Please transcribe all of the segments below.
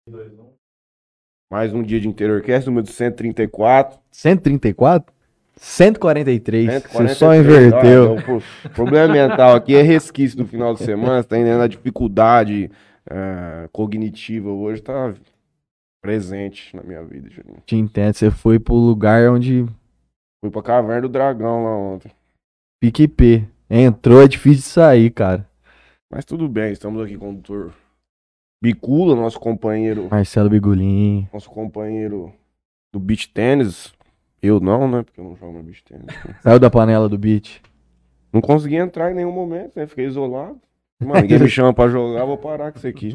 Mais um dia de Interiorcast, número 134. 134? 143. 143. Você só inverteu. O problema mental aqui é resquício do final de semana, você tá entendendo? A dificuldade cognitiva hoje tá presente na minha vida, Juninho. Te entendo. Você foi pro lugar onde Fui pra Caverna do Dragão lá ontem. PQP. Entrou, é difícil de sair, cara. Mas tudo bem, estamos aqui com o doutor Bicula, Marcelo Bigulin. nosso companheiro do beach tênis. Eu não, né? Porque eu não jogo no beach tênis. Saiu da panela do beat. Não consegui entrar em nenhum momento, né? Fiquei isolado. Mano, ninguém me chama pra jogar, vou parar com isso aqui.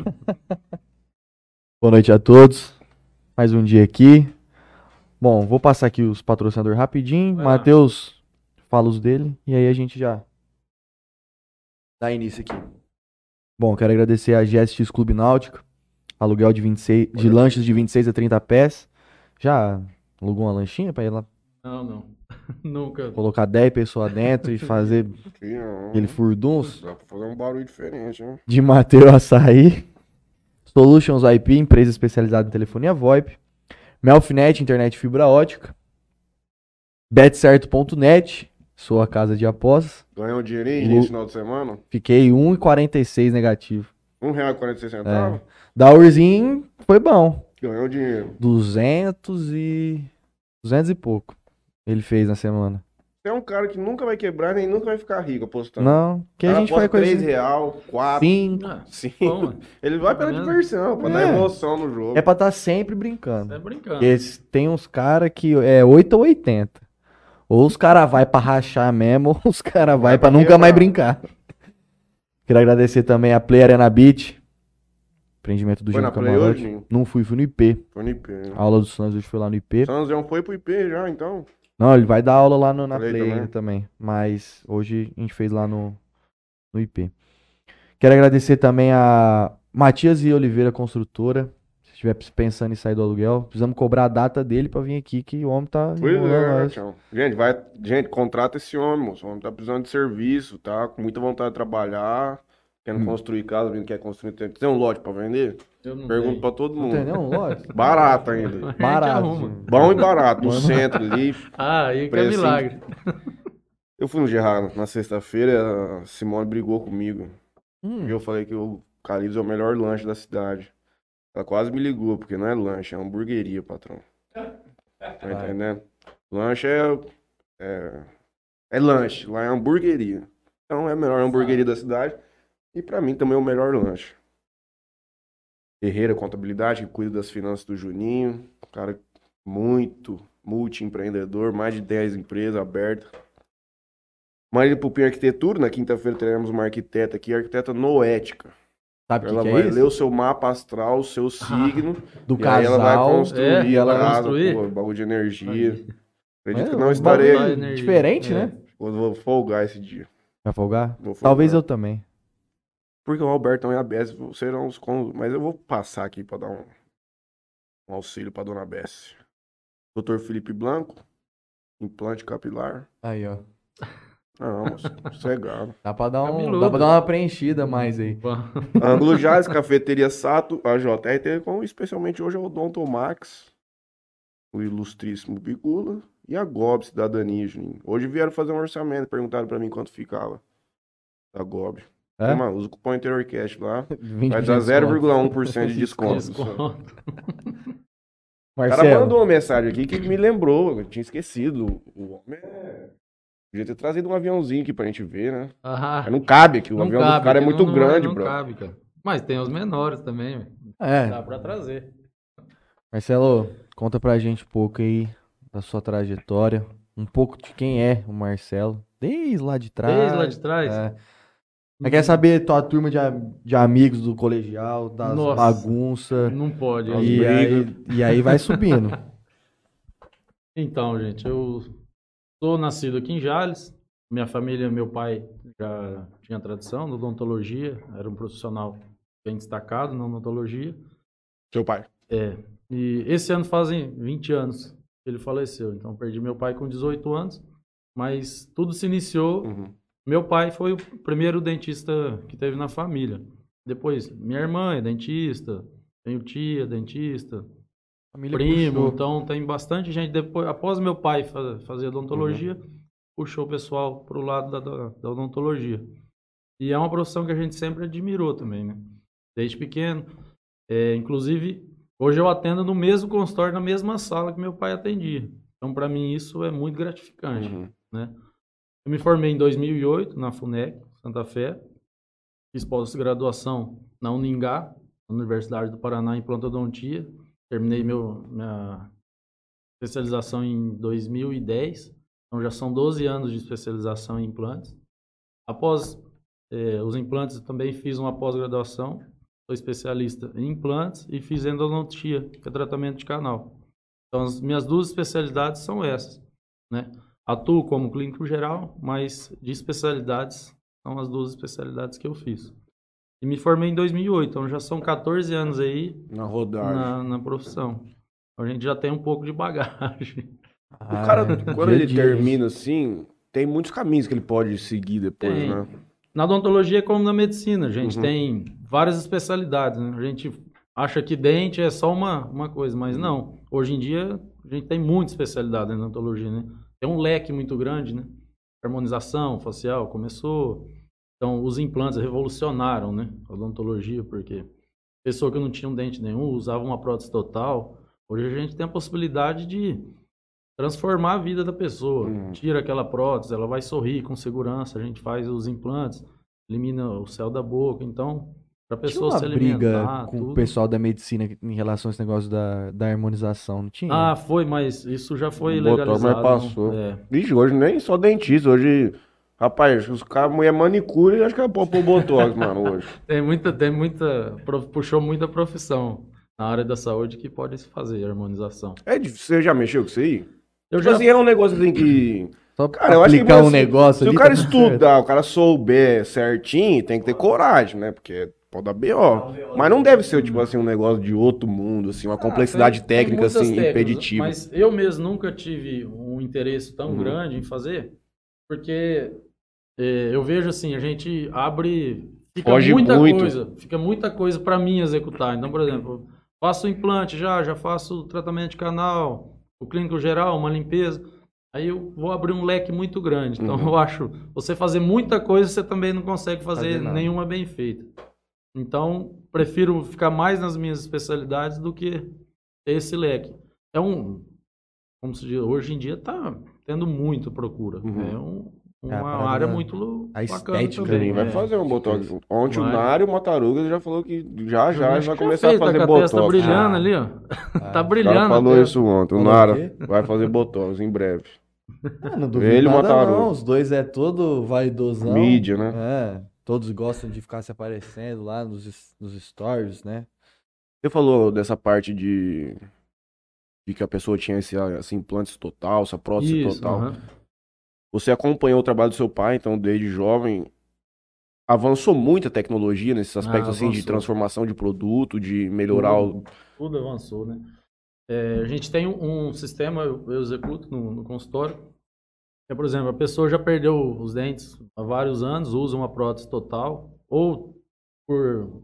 Boa noite a todos. Mais um dia aqui. Bom, vou passar aqui os patrocinadores rapidinho. Matheus, fala os dele. E aí a gente já dá início aqui. Bom, quero agradecer a GSX Clube Náutica. Aluguel de 26, de lanchas de 26 a 30 pés. Já alugou uma lanchinha pra ir lá Não. Nunca. colocar 10 pessoas dentro e fazer aquele furdunço? Dá pra fazer um barulho diferente, né? De Mateus Açaí. Solutions IP, empresa especializada em telefonia VoIP. Melfinet, internet fibra ótica. Betcerto.net, sua casa de apostas. Ganhou um dinheirinho nesse final de semana? Fiquei 1,46 negativo. R$1,46? Da Urzinho foi bom. Ganhou dinheiro. 200 e pouco ele fez na semana. Você é um cara que nunca vai quebrar nem nunca vai ficar rico apostando. Não, que a gente faz coisa R$3, 4, Cinco. 5. Ele vai pela diversão, pra dar emoção no jogo. É pra estar sempre brincando. É brincando. Porque tem uns caras que é 8 ou 80. Ou os caras vai pra rachar mesmo, ou os caras vai pra nunca mais brincar. Quero agradecer também a Play Arena Beach. Empreendimento do Júnior Camarote. Hoje, não fui no IP. Foi no IP. Né? A aula do Santos hoje foi lá no IP. Sanzão foi pro IP já, então? Não, ele vai dar aula lá na Falei Play ainda também. Mas hoje a gente fez lá no IP. Quero agradecer também a Matias e Oliveira Construtora. Se estiver pensando em sair do aluguel, precisamos cobrar a data dele pra vir aqui, que o homem tá enrolando nós. Tchau. Gente, contrata esse homem, moço. O homem tá precisando de serviço, tá? Com muita vontade de trabalhar. Querendo construir casa, vindo quer construir. Tem um lote pra vender? Eu não Pergunto tenho. pra todo mundo. Não tem nenhum lote? Barato ainda. Barato. Bom e barato. No centro ali. Aí que é precinho. milagre. Eu fui no Gerard na sexta-feira, a Simone brigou comigo. E eu falei que o Calidos é o melhor lanche da cidade. Ela quase me ligou, porque não é lanche, é hamburgueria, patrão. Tá entendendo? Lanche é lanche, lá é hamburgueria. Então é a melhor hamburgueria da cidade. E pra mim também é o melhor lanche. Herrera Contabilidade, que cuida das finanças do Juninho. Cara muito multi-empreendedor, mais de 10 empresas abertas. Marília Pupim Arquitetura, na quinta-feira teremos uma arquiteta aqui, arquiteta noética. Sabe o Ela que vai é isso? ler o seu mapa astral, o seu signo. Do e casal. aí ela vai construir e ela a casa, construir? pô, baú de energia. Aí. Acredito que É, não um estarei. bagulho diferente, né? Vou folgar esse dia. Vai folgar? Vou folgar. Talvez eu também. Porque o Robertão e a Bess serão os mas eu vou passar aqui pra dar um auxílio pra dona Bess. Dr. Felipe Blanco, implante capilar. Aí, ó. Não, moço, sossegado. Dá pra dar Cabeludo. uma preenchida mais aí. Ângulo Jazz, Cafeteria Sato, a JRT, com especialmente hoje é o Odonto Max, o ilustríssimo Bigula e a GOB Cidadania, Juninho. Hoje vieram fazer um orçamento, perguntaram pra mim quanto ficava a GOB. É? Mano, usa o cupom InteriorCast lá, 20% vai dar de desconto. 0,1% de desconto. O cara Marcelo, mandou uma mensagem aqui que me lembrou, eu tinha esquecido. O homem podia ter trazido um aviãozinho aqui pra gente ver, né? Mas não cabe aqui, o avião do cara é muito grande, bro. Não cabe, cara. Mas tem os menores também, velho. é. Dá pra trazer. Marcelo, conta pra gente um pouco aí da sua trajetória, um pouco de quem é o Marcelo, desde lá de trás. Desde lá de trás? É. Mas quer saber tua turma de amigos do colegial, das Nossa, bagunças. Não pode. E aí vai subindo. Então, gente, eu sou nascido aqui em Jales. Minha família, meu pai já tinha tradição na odontologia, era um profissional bem destacado na odontologia. Seu pai. E esse ano fazem 20 anos que ele faleceu. Então, perdi meu pai com 18 anos, mas tudo se iniciou. Meu pai foi o primeiro dentista que teve na família. Depois, minha irmã é dentista, Tenho tia, dentista, Família primo, puxou. então tem bastante gente. Depois, após meu pai fazer odontologia, puxou o pessoal pro lado da odontologia. E é uma profissão que a gente sempre admirou também, né? Desde pequeno. Inclusive, hoje eu atendo no mesmo consultório, na mesma sala que meu pai atendia. Então, para mim, isso é muito gratificante, né? Eu me formei em 2008 na FUNEC, Santa Fé. Fiz pós-graduação na Uningá, Universidade do Paraná, em Implantodontia. Terminei minha especialização em 2010. Então, já são 12 anos de especialização em implantes. Após os implantes, eu também fiz uma pós-graduação. Sou especialista em implantes e fiz endodontia, que é tratamento de canal. Então, as minhas duas especialidades são essas, né? Atuo como clínico geral, mas de especialidades são as duas especialidades que eu fiz. E me formei em 2008, então já são 14 anos aí Na rodagem. na profissão. Então, a gente já tem um pouco de bagagem. O cara, quando dia a ele dia, termina assim, tem muitos caminhos que ele pode seguir depois, Tem. né? Na odontologia é como na medicina, a gente tem várias especialidades, né? A gente acha que dente é só uma coisa, mas não. Hoje em dia a gente tem muita especialidade na odontologia, né? Tem um leque muito grande, né? Harmonização facial começou. Então os implantes revolucionaram, né? A odontologia, porque pessoa que não tinha um dente nenhum usava uma prótese total. Hoje a gente tem a possibilidade de transformar a vida da pessoa. Tira aquela prótese, ela vai sorrir com segurança. A gente faz os implantes, elimina o céu da boca. Então, para a Tinha pessoa uma se briga alimentar, com o tudo. pessoal da medicina em relação a esse negócio da harmonização, não tinha? Ah, foi, mas isso já foi Botox, mas legalizado. passou. É. Vixe, hoje nem só dentista, hoje... Rapaz, os caras, mulher manicure, acho que é pôr Botox, mano, hoje. Puxou muita profissão na área da saúde que pode se fazer harmonização. Você já mexeu com isso aí? Eu Tipo já assim, é um negócio assim que... Só Cara, eu acho que aplicar um assim, negócio se ali, o cara tá tudo certo. estudar, o cara souber certinho, tem que ter coragem, né? Porque pode dar B.O. Mas não deve ser, tipo assim, um negócio de outro mundo, assim, uma complexidade Tem técnica, muitas assim, técnicas, impeditiva. mas eu mesmo nunca tive um interesse tão grande em fazer, porque eu vejo assim, a gente abre, Foge muito. fica muita coisa para mim executar. Então, por exemplo, faço o implante já faço o tratamento de canal, o clínico geral, uma limpeza. Aí eu vou abrir um leque muito grande. Então eu acho, você fazer muita coisa, você também não consegue fazer nada. nenhuma bem feita. Então, prefiro ficar mais nas minhas especialidades do que ter esse leque. É como se diz, hoje em dia está tendo muita procura. É uma parada área da- muito a bacana estética também. Sim, vai fazer um Botox. Ontem o Vai. Nário Mataruga já falou que já Acho vai que começar fez, a fazer tá com a testa Botox. brilhando ali, ó. Tá O brilhando cara a falou testa. isso ontem. O Falou o Nário quê? vai fazer Botox em breve. Não duvido Ele e o nada não, Mataruga. os dois é todo vaidosão. Mídia, né? É, todos gostam de ficar se aparecendo lá nos stories, né? Você falou dessa parte de que a pessoa tinha esse implante total, essa prótese Isso, total. aham. Você acompanhou o trabalho do seu pai, então, desde jovem. Avançou muito a tecnologia nesses aspectos assim de Avançou. transformação de produto, de melhorar o. Tudo avançou, né? A gente tem um sistema, eu executo no consultório, que é, por exemplo, a pessoa já perdeu os dentes há vários anos, usa uma prótese total, ou por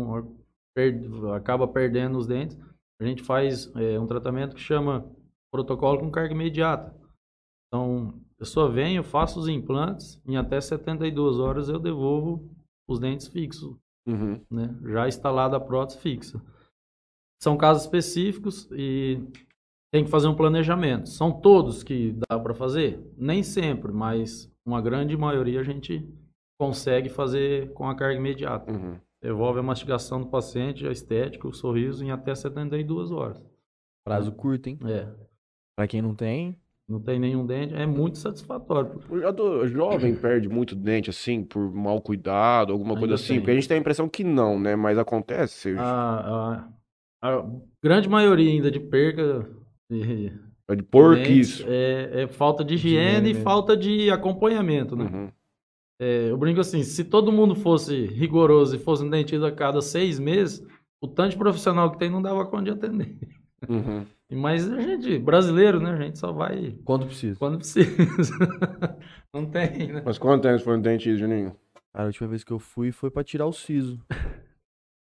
acaba perdendo os dentes, a gente faz um tratamento que chama protocolo com carga imediata. Então, a pessoa vem, eu faço os implantes, em até 72 horas eu devolvo os dentes fixos, Uhum. né? Já instalada a prótese fixa. São casos específicos e tem que fazer um planejamento. São todos que dá para fazer? Nem sempre, mas uma grande maioria a gente consegue fazer com a carga imediata. Uhum. Devolve a mastigação do paciente, a estética, o sorriso em até 72 horas. Prazo curto, hein? Pra quem não tem, Não tem nenhum dente, é muito satisfatório. O jovem perde muito dente, assim, por mau cuidado, alguma coisa Ainda assim, tem. porque a gente tem a impressão que não, né? Mas acontece. A grande maioria ainda de perca de É de dentes porquice. é falta de higiene higiene e mesmo. falta de acompanhamento, né? Uhum. Eu brinco assim, se todo mundo fosse rigoroso e fosse um dentista a cada 6 meses, o tanto de profissional que tem não dava conta de atender. Uhum. Mas a gente, brasileiro, né? A gente só vai quando precisa. quando precisa. Não tem, né? Mas quantos anos foi no dentista, Juninho? Cara, a última vez que eu fui foi pra tirar o siso.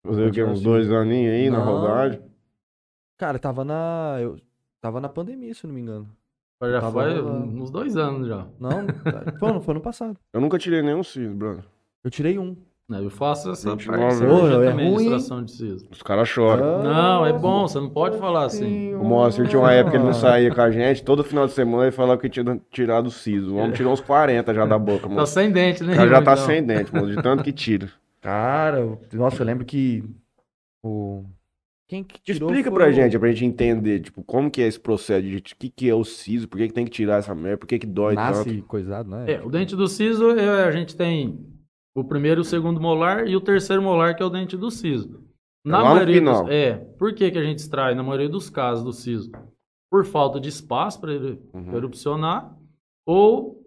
Fazer o quê? tirar Uns siso. 2 aninhos aí na Não. rodagem? Cara, eu tava na pandemia, se eu não me engano. Já Tava faz rolando. uns 2 anos já. Não, foi ano passado. Eu nunca tirei nenhum siso, brother. Eu tirei um. Eu faço essa 29 parte de anos. cirurgia Pô, é também, de ruim, hein? extração de siso. Os caras choram. Não, é bom, você não pode falar assim. O Moacir tinha uma época que ele não saía com a gente, todo final de semana ele falava que tinha tirado o siso. O homem tirou uns 40 já da boca, Tá mano. sem dente, né? O cara já tá então. sem dente, mano, de tanto que tira. Cara, nossa, eu lembro que o... Quem que tirou Explica foi pra o- gente entender, tipo, como que é esse processo de o que é o siso, por que tem que tirar essa merda, por que dói Nasce tanto. coisado, né? O dente do siso, a gente tem o primeiro e o segundo molar e o terceiro molar, que é o dente do siso. Na lá no maioria final. por que a gente extrai, na maioria dos casos do siso? Por falta de espaço para ele erupcionar ou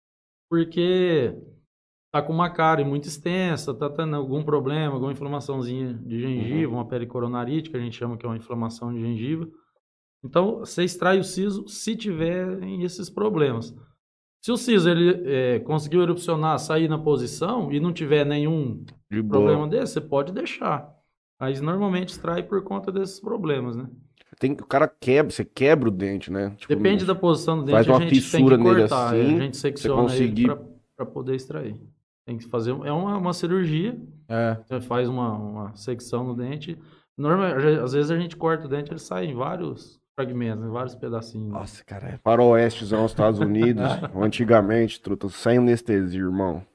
porque tá com uma cárie muito extensa, tá tendo algum problema, alguma inflamaçãozinha de gengiva, uma pericoronarite, que a gente chama que é uma inflamação de gengiva. Então, você extrai o siso se tiverem esses problemas. Se o siso ele conseguiu erupcionar, sair na posição e não tiver nenhum De problema boa. desse, você pode deixar. Mas normalmente extrai por conta desses problemas, né? O cara quebra, você quebra o dente, né? Tipo, Depende da posição do faz dente, a uma gente tem fissura que nele cortar. assim, A gente você secciona ele conseguir. para poder extrair. Tem que fazer. É uma cirurgia. É. Você faz uma secção no dente. Às vezes a gente corta o dente, ele sai em vários fragmentos, em vários pedacinhos. Nossa, cara. Faroestezão nos Estados Unidos, antigamente, truta, sem anestesia, irmão.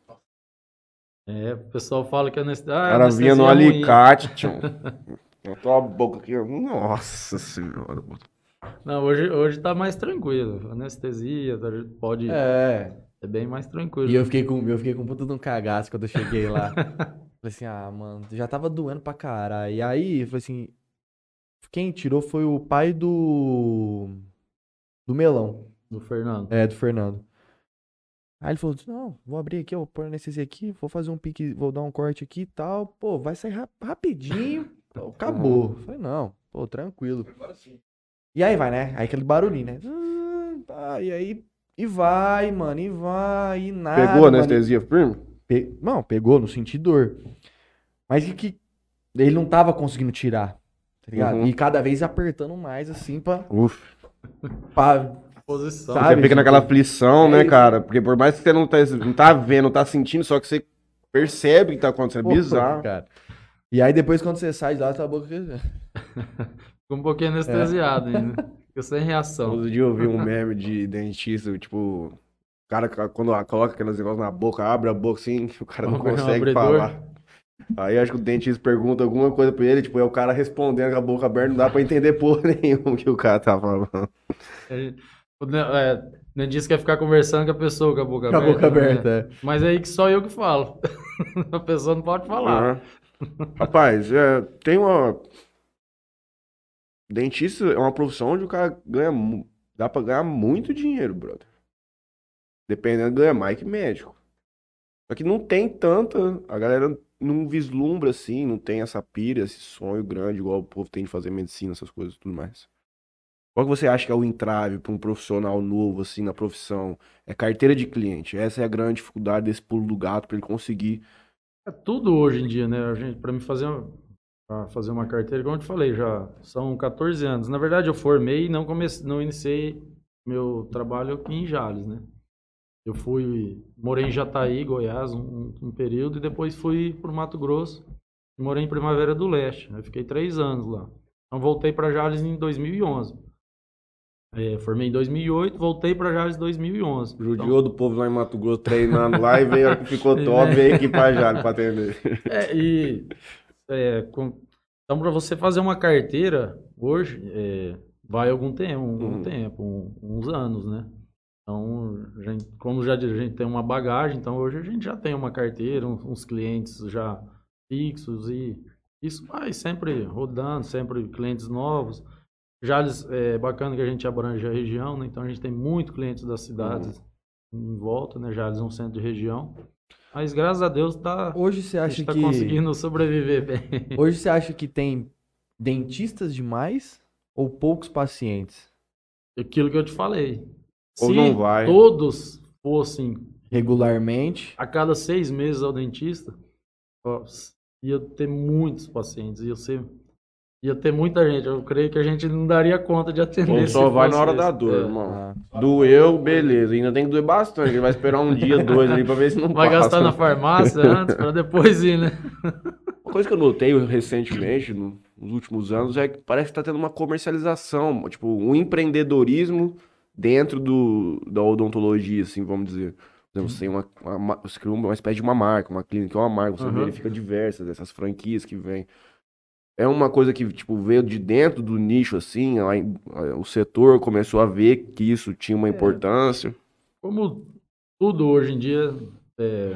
O pessoal fala que O cara anestesia vinha no é ruim. alicate, tchau. Na tua boca aqui, ó. Nossa senhora. Não, hoje tá mais tranquilo. Anestesia, pode. É. É bem mais tranquilo. E eu fiquei com um puta de um cagaço quando eu cheguei lá. Falei assim, mano, já tava doendo pra caralho. E aí, eu falei assim, quem tirou foi o pai do Melão. Do Fernando. Do Fernando. Aí ele falou, não, vou abrir aqui, eu vou pôr anestesia aqui, vou fazer um pique, vou dar um corte aqui e tal. Pô, vai sair rapidinho. Pô, acabou. Eu falei, não, pô, tranquilo. E aí vai, né? Aí aquele barulhinho, né? E aí, e vai, mano, e vai, e nada. Pegou a mano. anestesia firme? Não, pegou, não senti dor. Mas que ele não tava conseguindo tirar, tá ligado? E cada vez apertando mais, assim, pra Posição. sabe? Você fica naquela aflição, né, isso. cara? Porque por mais que você não tá vendo, não tá sentindo, só que você percebe que tá acontecendo. É Pô, bizarro. cara. E aí depois quando você sai de lá, tua boca... Fica um pouquinho anestesiado ainda. Fica sem reação. Todo dia eu vi um meme de dentista, tipo, o cara quando coloca aqueles negócios na boca, abre a boca assim, o cara não Coloca um consegue abridor. falar. Aí acho que o dentista pergunta alguma coisa pra ele, tipo, é o cara respondendo com a boca aberta, não dá pra entender porra nenhuma que o cara tá falando. Não disse que ia ficar conversando com a pessoa com a boca Com a aberta. boca aberta, né? Mas é aí que só eu que falo. A pessoa não pode falar. Rapaz, tem uma... Dentista é uma profissão onde o cara ganha... Dá pra ganhar muito dinheiro, brother. Dependendo, ganha mais que médico. Só que não tem tanta... A galera não vislumbra assim, não tem essa pira, esse sonho grande, igual o povo tem de fazer medicina, essas coisas e tudo mais. Qual que você acha que é o entrave para um profissional novo, assim, na profissão? É carteira de cliente. Essa é a grande dificuldade desse pulo do gato para ele conseguir. É tudo hoje em dia, né? Para mim fazer uma carteira, como eu te falei, já são 14 anos. Na verdade, eu formei e não iniciei meu trabalho aqui em Jales, né? Eu morei em Jataí, Goiás, um período, e depois fui para o Mato Grosso e morei em Primavera do Leste. Eu fiquei 3 anos lá. Então voltei para Jales em 2011. Formei em 2008, voltei para Jales em 2011. Judiou do povo lá em Mato Grosso treinando lá e veio a hora que ficou top, veio aqui para Jales para atender. Então, para você fazer uma carteira hoje, vai algum tempo, uns anos, né? Então, como a gente tem uma bagagem, então hoje a gente já tem uma carteira, uns clientes já fixos e isso vai sempre rodando, sempre clientes novos. Jales é bacana que a gente abrange a região, né? Então a gente tem muito clientes das cidades em volta, né? Jales é um centro de região. Mas graças a Deus Hoje você a acha gente tá que conseguindo sobreviver bem. Hoje você acha que tem dentistas demais ou poucos pacientes? Aquilo que eu te falei. Ou Se não vai. todos fossem Regularmente. a cada 6 meses ao dentista, ia ter muitos pacientes, ia ter muita gente. Eu creio que a gente não daria conta de atender. Ou só se vai na fosse hora da esse. dor, É. irmão. Doeu, beleza. Ainda tem que doer bastante. Ele vai esperar um dia, 2 ali pra ver se não Vai passa. gastar na farmácia antes, para depois ir, né? Uma coisa que eu notei recentemente, nos últimos anos, é que parece que tá tendo uma comercialização, tipo, um empreendedorismo dentro da odontologia, assim, vamos dizer. Por exemplo, você tem você cria uma espécie de uma marca, uma clínica é uma marca, você Aham. verifica diversas dessas franquias que vêm. É uma coisa que, tipo, veio de dentro do nicho, assim, o setor começou a ver que isso tinha uma importância. Como tudo hoje em dia, é,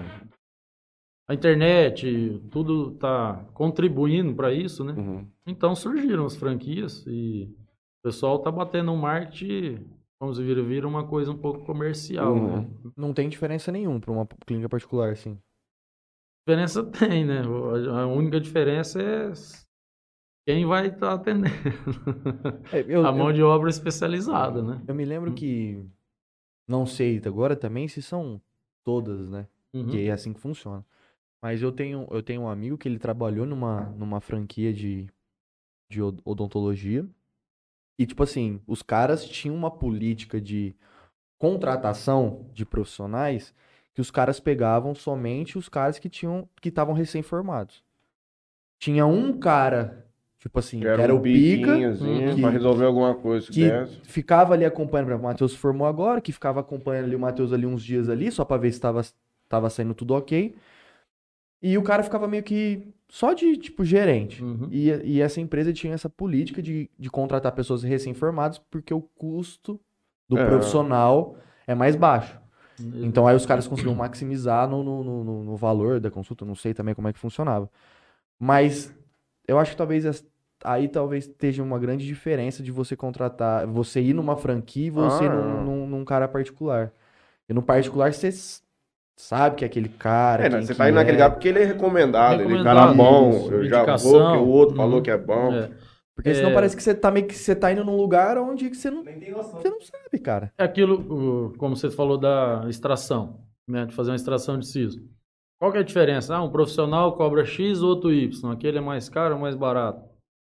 a internet, tudo está contribuindo para isso, né? Uhum. Então surgiram as franquias e o pessoal tá batendo um marketing, vamos dizer, vira uma coisa um pouco comercial, né? Uhum. Não tem diferença nenhuma pra uma clínica particular, assim. Diferença tem, né? A única diferença é quem vai estar atendendo. É, A mão de obra especializada, né? eu me lembro que, não sei agora também se são todas, né? Que Uhum. é assim que funciona. Mas eu tenho um amigo que ele trabalhou numa franquia de odontologia. E, tipo assim, os caras tinham uma política de contratação de profissionais que os caras pegavam somente os caras que estavam recém-formados. Tinha um cara, tipo assim, que Era era um o pica, piquinho, assim, pra que, resolver alguma coisa que dessa. ficava ali acompanhando, por exemplo, o Matheus se formou agora, que ficava acompanhando ali o Matheus ali uns dias ali, só pra ver se tava saindo tudo ok. E o cara ficava meio que só de, tipo, gerente. Uhum. E essa empresa tinha essa política de contratar pessoas recém-formadas porque o custo do É. profissional é mais baixo. Então aí os caras Exatamente. conseguiam maximizar no valor da consulta, não sei também como é que funcionava. Mas eu acho que aí talvez esteja uma grande diferença de você contratar, você ir numa franquia e você ir Ah, num cara particular. E no particular você sabe que é aquele cara, é. Né, quem você tá que indo naquele lugar é. porque ele é recomendado, ele é cara Recomendado, bom, Isso. eu já vou porque o indicação. outro falou que é Uhum. bom. Porque senão É, parece que você tá meio que você tá indo num lugar onde que você não sabe, cara. é aquilo, como você falou da extração, né? De fazer uma extração de siso. Qual que é a diferença? Ah, um profissional cobra X, outro Y. Aquele é mais caro ou mais barato?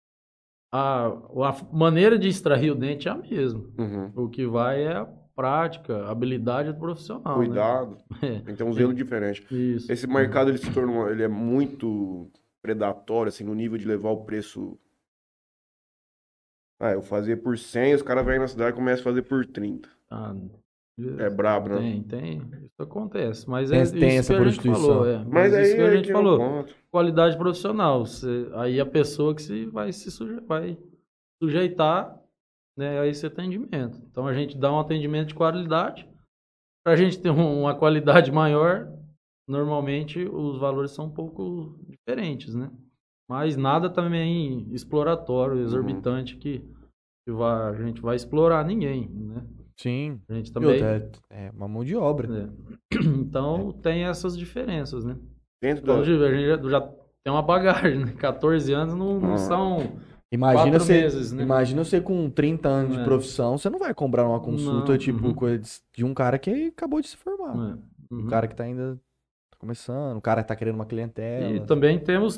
A maneira de extrair o dente é a mesma. Uhum. O que vai é a prática, a habilidade do profissional, né? Cuidado, tem que ter um zelo diferente. Isso. Esse mercado ele se tornou, ele é muito predatório, assim, no nível de levar o preço. Ah, eu fazia por 100, os caras vêm na cidade e começam a fazer por 30. Ah, É brabo, né? tem. Isso acontece. Mas é Tem isso que essa a gente falou. prostituição. Mas Mas isso aí que a é gente que é o falou. ponto. Qualidade profissional. Aí a pessoa que vai sujeitar, né, a esse atendimento. Então a gente dá um atendimento de qualidade. Para a gente ter uma qualidade maior, normalmente os valores são um pouco diferentes, né? Mas nada também exploratório, Uhum. exorbitante a gente vai explorar ninguém, né? Sim. A gente E outra, também. é uma mão de obra. É. Então tem essas diferenças, né? Dentro Vamos da. ver, a gente já tem uma bagagem, né? 14 anos não Ah, são Imagina 4 você, meses, né? imagina você com 30 anos de É, profissão, você não vai cobrar uma consulta, não, tipo, uhum, coisa de um cara que acabou de se formar. Um uhum. cara que tá ainda tá começando, um cara que tá querendo uma E clientela. também temos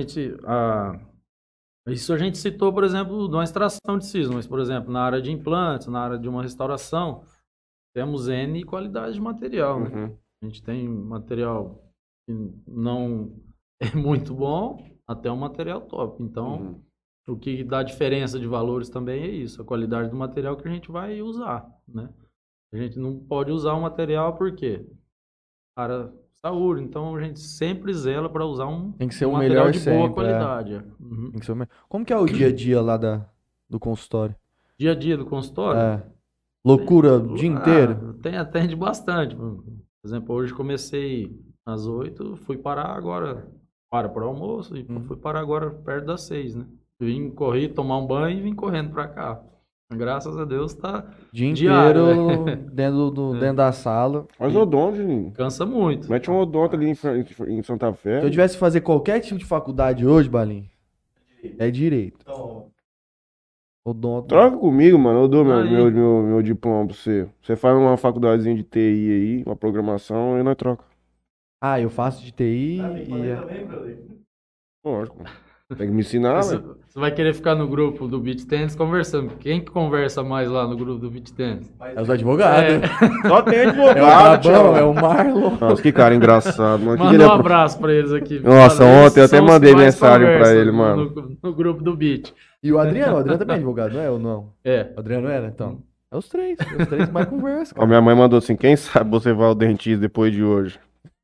isso a gente citou, por exemplo, de uma extração de siso, mas, por exemplo, na área de implantes, na área de uma restauração, temos N qualidade de material, né? uhum. A gente tem material que não é muito bom, até um material top. Então, Uhum. o que dá diferença de valores também é isso, a qualidade do material que a gente vai usar, né? A gente não pode usar um material porque para saúde, então a gente sempre zela para usar Tem que ser um o material melhor de boa sempre, é. qualidade. Uhum. Tem que ser o melhor. Como que é o dia a dia lá do consultório? Dia a dia do consultório, É. Loucura o dia ah, inteiro? atende bastante. Por exemplo, hoje comecei às 8, fui parar agora, para o almoço, e Hum. fui parar agora perto das 6, né? Corri tomar um banho e vim correndo para cá. Graças a Deus tá Dia diário, né? inteiro dentro da sala. Mas E odonto, Juninho. cansa muito. Mete um odonto ali em Santa Se eu Fé. tivesse que fazer qualquer tipo de faculdade hoje, Balim, é direito. Odonto. Troca comigo, mano. Eu dou Aí, meu diploma pra você. Você faz uma faculdadezinha de TI aí, uma programação, e nós troca. Ah, eu faço de TI e Lógico. Tem que me ensinar, Você velho. você vai querer ficar no grupo do Beach Tennis conversando. Quem que conversa mais lá no grupo do Beach Tennis? É os advogados. Só tem É o advogado, Gabão, é tio. o Marlon. Nossa, que cara engraçado, mano. Que Manda ele um é... abraço pra eles aqui. Nossa, Fala, ontem eu eles até são os mandei que mais mensagem pra conversam ele, mano. no grupo do Beach. E o Adriano também é advogado, não é ou não? É. O Adriano era, então. É os três que mais conversam, Ó, cara. minha mãe mandou assim, quem sabe você vai ao dentista depois de hoje?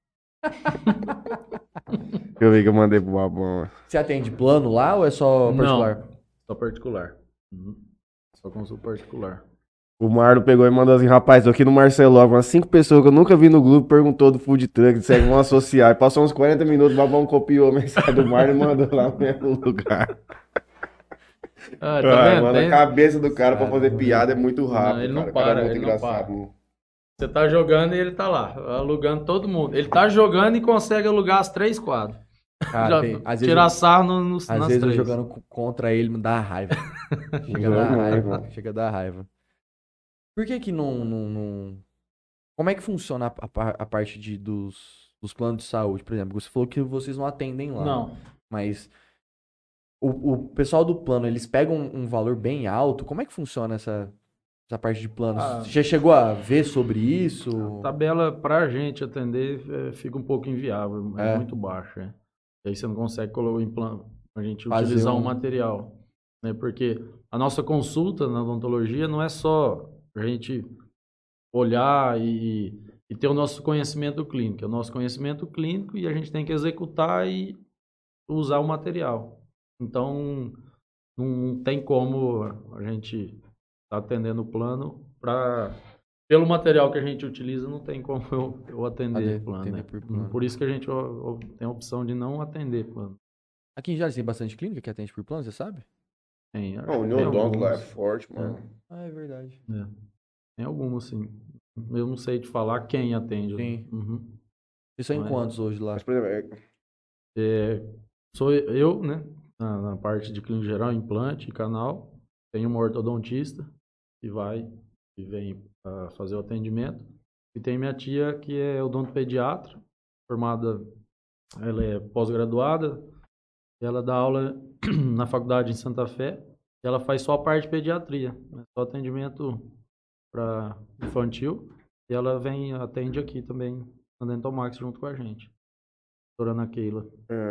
Deixa eu ver que eu mandei pro babão. Você atende plano lá ou é só particular? Não, só particular. Só consulta particular. O Marlon pegou e mandou assim, rapaz, tô aqui no Marceló, umas 5 pessoas que eu nunca vi no grupo perguntou do food truck, disseram que vão associar. E passou uns 40 minutos, o babão copiou a mensagem do Marlon e mandou lá no mesmo lugar. Ah, tá Ai, vendo? mano, Tem- a cabeça do cara pra fazer Caramba. piada é muito rápido, ele não cara. O cara para, é muito ele não engraçado. para. Mano. Você tá jogando e ele tá lá, alugando todo mundo. Ele tá jogando e consegue alugar as 3 quadras. Cara, Já às vezes, tirar sarro às nas vezes eu 3. jogando contra ele me dá raiva. Chega a dar Não, raiva. não. Chega a dar raiva. Por que que não... Como é que funciona a parte dos planos de saúde, por exemplo? Você falou que vocês não atendem lá. Não. Mas o pessoal do plano, eles pegam um valor bem alto. Como é que funciona essa parte de planos? Ah. Você já chegou a ver sobre isso? Tabela pra gente atender fica um pouco inviável, é É. muito baixa. E aí você não consegue colocar em plano a gente Fazer utilizar um- um material, né? Porque a nossa consulta na odontologia não é só a gente olhar e ter o nosso conhecimento clínico, é o nosso conhecimento clínico e a gente tem que executar e usar o material. Então não tem como a gente estar atendendo o plano pelo material que a gente utiliza, não tem como eu atender plano, atender né? por plano. Por isso que a gente tem a opção de não atender plano. Aqui em Jales tem bastante clínica que atende por plano, você sabe? Tem, Não, o tem Neodonto lá é algumas. forte, mano. Ah, é verdade. É. Tem algumas, sim. Eu não sei te falar quem atende. Sim. Uhum. Vocês são em Mas- quantos hoje lá? Mas, por exemplo, Sou eu, né? Na parte de clínica geral, implante e canal. Tenho uma ortodontista que vem fazer o atendimento. E tem minha tia que é odontopediatra, formada, ela é pós-graduada. Ela dá aula na faculdade em Santa Fé. E ela faz só a parte de pediatria, né? Só atendimento para infantil. E ela atende aqui também na Dentomax junto com a gente. Doutora Ana Keila.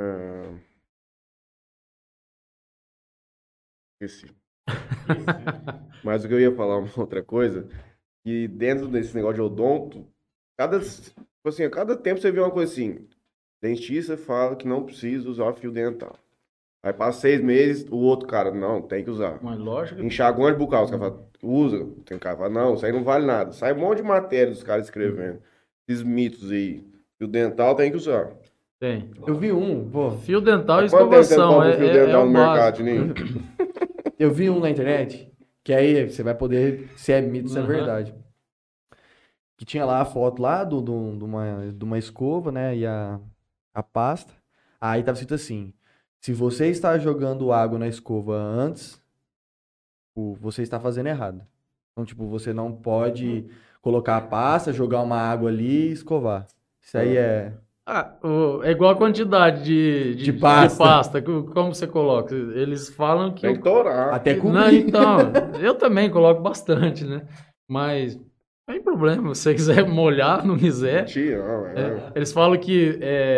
Esqueci. Mas o que eu ia falar uma outra coisa, que dentro desse negócio de odonto, tipo assim, a cada tempo você vê uma coisa assim, dentista fala que não precisa usar fio dental. Aí passa 6 meses, o outro cara, não, tem que usar. Mas lógico que Enxaguante bucal, os caras falam, usa. Tem cara que fala, não, isso aí não vale nada. Sai um monte de matéria dos caras escrevendo. Esses mitos aí. Fio dental tem que usar. tem. Eu vi um, pô. Fio dental e Quanto tempo você escovação. compra um fio dental o no mercado, básico. Tininho? Eu vi um na internet, que aí você vai poder, se é mito, se é Uhum. verdade. Que tinha lá a foto lá de uma escova, né, e a pasta. Aí tava escrito assim, se você está jogando água na escova antes, você está fazendo errado. Então, tipo, você não pode colocar a pasta, jogar uma água ali e escovar. Isso aí é... É igual a quantidade de pasta. Como você coloca? Eles falam que... Tem que torar. Até Não, cobrir. então, eu também coloco bastante, né? Mas não tem problema. Se você quiser molhar, não quiser. Mentira, não, Eles falam que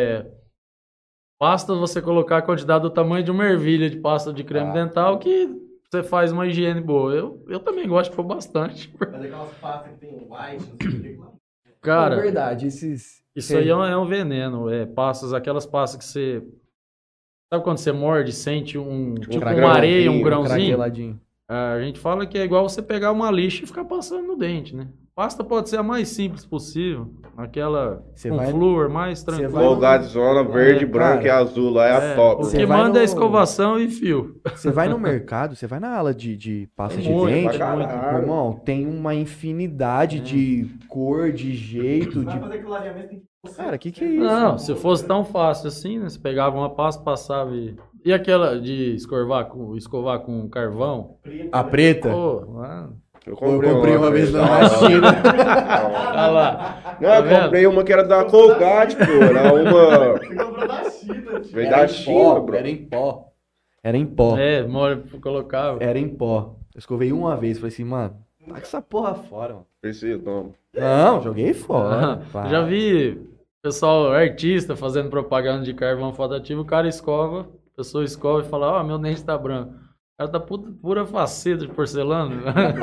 basta você colocar a quantidade do tamanho de uma ervilha de pasta de creme dental que você faz uma higiene boa. Eu também gosto de pôr bastante. Mas aquelas pastas que tem white, não sei o que lá. Cara, É verdade, isso aí é um veneno. Aquelas pastas que você... Sabe quando você morde, sente tipo uma areia, um grãozinho? craqueladinho. A gente fala que é igual você pegar uma lixa e ficar passando no dente, né? Pasta pode ser a mais simples possível. Aquela Você com vai- flúor, mais tranquilo. vai no- Colgadezona, verde, É, branca cara. e azul lá é a top. O Você que vai manda é no- escovação e fio. Você vai no mercado, você vai na ala de pasta Tem de muito, dente, pra caralho. irmão, tem uma infinidade de cor, de jeito, Vai de... fazer aquilo ladeamento, tem que... Cara, que é isso? Não, se fosse tão fácil assim, né? Você pegava uma pasta, passava e... E aquela de escovar com carvão? A preta? Pô, Eu comprei uma vez na vez. China. Olha lá. Não, eu vendo? comprei uma que era da Colgate, pô. Era uma. Você comprou da China, tio. Veio da China, bro. Era em pó. Era em pó. Mora pra colocar. Era em pó. Eu escovei uma vez, falei assim, mano, taca essa porra fora, mano. Precisa, toma. Não, joguei fora. Eu já vi pessoal, artista, fazendo propaganda de carvão fotoativo, o cara escova, a pessoa escova e fala, ó, meu dente tá branco. O cara tá pura faceta de porcelana.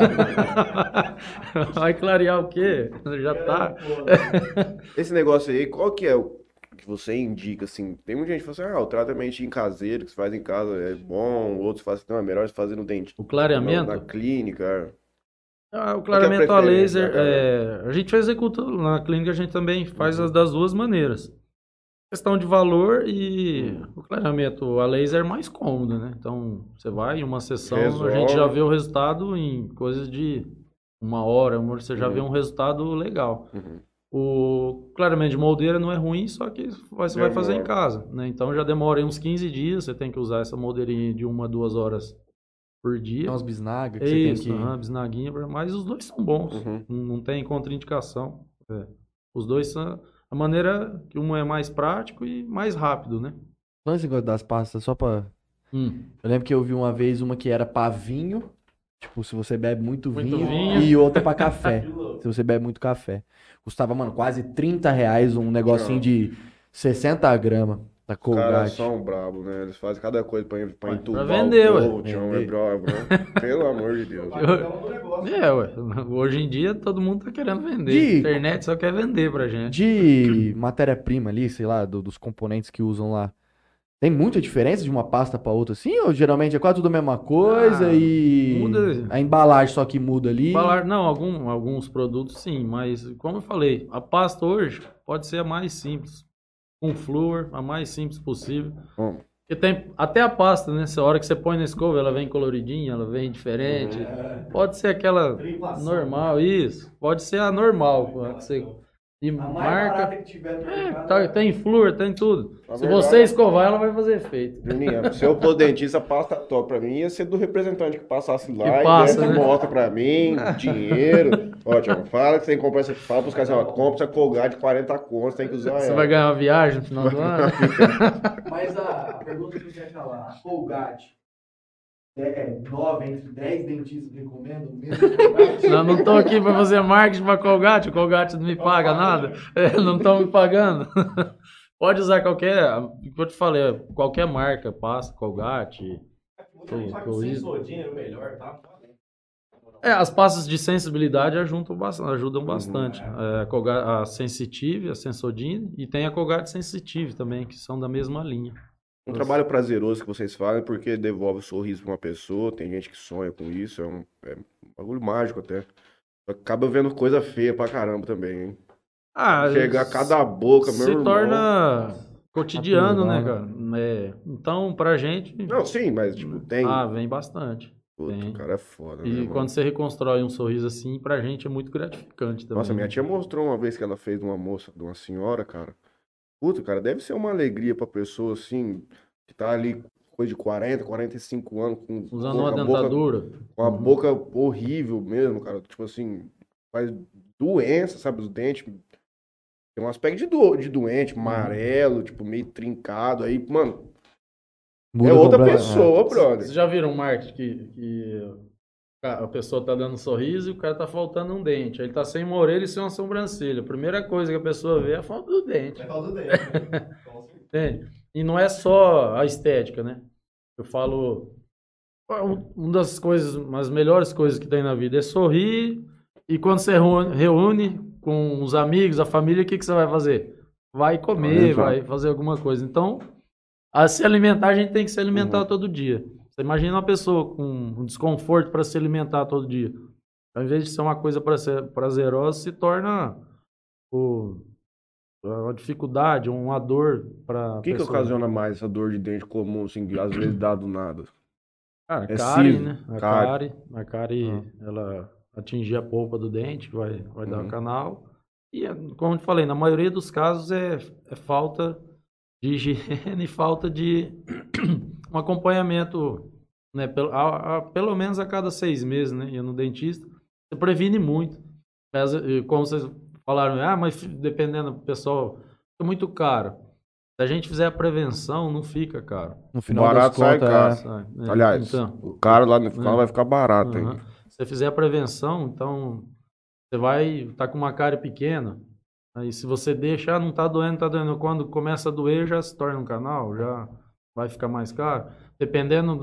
Vai clarear o quê? Já tá. Esse negócio aí, qual que é o que você indica, assim? Tem muita gente que fala assim, o tratamento em caseiro que se faz em casa é bom, outros fazem, não, é melhor se fazer no dente. O clareamento? Na clínica. O clareamento a preferência, laser, a gente executa na clínica, a gente também faz as das duas maneiras. Questão de valor e o clareamento a laser é mais cômodo, né? Então, você vai em uma sessão, Resolve. a gente já vê o resultado em coisas de uma hora, você já vê um resultado legal. O clareamento de moldeira não é ruim, só que você vai fazer em casa, né? Então, já demora aí uns 15 dias, você tem que usar essa moldeirinha de 1 a 2 horas por dia. Tem umas bisnagas que Isso, você tem que... bisnaguinha, mas os dois são bons, não tem contraindicação. Os dois são a maneira que um é mais prático e mais rápido, né? Não esse negócio das pastas, só pra... Eu lembro que eu vi uma vez uma que era pra vinho, tipo, se você bebe muito vinho, e outra pra café, se você bebe muito café. Custava, mano, quase R$30 um negocinho de 60 gramas da Os caras Colgate. são brabos, né? Eles fazem cada coisa pra entubar vender, o ué. povo, tchau, é brabo, né? Pelo amor de Deus. Hoje em dia todo mundo tá querendo vender. De- A internet só quer vender pra gente. De matéria-prima ali, sei lá, dos componentes que usam lá. Tem muita diferença de uma pasta pra outra assim? Ou geralmente é quase tudo a mesma coisa e muda. a embalagem só que muda ali? Não, alguns produtos sim, mas como eu falei, a pasta hoje pode ser a mais simples. Com flúor, a mais simples possível. Porque tem até a pasta, né? A hora que você põe na escova, ela vem coloridinha, ela vem diferente. Pode ser aquela normal, isso. Pode ser a normal. Que você... E marca. Que tiver no mercado, Tem flúor, tem tudo. Na Se verdade- você escovar, ela vai fazer efeito. Juninho, se eu for dentista, pasta top pra mim ia ser do representante que passasse lá Que e passa, desse né? mostra pra mim, dinheiro. Ótimo, fala que você tem que comprar essa, fala pros caras assim, ó, compra essa Colgate de 40 contos, tem que usar Você ela. vai ganhar uma viagem no final do ano? Mas a pergunta que eu queria falar, a Colgate é 9 entre 10 dentistas recomendam o mesmo Colgate? Não tô aqui pra fazer marketing pra Colgate, o Colgate não me paga nada, não estão me pagando. Pode usar eu te falei, qualquer marca, pasta, Colgate. Sensodinha é o melhor, tá? As pastas de sensibilidade ajudam bastante. A Sensitive, a Sensodyne, e tem a Colgate Sensitive também, que são da mesma linha. Um trabalho prazeroso que vocês fazem porque devolve o sorriso pra uma pessoa, tem gente que sonha com isso, é um bagulho mágico até. Acaba vendo coisa feia pra caramba também, hein? Chegar a cada boca, meu se irmão. torna cotidiano, né, Natural, cara? Então, pra gente... Não, sim, mas tipo, tem... vem bastante. Puta, tem. o cara é foda, né, E mano? quando você reconstrói um sorriso assim, pra gente é muito gratificante também. Nossa, minha tia mostrou uma vez que ela fez de uma moça, de uma senhora, cara. Puta, cara, deve ser uma alegria pra pessoa, assim, que tá ali, coisa de 40, 45 anos, Usando uma dentadura. com a boca horrível mesmo, cara. Tipo assim, faz doença, sabe, os dentes. Tem um aspecto de doente, amarelo, tipo, meio trincado. Aí, mano, Muda é outra completamente. pessoa, brother. Vocês já viram um marketing que a pessoa tá dando um sorriso e o cara tá faltando um dente. Aí ele tá sem uma orelha e sem uma sobrancelha. A primeira coisa que a pessoa vê é a falta do dente. É falta do dente, né? Entende? E não é só a estética, né? Eu falo, uma das coisas, as melhores coisas que tem na vida é sorrir, e quando você reúne com os amigos, a família, o que você vai fazer? Vai comer, vai fazer alguma coisa. Então, a se alimentar, a gente tem que se alimentar todo dia. Você imagina uma pessoa com um desconforto para se alimentar todo dia. Ao invés de ser uma coisa prazerosa, se torna uma dificuldade, uma dor para O que ocasiona mais essa dor de dente comum, assim, que às vezes dá do nada? Cara, É cárie, siso, né? cárie. A cárie, ela atingir a polpa do dente, vai dar canal. E, como eu te falei, na maioria dos casos é falta de higiene e falta de um acompanhamento, né? Pelo menos a cada 6 meses, né? Ia no dentista. você previne muito. Mas, como vocês falaram, mas dependendo do pessoal, é muito caro. Se a gente fizer a prevenção, não fica caro. No O final das barato sai contas, caro. Sabe? Aliás, Então, o caro lá no final vai ficar barato aham. ainda. Se você fizer a prevenção, então você vai estar com uma cárie pequena. Aí se você deixa, não tá doendo, tá doendo. Quando começa a doer, já se torna um canal, já vai ficar mais caro. Dependendo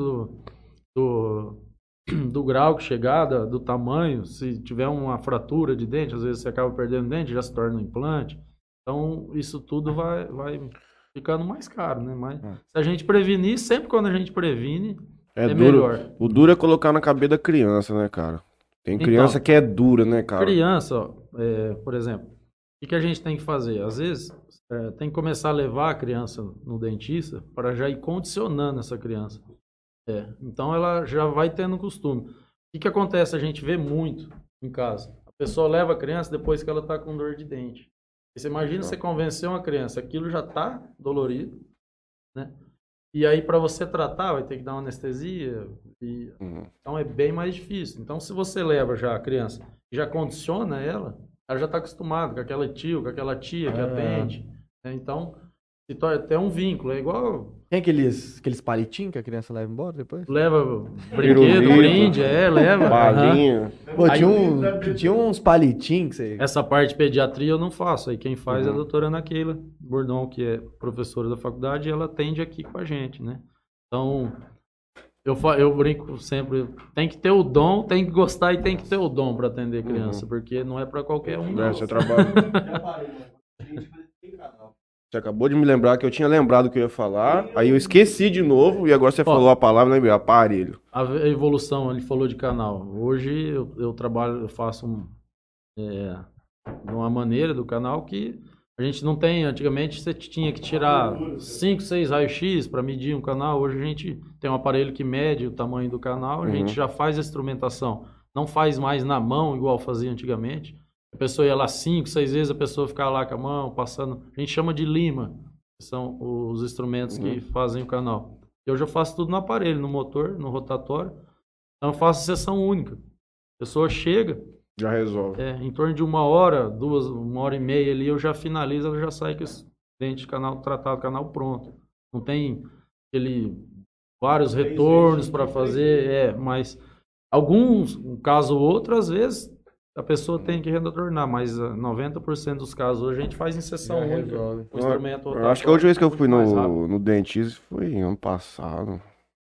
do, do grau que chegar, do tamanho, se tiver uma fratura de dente, às vezes você acaba perdendo dente, já se torna um implante. Então, isso tudo vai ficando mais caro, né? Mas se a gente prevenir, sempre quando a gente previne, É duro. melhor. O duro é colocar na cabeça da criança, né, cara? Tem criança Então, que é dura, né, cara? criança, ó, por exemplo, o que a gente tem que fazer? Às vezes, tem que começar a levar a criança no dentista para já ir condicionando essa criança. Então, ela já vai tendo costume. O que acontece? A gente vê muito em casa. A pessoa leva a criança depois que ela está com dor de dente. E você imagina você convencer uma criança, aquilo já está dolorido, né? E aí, para você tratar, vai ter que dar uma anestesia. Então, é bem mais difícil. Então, se você leva já a criança e já condiciona ela já está acostumada com aquela tio, com aquela tia que atende. Né? Então, se torna até um vínculo. É igual... tem aqueles palitinhos que a criança leva embora depois? Leva brinquedo, Pirulito, brinde, leva. balinha. Pô, Aí- tinha uns palitinhos que você... Essa parte de pediatria eu não faço. Aí quem faz é a doutora Ana Keila Bordon, que é professora da faculdade, e ela atende aqui com a gente, né? Então, eu brinco sempre, tem que ter o dom, tem que gostar e tem que ter o dom para atender criança, porque não é para qualquer um, não. Você trabalha. Já parei, mano. A gente tem canal. Você acabou de me lembrar que eu tinha lembrado o que eu ia falar, aí eu esqueci de novo e agora você falou a palavra, lembrei, aparelho. A evolução, ele falou de canal. Hoje eu trabalho, eu faço de uma maneira do canal que a gente não tem. Antigamente você tinha que tirar 5, 6 raios-x para medir um canal. Hoje a gente tem um aparelho que mede o tamanho do canal, a gente já faz a instrumentação. Não faz mais na mão, igual fazia antigamente. A pessoa ia lá 5, 6 vezes, a pessoa ficava lá com a mão, passando. A gente chama de lima, que são os instrumentos que fazem o canal. Eu já faço tudo no aparelho, no motor, no rotatório. Então eu faço sessão única. A pessoa chega, Já resolve. em torno de 1 hora, 1 hora e meia ali, eu já finalizo, ela já sai com esse dente de canal tratado, canal pronto. Não tem vários retornos para fazer, mas alguns, um caso ou outro, às vezes a pessoa tem que retornar, mas 90% dos casos hoje a gente faz em sessão única. O instrumento Eu acho que a última vez que eu fui muito mais rápido. no dentista foi ano passado.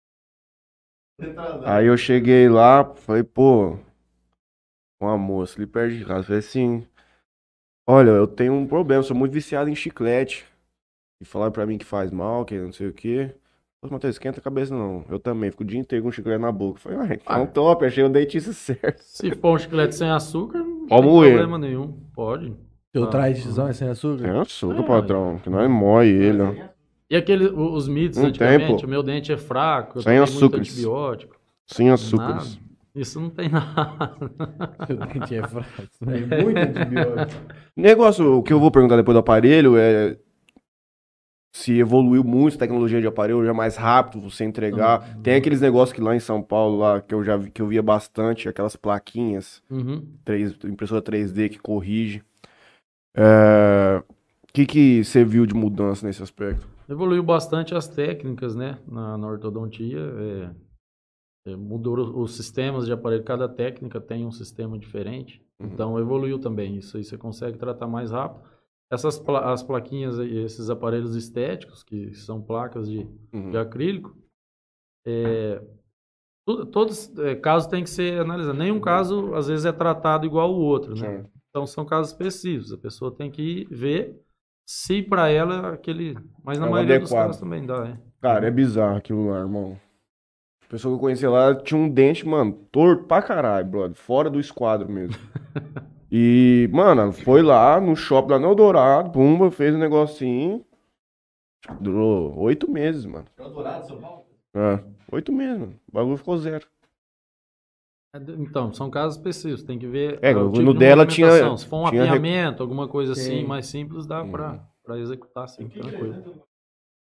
Retardado. Aí eu cheguei lá, falei, pô, uma moça ali perto de casa, falei assim, olha, eu tenho um problema, sou muito viciado em chiclete. E falaram pra mim que faz mal, que não sei o quê. Falei, Matheus, esquenta a cabeça não. Eu também, fico o dia inteiro com um chiclete na boca. Falei, então top, achei o dentista certo. Se for um chiclete sem açúcar, não Pode tem moer. problema nenhum. Pode. Seu tradizão é sem açúcar? Tem açúcar, patrão, que nós mói ele, ó. E os mitos Não tem, antigamente, pô. o meu dente é fraco, eu Sem tomei muito açúcares. antibiótico. Sem açúcares. Nada. Isso não tem nada. Seu dente é fraco. É muito antibiótico. Negócio, o que eu vou perguntar depois do aparelho é se evoluiu muito a tecnologia de aparelho, já é mais rápido você entregar. Tem aqueles negócios que lá em São Paulo, lá, que eu já vi, que eu via bastante, aquelas plaquinhas, impressora 3D que corrige. O que você viu de mudança nesse aspecto? Evoluiu bastante as técnicas, né? Na ortodontia. Mudou os sistemas de aparelho. Cada técnica tem um sistema diferente. Então evoluiu também. Isso aí você consegue tratar mais rápido. As plaquinhas, esses aparelhos estéticos, que são placas de acrílico, todos casos têm que ser analisados. Nenhum caso, às vezes, é tratado igual o outro, né? Então, são casos específicos. A pessoa tem que ver se para ela aquele... Mas na É o maioria dos adequado. casos também dá, Cara, é bizarro aquilo lá, irmão. A pessoa que eu conheci lá tinha um dente, mano, torto pra caralho, brother. Fora do esquadro mesmo. E, mano, foi lá no shopping lá no Eldorado, pumba, fez um negocinho. Durou 8 meses, mano. Eldorado, São Paulo? 8 meses, mano. O bagulho ficou zero. Então, são casos específicos, tem que ver no tipo de dela movimentação. Se for um tinha apiamento, alguma coisa assim, Sim. mais simples, dá pra executar, assim, tranquilo.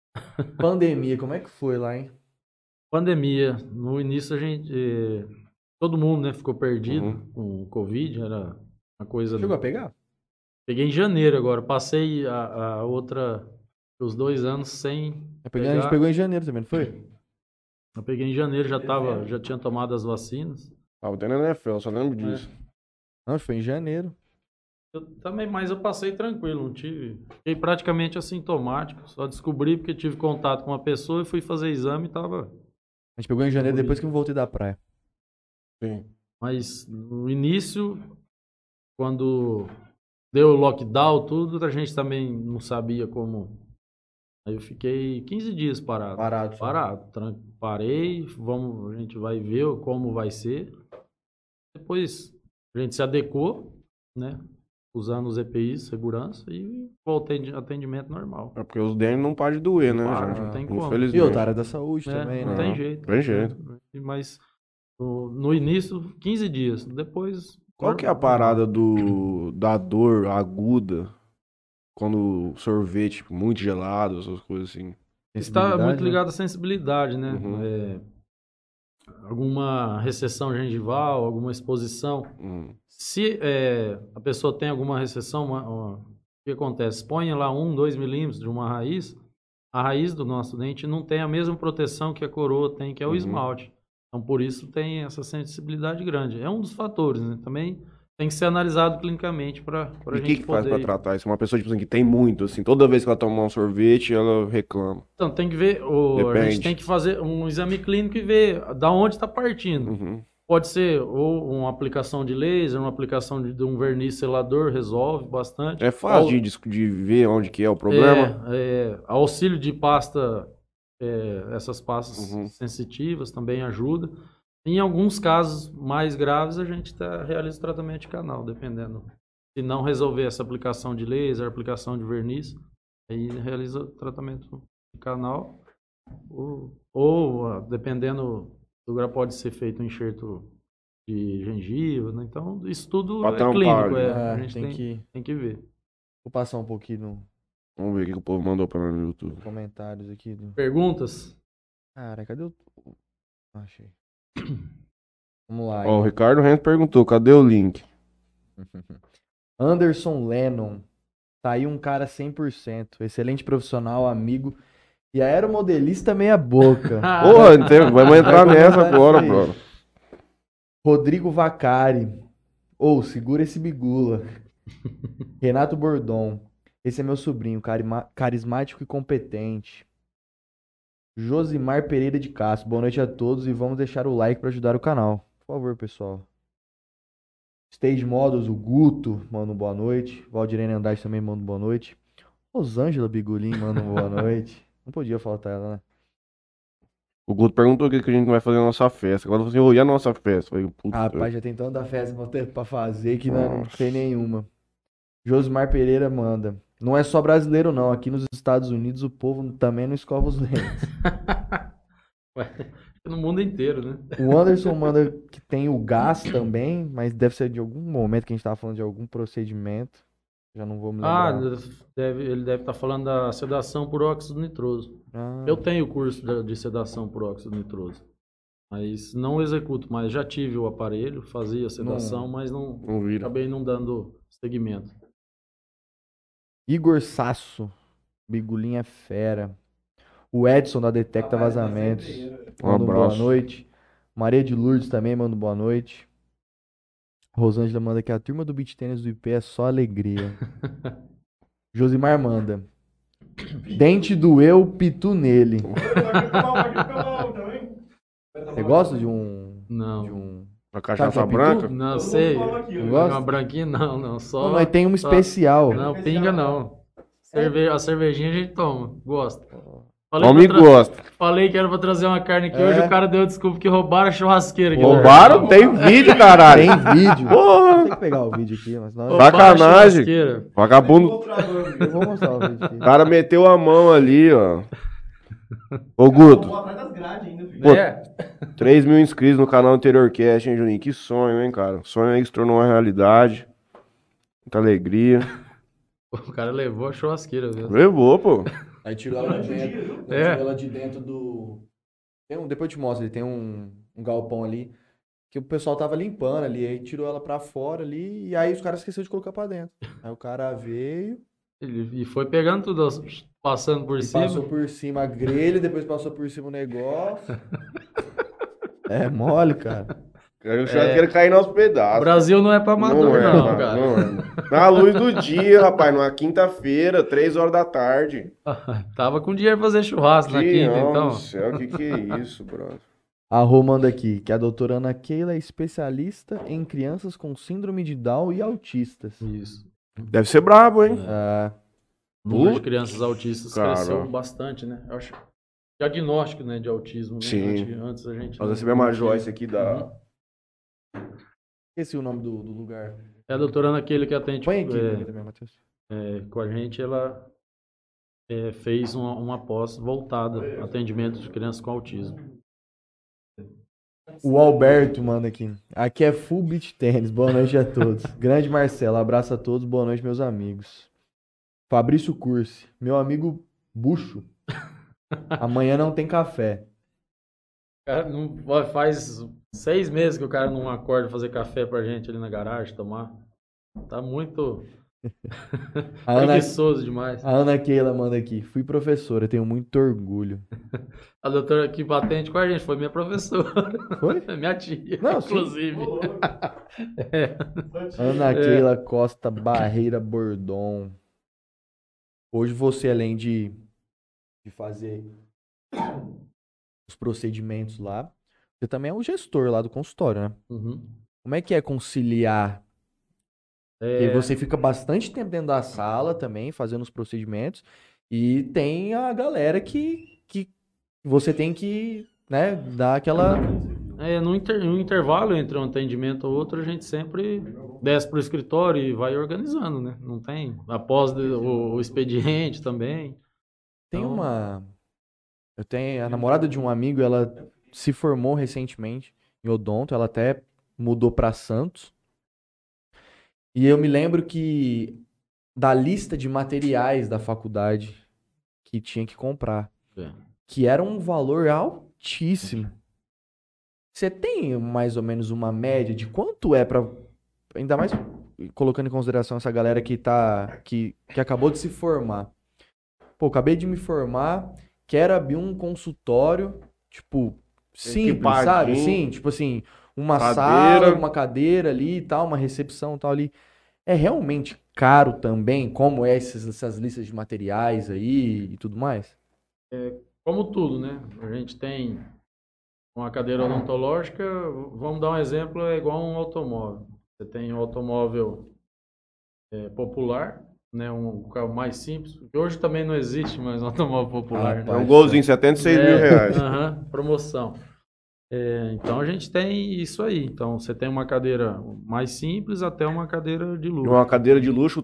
Pandemia, como é que foi lá, hein? Pandemia, no início a gente todo mundo, né, ficou perdido Uhum. com o Covid, era uma coisa... Chegou a pegar? Peguei em janeiro agora, passei a outra, os 2 anos sem A pegar. gente pegou em janeiro também, não foi? Eu peguei em janeiro, já tinha tomado as vacinas. Ah, o na NFL, só lembro disso. Não, foi em janeiro. Mas eu passei tranquilo, não tive. Fiquei praticamente assintomático, só descobri porque tive contato com uma pessoa e fui fazer exame e tava. A gente pegou em janeiro depois que eu voltei da praia. Sim. Mas no início, quando deu o lockdown, tudo, a gente também não sabia como. Aí eu fiquei 15 dias parado. Parado. Parei, a gente vai ver como vai ser. Depois a gente se adequou, né? Usando os EPIs, segurança, e voltei de atendimento normal. É porque os dentes não param de doer, né, Para, gente? não tem como. Infelizmente. E outra área da saúde É, também, não né? tem jeito. Tem jeito. Mas no início, 15 dias. Depois. Qual que é a parada da dor aguda quando o sorvete tipo, muito gelado, essas coisas assim? Está muito né? ligado à sensibilidade, né? Uhum. Alguma recessão gengival, alguma exposição. Se a pessoa tem alguma recessão, o que acontece? Põe lá 1, 2 milímetros de uma raiz, a raiz do nosso dente não tem a mesma proteção que a coroa tem, que é o esmalte. Então, por isso tem essa sensibilidade grande. É um dos fatores, né? Também tem que ser analisado clinicamente para E a o gente que poder... faz pra tratar isso? Uma pessoa tipo assim, que tem muito, assim, toda vez que ela toma um sorvete, ela reclama. Então, tem que ver, a Depende. gente tem que fazer um exame clínico e ver da onde está partindo. Uhum. Pode ser ou uma aplicação de laser, uma aplicação de um verniz selador, resolve bastante. É fácil de ver onde que é o problema? Auxílio de pasta, essas pastas Uhum. sensitivas também ajuda. Em alguns casos mais graves, a gente realiza o tratamento de canal, dependendo. Se não resolver essa aplicação de laser, aplicação de verniz, aí realiza o tratamento de canal. Ou dependendo do grau, pode ser feito um enxerto de gengiva, né? Então, isso tudo Pra é tampar clínico, ali. a gente tem que ver. Vou passar um pouquinho no Vamos ver o que o povo mandou pra mim no YouTube. comentários aqui. Perguntas? Cara, cadê o... Achei. Vamos lá. Ó, o Ricardo Rento perguntou, cadê o link? Anderson Lennon. Tá aí um cara 100%. Excelente profissional, amigo. E aeromodelista meia boca. Porra, vamos entrar nessa agora, Aí. bro. Rodrigo Vacari. Segura esse bigula. Renato Bordon. Esse é meu sobrinho, carismático e competente. Josimar Pereira de Castro. Boa noite a todos e vamos deixar o like para ajudar o canal. Por favor, pessoal. Stage Models, o Guto, manda um boa noite. Valdirene Andrade também manda um boa noite. Rosângela Bigulin manda um boa noite. Não podia faltar ela, né? O Guto perguntou o que a gente vai fazer na nossa festa. Agora eu falei assim, e a nossa festa? Eu falei, puta. Rapaz, já tem tanta festa pra fazer que não tem nenhuma. Josmar Pereira manda. Não é só brasileiro, não. Aqui nos Estados Unidos o povo também não escova os dentes. No mundo inteiro, né? O Anderson manda que tem o gás também, mas deve ser de algum momento que a gente tava falando de algum procedimento. Já não vou me lembrar. Ele deve estar falando da sedação por óxido nitroso. Eu tenho curso de sedação por óxido nitroso. Mas não executo, mas já tive o aparelho, fazia sedação, mas não vira. acabei não dando seguimento. Igor Sasso. Bigulinha é fera. O Edson da Detecta Vazamentos. Manda um boa abraço. noite. Maria de Lourdes também manda um boa noite. Rosângela manda que a turma do beach tênis do IP é só alegria. Josimar manda. Dente doeu, pitu nele. Você gosta de um... Não. De um... A cachaça Sabe que é branca? Não sei. Não gosta? Uma branquinha não, só. Não, nós tem uma especial. Não, pinga não. A cervejinha a gente toma, gosta. Homem gosta. Falei que era pra trazer uma carne aqui, hoje o cara deu desculpa que roubaram a churrasqueira aqui. Roubaram? Tem vídeo, caralho. Tem vídeo. Porra. Tem que pegar o vídeo aqui, mas não. Sacanagem. Vagabundo. Eu vou mostrar o vídeo aqui. O cara meteu a mão ali, ó. Ô, Guto. Pô, 3 mil inscritos no canal Anterior Cast, hein, Juninho? Que sonho, hein, cara? Sonho aí que se tornou uma realidade. Muita alegria. O cara levou a churrasqueira mesmo. Levou, pô. Aí tirou ela de dentro. Tirou ela de dentro do. Depois eu te mostro, ele tem um galpão ali. que o pessoal tava limpando ali, aí tirou ela pra fora ali, e aí os caras esqueceram de colocar pra dentro. Aí o cara veio E foi pegando tudo, passando por e cima. passou por cima a grelha, depois passou por cima o negócio. É mole, cara. O churrasqueiro cair nos O pedaços. Brasil não é pra amador, Não é, não, mano, cara. não é, mano. Na luz do dia, rapaz, numa quinta-feira, 3 horas da tarde. Tava com dinheiro pra fazer churrasco na quinta, Tião então. do céu, que é isso, brother? A Rô manda aqui que a doutora Ana Keila é especialista em crianças com síndrome de Down e autistas. Isso. Deve ser brabo, hein? Ah, O número de Putz, crianças autistas cara. cresceu bastante, né? Eu acho. Diagnóstico, né, de autismo, né? Sim. Antes a gente. Nós não recebemos uma tinha. Joyce aqui da. esqueci o nome do lugar. É a doutora Ana Keila que atende Põe aqui pra mim também, Matheus. com a gente, ela fez uma pós voltada ao atendimento de crianças com autismo. O Alberto manda aqui. Aqui é Full Beach Tênis. Boa noite a todos. Grande Marcelo, abraço a todos. Boa noite, meus amigos. Fabrício Cursi, meu amigo Bucho. Amanhã não tem café. Cara, faz 6 meses que o cara não acorda fazer café pra gente ali na garagem tomar. Tá muito A Ana, preguiçoso demais. a Ana Keila manda aqui. Fui professora, tenho muito orgulho. A doutora que batente com a gente foi minha professora. Foi? Minha tia, Não, sim. inclusive. É. Ana Keila Costa Barreira Bordon. Hoje você, além de fazer os procedimentos lá, você também é o gestor lá do consultório, né? Uhum. Como é que é conciliar? Porque você fica bastante tempo dentro da sala também, fazendo os procedimentos, e tem a galera que você tem que, né, dar aquela... No intervalo entre um atendimento ou outro, a gente sempre desce pro escritório e vai organizando, né? Não tem. Após o expediente também. Tem Então, Eu tenho a namorada de um amigo, ela se formou recentemente em odonto, ela até mudou para Santos. E eu me lembro que da lista de materiais da faculdade que tinha que comprar, que era um valor altíssimo. Você tem mais ou menos uma média de quanto é para, ainda mais colocando em consideração essa galera que acabou de se formar. Pô, acabei de me formar, quero abrir um consultório, tipo, simples, sabe? Equipadinho. Assim, tipo assim, uma Cadeira. sala, uma cadeira ali e tal, uma recepção e tal ali. É realmente caro também, como essas listas de materiais aí e tudo mais? como tudo, né? A gente tem uma cadeira odontológica, vamos dar um exemplo, é igual um automóvel. Você tem um automóvel popular, né? Um carro mais simples, que hoje também não existe mais um automóvel popular, É um Rapaz, golzinho, 76 mil reais. Promoção. Então a gente tem isso aí. Então você tem uma cadeira mais simples até uma cadeira de E luxo. uma cadeira de luxo,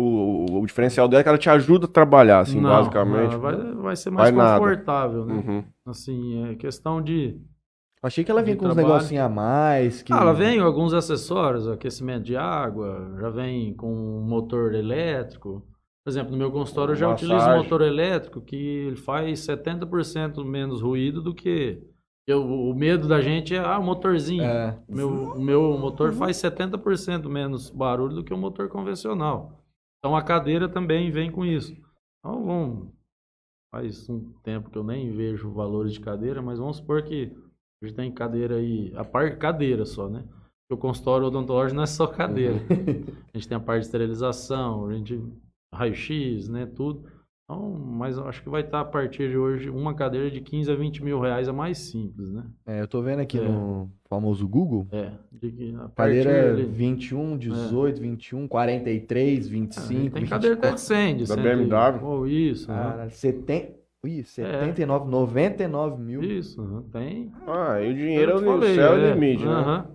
o diferencial dela é que ela te ajuda a trabalhar, assim, Não, basicamente. vai ser mais Vai nada. confortável, né? Uhum. Assim, é questão de... Achei que ela vinha De com uns trabalho. negocinhos a mais. Que... ela vem com alguns acessórios, aquecimento de água, já vem com um motor elétrico. Por exemplo, no meu consultório eu já utilizo um Massagem. motor elétrico que ele faz 70% menos ruído do que... o medo da gente é, o motorzinho. É. O meu motor faz 70% menos barulho do que o motor convencional. Então a cadeira também vem com isso. Então faz um tempo que eu nem vejo valores de cadeira, mas vamos supor que a gente tem cadeira aí, a parte cadeira só, né? Porque o consultório odontológico não é só cadeira. A gente tem a parte de esterilização, a gente raio-x, né, tudo. Então, mas eu acho que vai estar a partir de hoje uma cadeira de 15 a 20 mil reais a mais simples, né? Eu tô vendo aqui no famoso Google. A Cadeira partir 21, 18, 21, 43, 25, tem cadeira até de 100, de Da 100, BMW. Ou isso. Cara, 79, 99 mil. Isso, tem. Ah, e o dinheiro Eu é te o falei, céu é o limite, né? aham.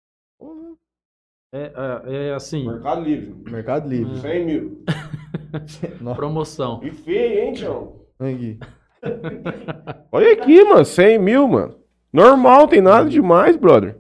Assim, Mercado Livre. Mercado Livre. 100 mil. Nossa, promoção. E feio, hein, Tião? aqui. Olha aqui, mano. 100 mil, mano. Normal, tem nada demais, brother.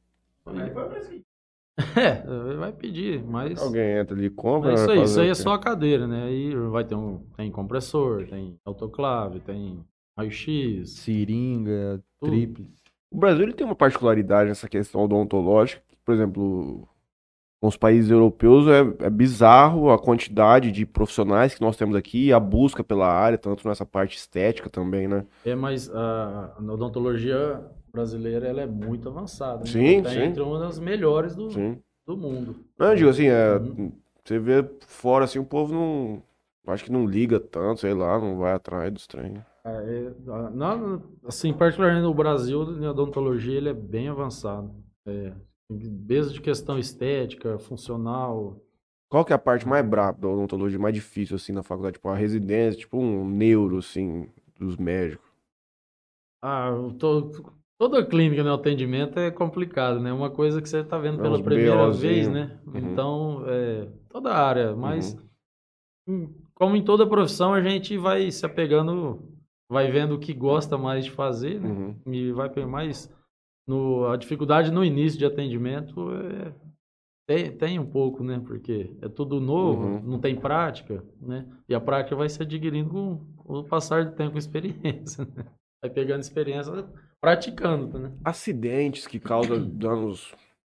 Vai pedir, mas... Alguém entra ali e compra. É isso vai aí, fazer isso aí o é quê? só a cadeira, né? Aí vai ter tem compressor, tem autoclave, tem raio-x, Seringa, Tudo. tríplice. O Brasil ele tem uma particularidade nessa questão odontológica. Por exemplo, com os países europeus é bizarro a quantidade de profissionais que nós temos aqui, a busca pela área, tanto nessa parte estética também, né? Mas a odontologia brasileira ela é muito avançada, né? Sim, Ela tá sim. entre uma das melhores Sim. do mundo. Não, eu digo assim, Uhum. você vê fora assim, o povo não. Acho que não liga tanto, sei lá, não vai atrás dos trem. Assim, particularmente no Brasil, a odontologia ele é bem avançado. Desde questão estética, funcional. Qual que é a parte mais braba da odontologia, mais difícil, assim, na faculdade? Tipo, a residência, tipo um neuro, assim, dos médicos. Ah, toda clínica, né, atendimento é complicado, né? Uma coisa que você está vendo É pela uns primeira vez, BOzinho. né? Uhum. Então, toda área, mas Uhum. como em toda profissão, a gente vai se apegando, vai vendo o que gosta mais de fazer, né? Uhum. E vai pegar mais a dificuldade no início de atendimento tem um pouco, né? Porque é tudo novo, Uhum. não tem prática, né? E a prática vai se adquirindo com o passar do tempo, com experiência, né? Vai pegando experiência praticando, né? Acidentes que causam danos,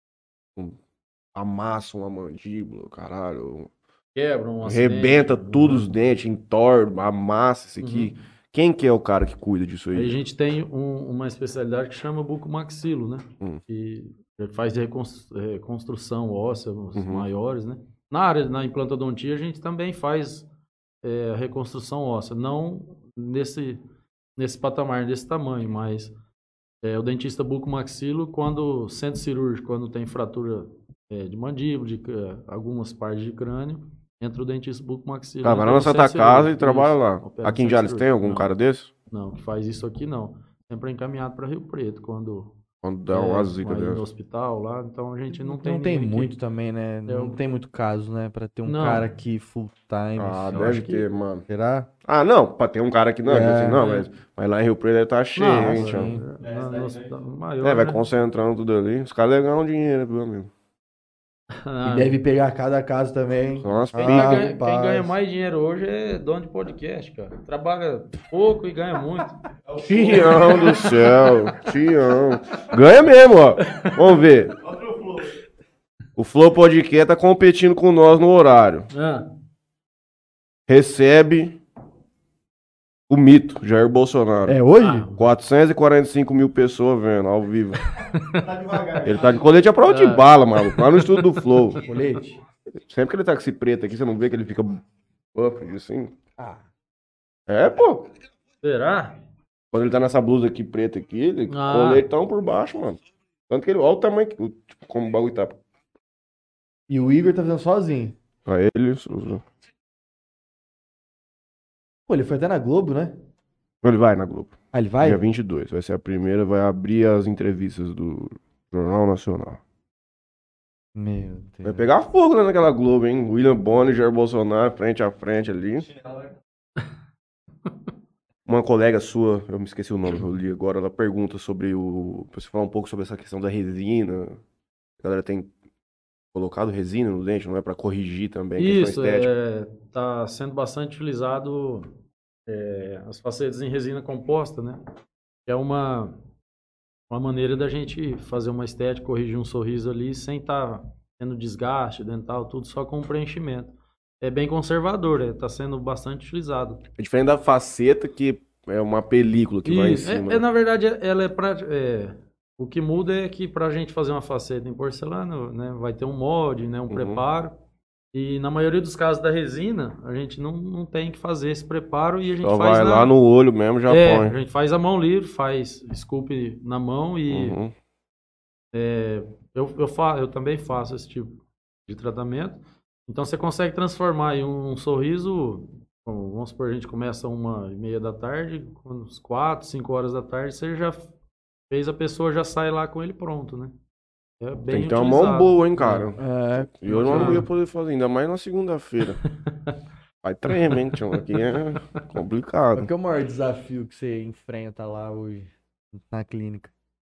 amassam a mandíbula, caralho. Quebra um acidente. Rebenta tudo os dentes, entorta, amassa isso aqui. Uhum. Quem que é o cara que cuida disso Aí a aí? gente tem uma especialidade que chama bucomaxilo, né? Que faz reconstrução óssea maiores, né? Na implantodontia, a gente também faz a reconstrução óssea. Não nesse patamar, desse tamanho, mas o dentista bucomaxilo, quando centro cirúrgico, quando tem fratura de mandíbula, algumas partes de crânio, entra o dentista bucomaxilo. Ah, vai lá Entra na no Santa centro Casa e cirúrgico. trabalha Isso, lá. opera no Aqui em centro Jales tem cirúrgico. algum Não. cara desse? Não, que faz isso aqui não. Sempre é encaminhado para Rio Preto, quando Quando dá uma zica vai no dessa. hospital lá, então a gente não tem Não tem ninguém muito aqui. também, né? Não Eu- tem muito caso, né? Pra ter um Não. cara aqui full time. Ah, assim. Eu deve acho que- ter, mano. Será? Ah, não, pra ter um cara aqui não, tipo assim, não, É. mas lá em Rio Preto ele tá cheio, Não, hein, sim. tchau. no hospital maior, Vai né? concentrando tudo ali. Os caras ganham dinheiro, viu, amigo? E deve pegar cada caso também. São umas Quem, pilhas. quem ganha mais dinheiro hoje é dono de podcast, cara. Trabalha pouco e ganha muito. Tião do céu, Tião. Ganha mesmo, ó. Vamos ver. O Flow Podcast tá competindo com nós no horário. Recebe o mito, Jair Bolsonaro. É hoje? 445 mil pessoas vendo, ao vivo. Tá devagar. Ele tá de colete à prova de bala, maluco. Lá no estudo do Flow. Colete? Sempre que ele tá com esse preto aqui, você não vê que ele fica buff, assim? Ah. É, pô. Será? Quando ele tá nessa blusa aqui preta aqui, ele coletão por baixo, mano. Tanto que ele, olha o tamanho que, tipo, como o bagulho tá. E o Igor tá fazendo sozinho. Pra ele, Pô, ele foi até na Globo, né? ele vai na Globo. Ah, ele vai? Dia 22, vai ser a primeira, vai abrir as entrevistas do Jornal Nacional. Meu Vai Deus. pegar fogo lá naquela Globo, hein? William Bonner e Jair Bolsonaro, frente a frente ali. Uma colega sua, eu me esqueci o nome, eu li agora, ela pergunta sobre pra você falar um pouco sobre essa questão da resina. A galera tem colocado resina no dente, não é pra corrigir também a Isso, questão estética. tá sendo bastante utilizado as facetas em resina composta, né? Que é uma maneira da gente fazer uma estética, corrigir um sorriso ali sem estar tendo desgaste dental, tudo só com preenchimento. É bem conservador, tá sendo bastante utilizado. É diferente da faceta, que é uma película que vai em Isso, cima. na verdade, ela o que muda é que para a gente fazer uma faceta em porcelana, né, vai ter um molde, né, um preparo. E na maioria dos casos da resina, a gente não tem que fazer esse preparo e a gente Só faz vai lá no olho mesmo, já põe. a gente faz a mão livre, faz sculpt na mão e eu também faço esse tipo de tratamento. Então você consegue transformar em um sorriso, vamos supor, a gente começa 1h30 da tarde, uns 4, 5 horas da tarde, você já fez, a pessoa já sai lá com ele pronto, né? É bem Tem que ter uma utilizado. mão boa, hein, cara. É. E eu não ia poder fazer, ainda mais na segunda-feira. Vai treme, hein, tchau. Aqui é complicado. Qual que é o maior desafio que você enfrenta lá hoje na clínica?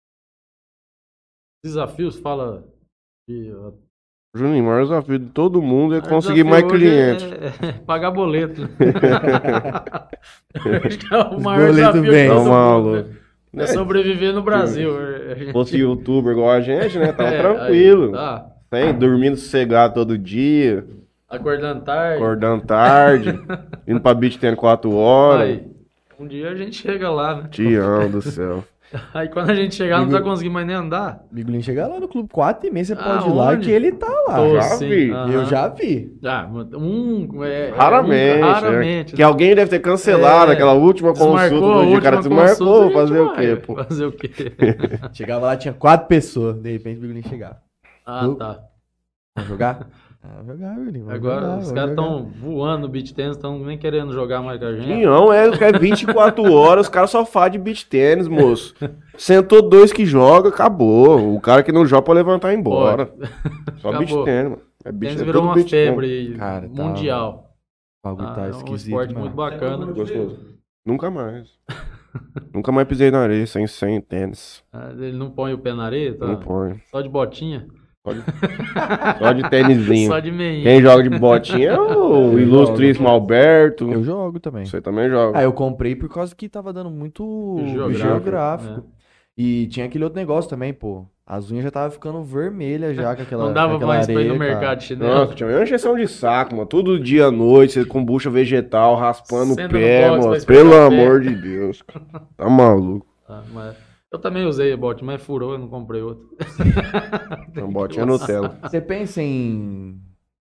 Desafios, fala de... Juninho, o maior desafio de todo mundo é O conseguir desafio mais hoje clientes. é pagar boleto. Acho que é o Os maior boletos desafio vêm. de todo Tá mundo, maluco. né? É sobreviver no Brasil. A gente- Fosse youtuber igual a gente, né? Tava É, tranquilo. aí, tá. Sem, dormindo sossegado todo dia, Acordando tarde. acordando tarde, indo pra beach tendo 4 horas. Aí, um dia a gente chega lá, né? Tião do céu. Aí quando a gente chegar, não tá conseguindo mais nem andar. Bigulinho chega lá no clube 4h30, você pode ir Aonde? lá que ele tá lá. Tô, já sim, vi. aham. Eu já vi. Ah, Raramente. raramente. Que alguém deve ter cancelado É, aquela última desmarcou consulta a do dia. O cara última desmarcou, consulta, a fazer gente o quê, vai. pô? Fazer o quê? Chegava lá, tinha 4 pessoas. De repente o Bigulinho chegava. Ah, tá. Vamos jogar? Vamos jogar, Bigulinho. Vamos Agora jogar, os vamos caras jogar. estão voando no beach tennis, estão nem querendo jogar mais com a gente. Tião, é 24 horas, os caras só fazem de beach tênis, moço. Sentou 2 que joga, acabou. O cara que não joga pode levantar e ir embora. Só Acabou. beach tênis, mano. É beach, Tênis é virou tudo uma beach tênis. febre Cara, tá- mundial. O bagulho tá É um esquisito, esporte mano. muito bacana. Gostoso. Nunca mais. Nunca mais pisei na areia sem tênis. Ah, ele não põe o pé na areia, tá? Não põe. Só de botinha. Só de tênisinho. Só de meinha. Quem joga de botinha é o ilustríssimo Alberto. Eu jogo também. Você também joga. Ah, eu comprei por causa que tava dando muito Geográfico, geográfico. E tinha aquele outro negócio também, pô. As unhas já tava ficando vermelhas já com aquela Não dava com aquela mais pra ir no areia, mercado cara. de chinelo. Nossa, tinha uma encheção de saco, mano. Todo dia à noite, você com bucha vegetal, raspando Senta o no pé, box, vai mano. esfregar Pelo o pé. amor de Deus, cara. Tá maluco. Ah, mas eu também usei a bote, mas furou, eu não comprei outro. Uma botinha Nutella. Você pensa em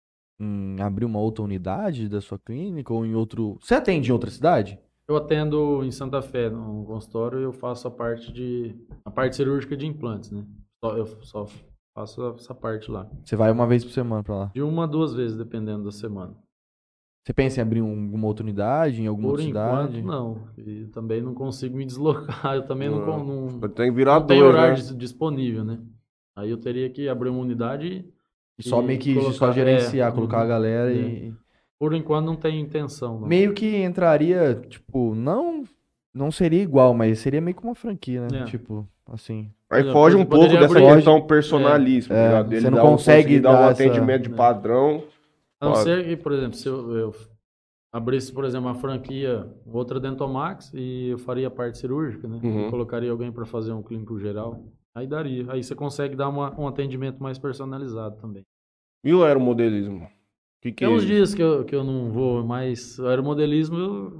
abrir uma outra unidade da sua clínica ou em outro... Você atende em outra cidade? Eu atendo em Santa Fé, no consultório, e eu faço a parte cirúrgica de implantes, né? Eu só faço essa parte lá. Você vai uma vez por semana pra lá. De 1 a 2 vezes, dependendo da semana. Você pensa em abrir alguma outra unidade em alguma Por outra enquanto, cidade? não. E também não consigo me deslocar. Eu também não Tem que virar tenho dois, horário né? disponível, né? Aí eu teria que abrir uma unidade E só meio que colocar- só gerenciar, é, colocar a galera é. e... Por enquanto não tenho intenção, não. Meio que entraria, tipo, não seria igual, mas seria meio que uma franquia, né? É. Tipo, assim. Aí Eu foge um pouco poderia dessa abrir- questão personalíssima. É, ligado? você Ele não dá consegue conseguir dar um dar essa- atendimento de padrão. A não Pode. ser que, por exemplo, se eu abrisse, por exemplo, uma franquia, outra Dentomax, e eu faria a parte cirúrgica, né? Uhum. Eu colocaria alguém para fazer um clínico geral. Aí daria. Aí você consegue dar um atendimento mais personalizado também. E o aeromodelismo? Que Tem é uns isso? dias que eu não vou, mas o aeromodelismo,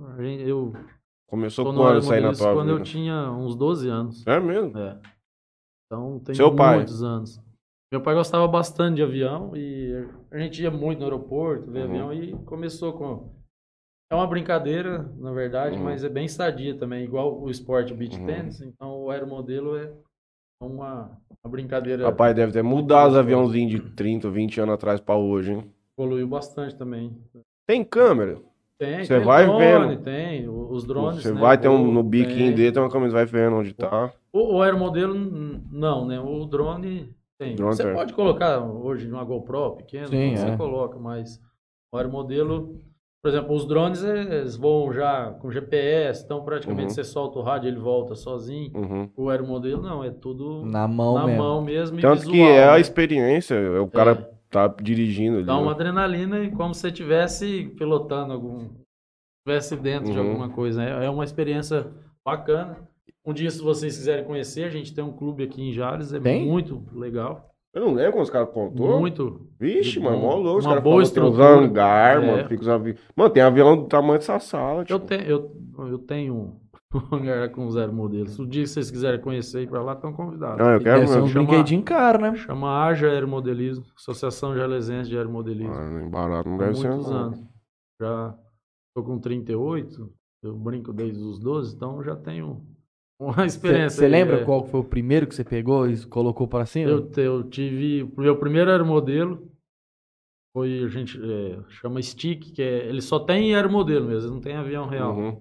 eu Começou tô no quando sair na aeromodelismo tua quando eu vida? tinha uns 12 anos. É mesmo? É. Então tem Seu pai? muitos anos. Meu pai gostava bastante de avião e a gente ia muito no aeroporto, ver avião, e começou com... É uma brincadeira, na verdade, mas é bem sadia também, igual o esporte, o beach tennis. Então o aeromodelo é uma brincadeira. Papai deve ter mudado os aviãozinhos de 30, 20 anos atrás pra hoje, hein? Evoluiu bastante também. Tem câmera. Tem, Você tem vai drone, vendo. tem os drones, Você né, vai ter voam, no biquinho tem. dele, tem uma câmera, vai vendo onde tá. O aeromodelo, não, né? O drone tem. Drone Você tem. pode colocar hoje numa GoPro pequena, Sim, você é. coloca, mas o aeromodelo, por exemplo, os drones eles voam já com GPS, então praticamente você solta o rádio, ele volta sozinho. Uhum. O aeromodelo não, é tudo Na mão na mesmo. mão mesmo e Tanto visual, que é a né? experiência, é o cara tá dirigindo ali. Dá uma né? adrenalina e como se você estivesse pilotando estivesse dentro de Uhum. alguma coisa. É uma experiência bacana. Um dia, se vocês quiserem conhecer, a gente tem um clube aqui em Jales, é Tem? muito legal. Eu não lembro quando os caras contou. Muito. Vixe, mano, mó louco. Os Uma caras boa falam que tem uns estrutura. hangar, É. mano. Fica os aviões. Mano, tem avião do tamanho dessa sala. Eu, Tipo. eu tenho um hangar com 0 modelos. O dia que vocês quiserem conhecer e ir pra lá, estão convidados. Não, eu quero Deve ser mesmo. uns brinquedinhos caros, né? Chama Aja Aeromodelismo, Associação Jalesense de Aeromodelismo. Ah, nem barato não Há deve ser. muitos não. anos. Já tô com 38, eu brinco desde os 12, então já tenho uma experiência. Você aí, lembra qual foi o primeiro que você pegou e colocou para cima? Eu tive. O meu primeiro aeromodelo foi, a gente chama Stick, que ele só tem aeromodelo mesmo, não tem avião real. Uhum.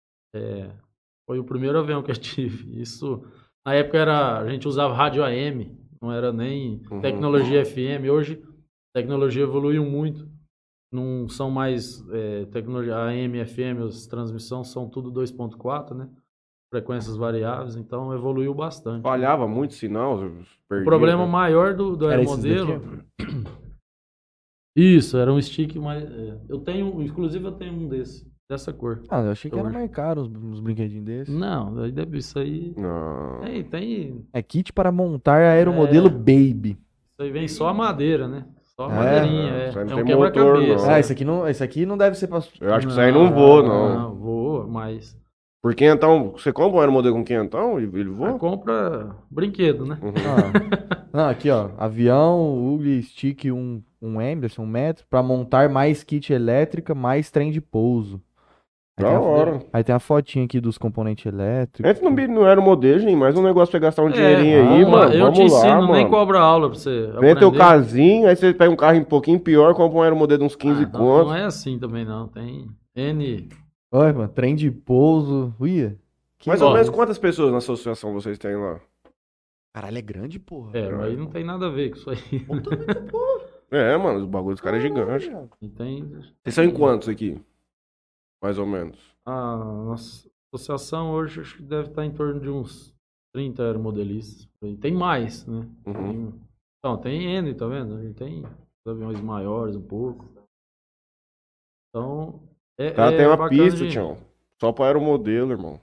Foi o primeiro avião que eu tive. Isso, na época a gente usava rádio AM, não era nem tecnologia FM. Hoje a tecnologia evoluiu muito. Não são mais tecnologia AM, FM, as transmissões são tudo 2.4, né? Frequências variáveis, então evoluiu bastante. Falhava muito sinal. O problema maior do Era esses aeromodelo... Isso, era um stick mais... inclusive eu tenho um desse. dessa cor. Ah, eu achei que era Hoje. mais caro uns brinquedinhos desses. Não, aí deve isso aí. Não. Tem. É kit para montar aeromodelo Baby. Isso aí vem só a madeira, né? Só a É? madeirinha. Não, isso aí não É tem um motor, quebra-cabeça. não. Ah, esse aqui não deve ser pra... Eu acho que isso aí não voa, não. Não, voa, mas. Por quinhentão, você compra um aeromodelo com quinhentão e ele voa? Compra brinquedo, né? Uhum. Ah. Não, aqui, ó. Avião, Ugly Stick 1 Emerson, 1 metro, pra montar mais kit elétrica, mais trem de pouso. Aí Da tem hora. aí tem a fotinha aqui dos componentes elétricos. Entra no aeromodelo, gente, mais um negócio pra você gastar um dinheirinho aí, vamos lá. mano. Eu te Vamos lá, ensino, nem mano. cobra aula pra você Vem teu aprender. casinho, aí você pega um carro um pouquinho pior, compra um aeromodelo de uns 15 Não contos. é assim também, não. Tem N. Olha, mano, trem de pouso. Uia. Que Mais ou Ó. menos quantas pessoas na associação vocês têm lá? Caralho, é grande, porra. Mas aí não tem nada a ver com isso aí. É, mano, os bagulhos dos caras é gigante. E tem. Vocês são em quantos aqui? Mais ou menos. A nossa associação hoje acho que deve estar em torno de uns 30 aeromodelistas. E tem mais, né? Uhum. Então, tem N, tá vendo? A gente tem os aviões maiores um pouco. Então, O cara tem uma bacana pista, tchau. Só para aeromodelo, irmão.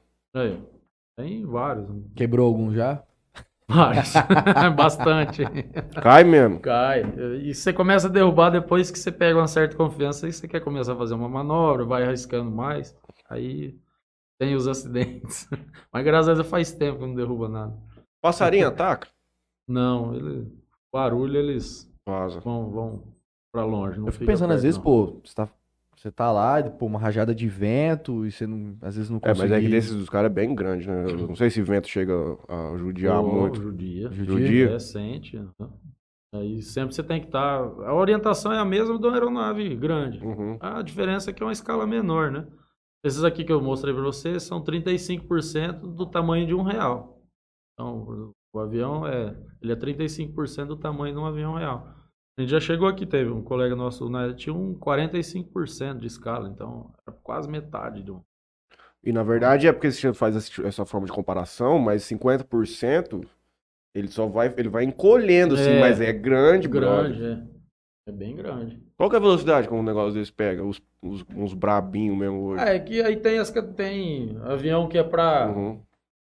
Tem vários. Né? Quebrou algum já? Vários. Bastante. Cai mesmo. Cai. E você começa a derrubar depois que você pega uma certa confiança e você quer começar a fazer uma manobra, vai arriscando mais. Aí tem os acidentes. Mas graças a Deus faz tempo que não derruba nada. Passarinho ataca? Não, barulho eles Vaza. vão pra longe. Não Eu fico fica pensando, às perto, vezes, não. pô, você tá lá, pô, uma rajada de vento e você não, às vezes não É, consegue... mas é que desses dos caras é bem grande, né? Eu não sei se vento chega a judiar muito. Judia. Judia? Sente. Né? Aí sempre você tem que estar... A orientação é a mesma de uma aeronave grande. Uhum. A diferença é que é uma escala menor, né? Esses aqui que eu mostrei para vocês são 35% do tamanho de R$1. Então, o avião ele é 35% do tamanho de um avião real. A gente já chegou aqui, teve um colega nosso, tinha um 45% de escala, então era quase metade de um. E na verdade é porque você faz essa forma de comparação, mas 50% ele vai encolhendo, assim, mas é grande, brother. Grande, é bem grande. Qual que é a velocidade que um negócio desse pega? Uns brabinhos mesmo hoje. É que aí tem avião que é para Uhum.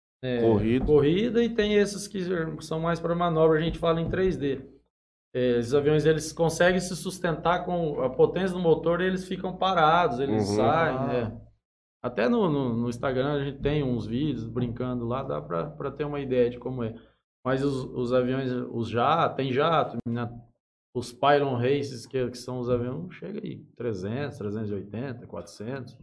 corrida e tem esses que são mais para manobra, a gente fala em 3D. Esses aviões eles conseguem se sustentar com a potência do motor e eles ficam parados, eles saem. Até no Instagram a gente tem uns vídeos brincando lá, dá para ter uma ideia de como é. Mas os aviões, tem jato, né? Os Pylon Races, que são os aviões, chega aí, 300, 380, 400.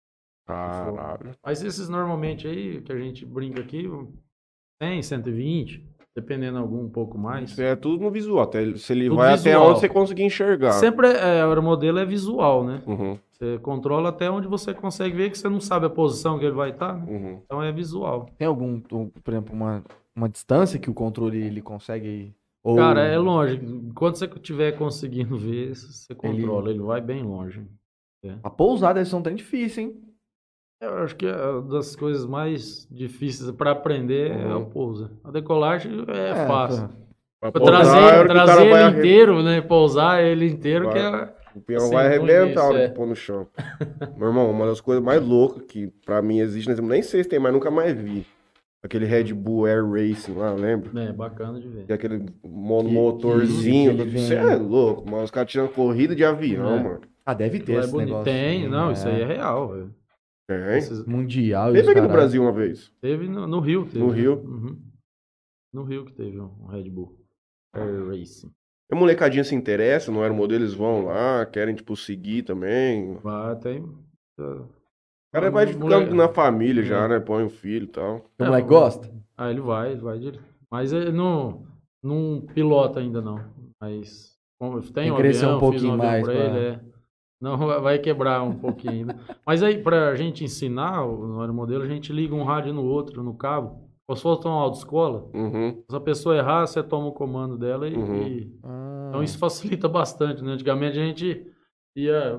Caralho. Mas esses normalmente aí, que a gente brinca aqui, 100, 120, dependendo algum um pouco mais. Isso é tudo no visual, se ele Tudo vai até visual. onde você conseguir enxergar. Sempre o aeromodelo é visual, né? Uhum. Você controla até onde você consegue ver, que você não sabe a posição que ele vai estar, né? Uhum. Então é visual. Tem algum, por exemplo, uma distância que o controle ele consegue... Ou... Cara, é longe. Enquanto você estiver conseguindo ver, você controla. Ele vai bem longe. A pousada deve ser um trem difícil, hein? Eu acho que é uma das coisas mais difíceis para aprender é o pouso. A decolagem é fácil. Pra Trazer pousar, ele inteiro, né? Pousar ele inteiro, vai. que é... O peão assim, vai arrebentar a hora isso, que pôr no chão. Meu irmão, uma das coisas mais loucas que pra mim existe, nem sei se tem, mas nunca mais vi. Aquele Red Bull Air Racing lá, lembra? É, bacana de ver. Que é aquele motorzinho. que Você é louco, mas os caras tirando corrida de avião, mano. Ah, deve ter esse negócio. Tem, não, isso aí é real. Velho. Tem. Mundial. Teve aqui no Brasil uma vez. Teve no Rio. No Rio? Uhum. No Rio que teve um Red Bull Air Racing. A molecadinha se interessa, não era o modelo, eles vão lá, querem, tipo, seguir também. Tem... O cara vai ficando na família já, né? Põe o filho e tal. O moleque gosta? Ele vai direto. Mas ele não pilota ainda não. Mas tem um crescer avião, um pouquinho mais pra ele, Não, vai quebrar um pouquinho ainda. Mas aí, pra gente ensinar no aeromodelo, a gente liga um rádio no outro, no cabo. Como se fosse uma autoescola. Uhum. Se a pessoa errar, você toma o comando dela Então isso facilita bastante, né? Antigamente a gente ia...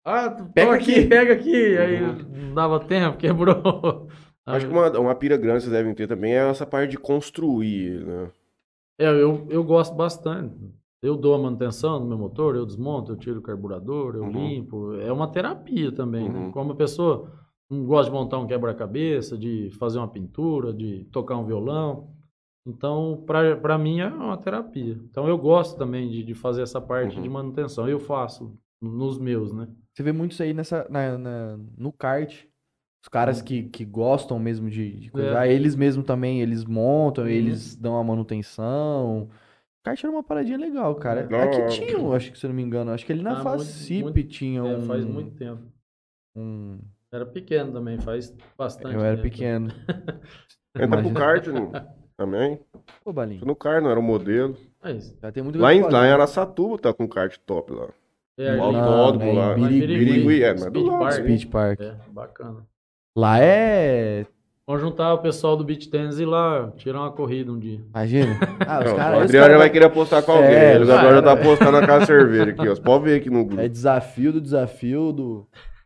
pega aqui. Aí não dava tempo, quebrou. Acho que uma pira grande vocês devem ter também é essa parte de construir, né? Eu gosto bastante. Eu dou a manutenção no meu motor, eu desmonto, eu tiro o carburador, eu Uhum. limpo. É uma terapia também, né? Uhum. Como a pessoa não gosta de montar um quebra-cabeça, de fazer uma pintura, de tocar um violão. Então, para mim é uma terapia. Então, eu gosto também de fazer essa parte Uhum. de manutenção. Eu faço nos meus, né? Você vê muito isso aí no kart. Os caras que gostam mesmo de coisar, É. eles mesmo também, eles montam, Uhum. eles dão a manutenção. Kart era uma paradinha legal, cara. Não, Aqui tinha, acho que se eu não me engano, acho que ali na Ah, Facip tinha faz muito tempo. um... Era pequeno também, faz bastante Eu era tempo. pequeno. Entra pro Imagina. kart também. Pô, Balinho, No kart, não era o modelo. Mas, já tem muito Lá em, coisa pra lá em fazer. Araçatuba tá com kart top lá. é, O ali, Não, autódromo é em lá. Birigui. É, mas do Speed lado. Park. ali. Speed Park. É, bacana. Lá é... Vamos juntar o pessoal do Beach Tennis e ir lá tirar uma corrida um dia. Imagina. Ah, os Não, caras... o Adriano já vai querer apostar com alguém. É, Ele os agora já cara- tá apostando na casa de cerveja aqui, ó. Você pode ver aqui no grupo. É desafio do...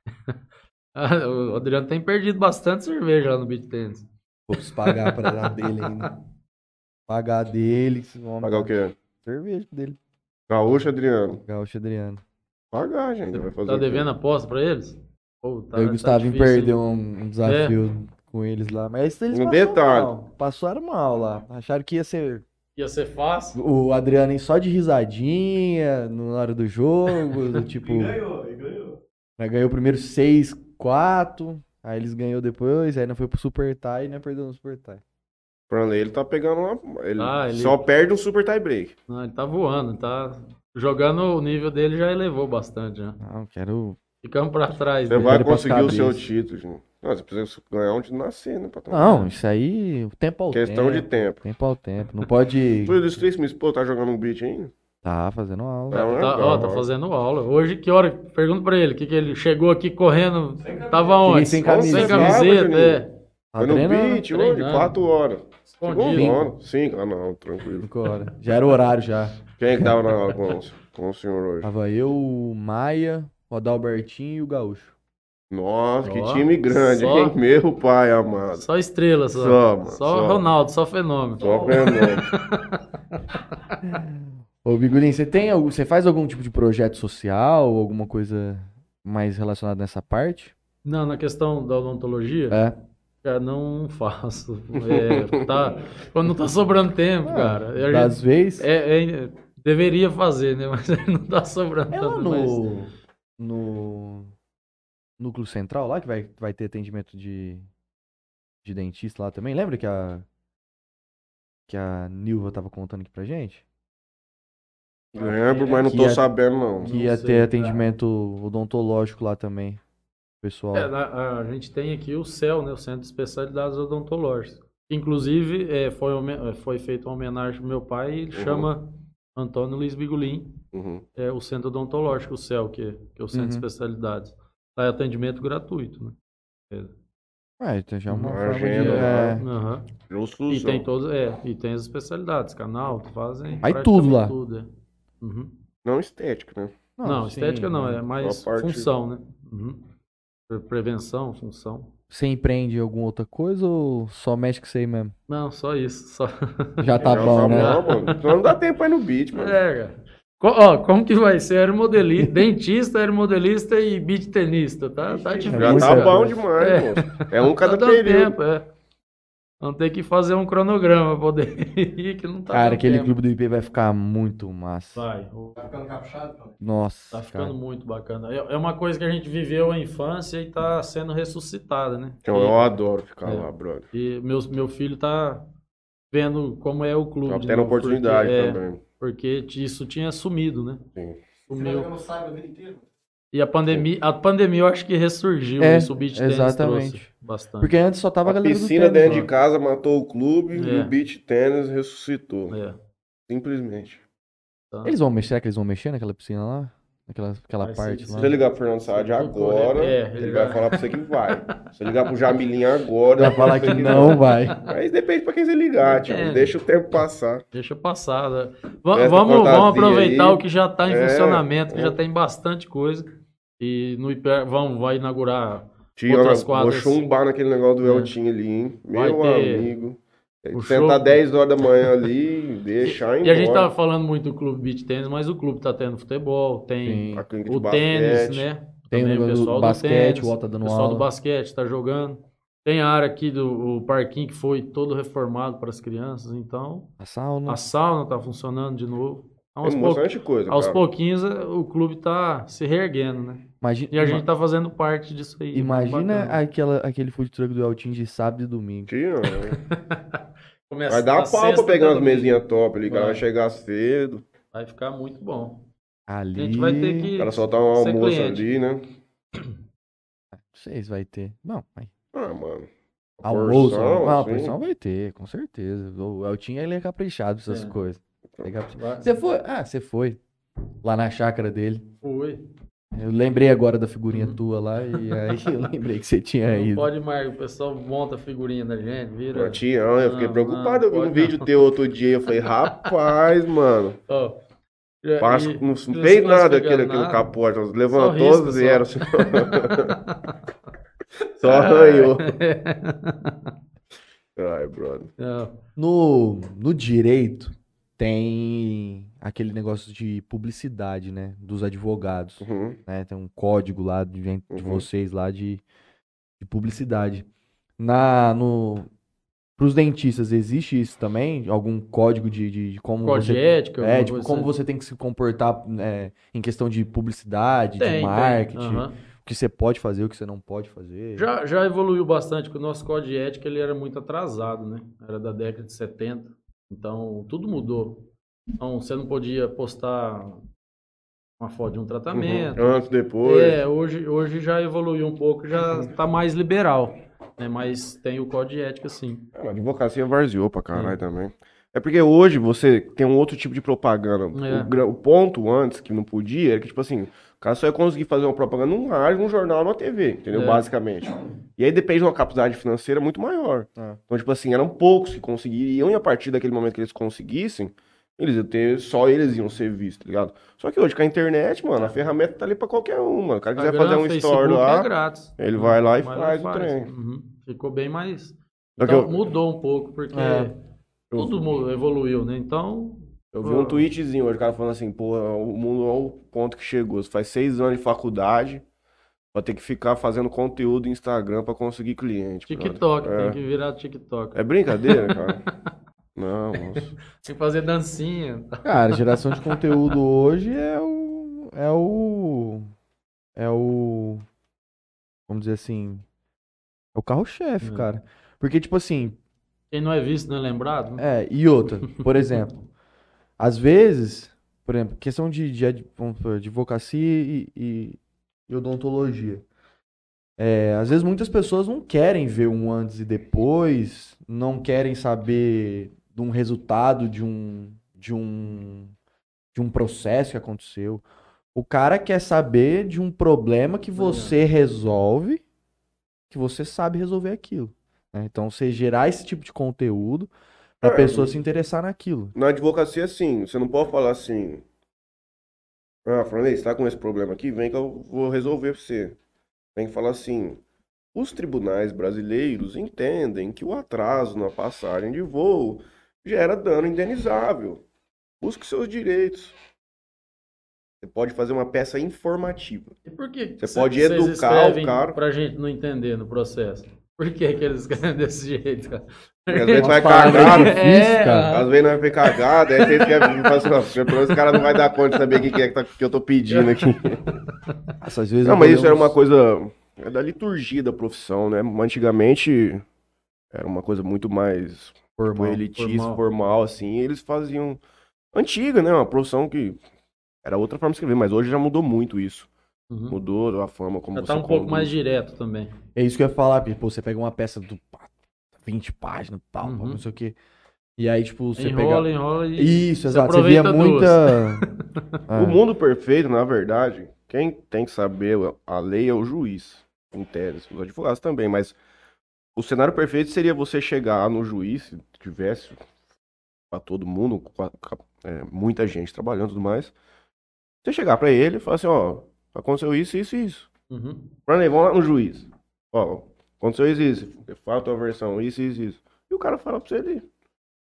O Adriano tem perdido bastante cerveja lá no Beach Tennis. Vou preciso pagar pra dar dele ainda. Pagar dele. Que vocês vão Pagar o quê? cerveja dele. Gaúcho, Adriano. Gaúcho Adriano. Pagar, gente. Vai fazer Tá o quê? devendo aposta pra eles? Pô, tá, Eu e o tá Gustavinho difícil, perdeu hein? um desafio com eles lá. Mas eles Um passaram detalhe. mal. Passaram mal lá. Acharam que ia ser Ia ser fácil. o Adriano ir só de risadinha na hora do jogo. Do tipo, E ganhou. né, ganhou o primeiro 6-4. Aí eles ganhou depois. Aí não foi pro Super Tie e não perdeu no Super Tie. Franley, ele tá pegando uma. Ele Ele- só perde um super tie break. Não, ele tá voando, tá jogando, o nível dele já elevou bastante, já. Não, quero. Ficamos pra trás Você dele. vai Olha pras conseguir o seu cabeças. título, gente. Não, você precisa ganhar onde nascer, né, patrão? Não, isso aí. O tempo ao Questão tempo. de tempo. Tempo ao tempo. Não pode. Tudo isso triste, minha esposa tá jogando um beat ainda? Tá fazendo aula. Não, Tá, legal, tá ó. fazendo aula. Hoje, que hora? Pergunta pra ele, que ele chegou aqui correndo, tava onde? Sem camisa. Sem Onde você tava, camiseta, Juninho? é. Tá Foi no treinando? beat hoje, Treinando. 4 horas. Chegou Escondido. 1 hora. 5, não, tranquilo. 5 horas. Já era o horário já. Quem é que tava na aula com o senhor hoje? Tava eu, o Maia, o Adalbertinho e o Gaúcho. Nossa, que Ó, time grande, só- hein? Meu pai amado. Só estrela, só. Só, mano, Só só. Ronaldo, só fenômeno. Só fenômeno. Ô, Bigulinho, você faz algum tipo de projeto social, alguma coisa mais relacionada nessa parte? Não, na questão da odontologia, É. cara, não faço. Quando não tá sobrando tempo, cara. A gente- Das vezes. deveria fazer, né? Mas não tá sobrando É lá tanto mais. no Núcleo Central, lá que vai ter atendimento de dentista lá também. Lembra que a Nilva tava contando aqui pra gente? Lembro, mas não Que tô ia- sabendo, não. Que ia sei, ter cara. atendimento odontológico lá também. Pessoal. A gente tem aqui o CEL, né? O Centro de Especialidades Odontológicas. Inclusive, foi feita uma homenagem pro meu pai, ele chama Antônio Luiz Bigulin, Uhum. é o Centro Odontológico, o CEL, que é o Centro de Uhum. Especialidades. Lá é atendimento gratuito, né? Então já é uma Uma forma de. agenda lá. Aham. Justo. E tem todos, e tem as especialidades, canal, fazem Vai praticamente tudo lá. tudo, é. Uhum. Não estética, né? Não, sim, estética não, é mais Só a parte- função, né? Uhum. Prevenção, função. Você empreende alguma outra coisa ou só mexe com isso aí mesmo? Não, só isso, só. Já tá Já bom, né? bom, mano. Então não dá tempo pra ir no beat, mano. Cara. Como que vai ser? Aeromodelista, dentista, aeromodelista e beach tenista, tá difícil. Já muito tá certo. bom demais, É. moço. É um cada Tá dando período. tempo, Vamos ter que fazer um cronograma pra poder ir, que não tá Cara, dando aquele tempo. clube do IP vai ficar muito massa. Vai, Tá ficando caprichado, cara? Nossa, tá ficando cara. muito bacana. É uma coisa que a gente viveu a infância e tá sendo ressuscitada, né? Então, eu adoro ficar É. lá, brother. E meu filho tá vendo como é o clube. Tá de tendo novo, oportunidade porque, também. Porque isso tinha sumido, né? Sim. Você vai Sumiu. jogar no sábado a vida inteira? E a pandemia eu acho que ressurgiu É, isso, o beach tennis exatamente. trouxe bastante. Porque antes só tava a A galera do piscina tênis. dentro de casa matou o clube e É. o beach tênis ressuscitou. É, Simplesmente. tá. Será que eles vão mexer naquela piscina lá? Aquela Vai parte ser- lá? Se você ligar pro Fernando Saad tudo agora, correto. ele vai falar pra você que vai. Se você ligar pro Jamilinho agora, Vai ele falar pra você que não vai. Mas depende pra quem você ligar, tio. É. Deixa o tempo passar. Deixa passar. Né? Essa Vamos fantasia aproveitar aí. o que já está em É, funcionamento, que é. já tem bastante coisa. E no Hiper, vai inaugurar Tio, outras vou quadras. chumbar naquele negócio do É. Eltinho ali, hein? Vai Meu ter- amigo. O Sentar show- 10 horas da manhã ali, deixar E a gente embora. tava falando muito do clube beach tênis, mas o clube tá tendo futebol, tem Sim. A clínica de o tênis, basquete. né? Tem o Também o negócio do pessoal do basquete, tênis, o Otto tá dando o pessoal do aula. basquete tá jogando. Tem a área aqui do parquinho que foi todo reformado para as crianças, então A sauna. a sauna tá funcionando de novo. Então, Tem bastante coisa, aos cara. pouquinhos o clube tá se reerguendo, né? Imagina, E a gente tá fazendo parte disso aí. muito imagina bacana. aquele food truck do Eltinho de sábado e domingo. Tinha, né? Começa Vai dar da pau pra sexta pegar até umas domingo. mesinhas top ali, o cara vai Vai. chegar cedo. Vai ficar muito bom. A Ali. gente vai ter O que cara soltar um ser almoço cliente. ali, né? Não sei se vai ter. Não, mas. Ah, mano. A Almoço, porção, a assim. porção vai ter, com certeza. O Eltinho, ele é caprichado essas É. coisas. Ele é caprichado. Vai. Você foi? Ah, você foi. Lá na chácara dele. Fui. Eu lembrei agora da figurinha Uhum. tua lá, e aí eu lembrei que você tinha Não ido. pode mais, o pessoal monta a figurinha da gente, vira. Tião, eu fiquei Não, preocupado. Eu vi um pode vídeo não. teu outro dia. Eu falei, rapaz, mano. Ó, Não se fez nada classificar aquele nada, capote. só Levantou, risco, zero. só. Só arranhou. Ai, brother. Não. No direito, tem aquele negócio de publicidade, né? Dos advogados. Uhum. Né? Tem um código lá de Uhum. vocês lá de publicidade. Pros dentistas, existe isso também? Algum código de como Código de você... ética, alguma tipo, coisa como assim? você tem que se comportar em questão de publicidade, de Tem. marketing, Aham. o que você pode fazer, o que você não pode fazer. Já evoluiu bastante, porque o nosso código de ética ele era muito atrasado, né? Era da década de 70. Então, tudo mudou. Então, você não podia postar uma foto de um tratamento. Uhum. Antes, depois. Hoje já evoluiu um pouco, já está mais liberal. Né? Mas tem o código de ética, sim. A advocacia varzeou pra caralho também. É porque hoje você tem um outro tipo de propaganda. É. O ponto antes que não podia era que, tipo assim, o cara só ia conseguir fazer uma propaganda num rádio, num jornal, numa TV, entendeu? É. Basicamente. E aí depende de uma capacidade financeira muito maior. Então, tipo assim, eram poucos que conseguiriam, e a partir daquele momento que eles conseguissem, só eles iam ser vistos, tá ligado? Só que hoje com a internet, mano, a ferramenta tá ali pra qualquer um, mano. O cara quiser fazer um story lá, é grátis. ele vai lá e Vai faz o trem. Uhum. Ficou bem mais. Só que Então, mudou um pouco, porque eu- tudo evoluiu, né? Então. Eu vi um tweetzinho hoje, o cara falando assim, pô, o mundo é o ponto que chegou. Você faz 6 anos de faculdade, vai ter que ficar fazendo conteúdo no Instagram pra conseguir cliente. TikTok, brother. tem que virar TikTok. É brincadeira, cara? Não, moço. Tem que fazer dancinha. Cara, geração de conteúdo hoje vamos dizer assim, é o carro-chefe, cara. Porque, tipo assim, Quem não é visto não é lembrado. Né? e outra, por exemplo, às vezes, por exemplo, questão vamos supor, advocacia e odontologia. Às vezes muitas pessoas não querem ver um antes e depois, não querem saber de um resultado de um processo que aconteceu. O cara quer saber de um problema que você resolve, que você sabe resolver aquilo. Né? Então, você gerar esse tipo de conteúdo pra pessoa se interessar naquilo. Na advocacia, sim. Você não pode falar assim. Ah, Franley, você tá com esse problema aqui? Vem que eu vou resolver pra você. Tem que falar assim. Os tribunais brasileiros entendem que o atraso na passagem de voo gera dano indenizável. Busque seus direitos. Você pode fazer uma peça informativa. E por que Você pode vocês educar o escrevem cara. pra gente não entender no processo? Por que eles escrevem desse jeito, cara? Porque às vezes Uma vai palavra cagado. difícil, cara. Às vezes não vai cagado. Aí você escreve assim, pelo menos o cara não vai dar conta de saber o que é que eu tô pedindo aqui. Às vezes Não, eu mas vou isso ler era uns- uma coisa da liturgia da profissão, né? Antigamente era uma coisa muito mais formal. elitista, formal, assim. E eles faziam... Antiga, né? Uma profissão que era outra forma de escrever, mas hoje já mudou muito isso. Uhum. Mudou a forma como Já você tá um pouco conduz. mais direto também. É isso que eu ia falar, porque, pô, você pega uma peça do 20 páginas, pau, Uhum. não sei o quê. E aí, tipo, você Enrola e Isso, você exato. Você via aproveita muita. O mundo perfeito, na verdade, quem tem que saber a lei é o juiz, em tese. Os advogados também, mas o cenário perfeito seria você chegar no juiz, se tivesse para todo mundo, muita gente trabalhando e tudo mais. Você chegar para ele e falar assim, ó, aconteceu isso, isso e isso. Uhum. Vamos lá no juiz. Ó, aconteceu isso, isso. Fala a tua versão, isso. E o cara fala pra você ali.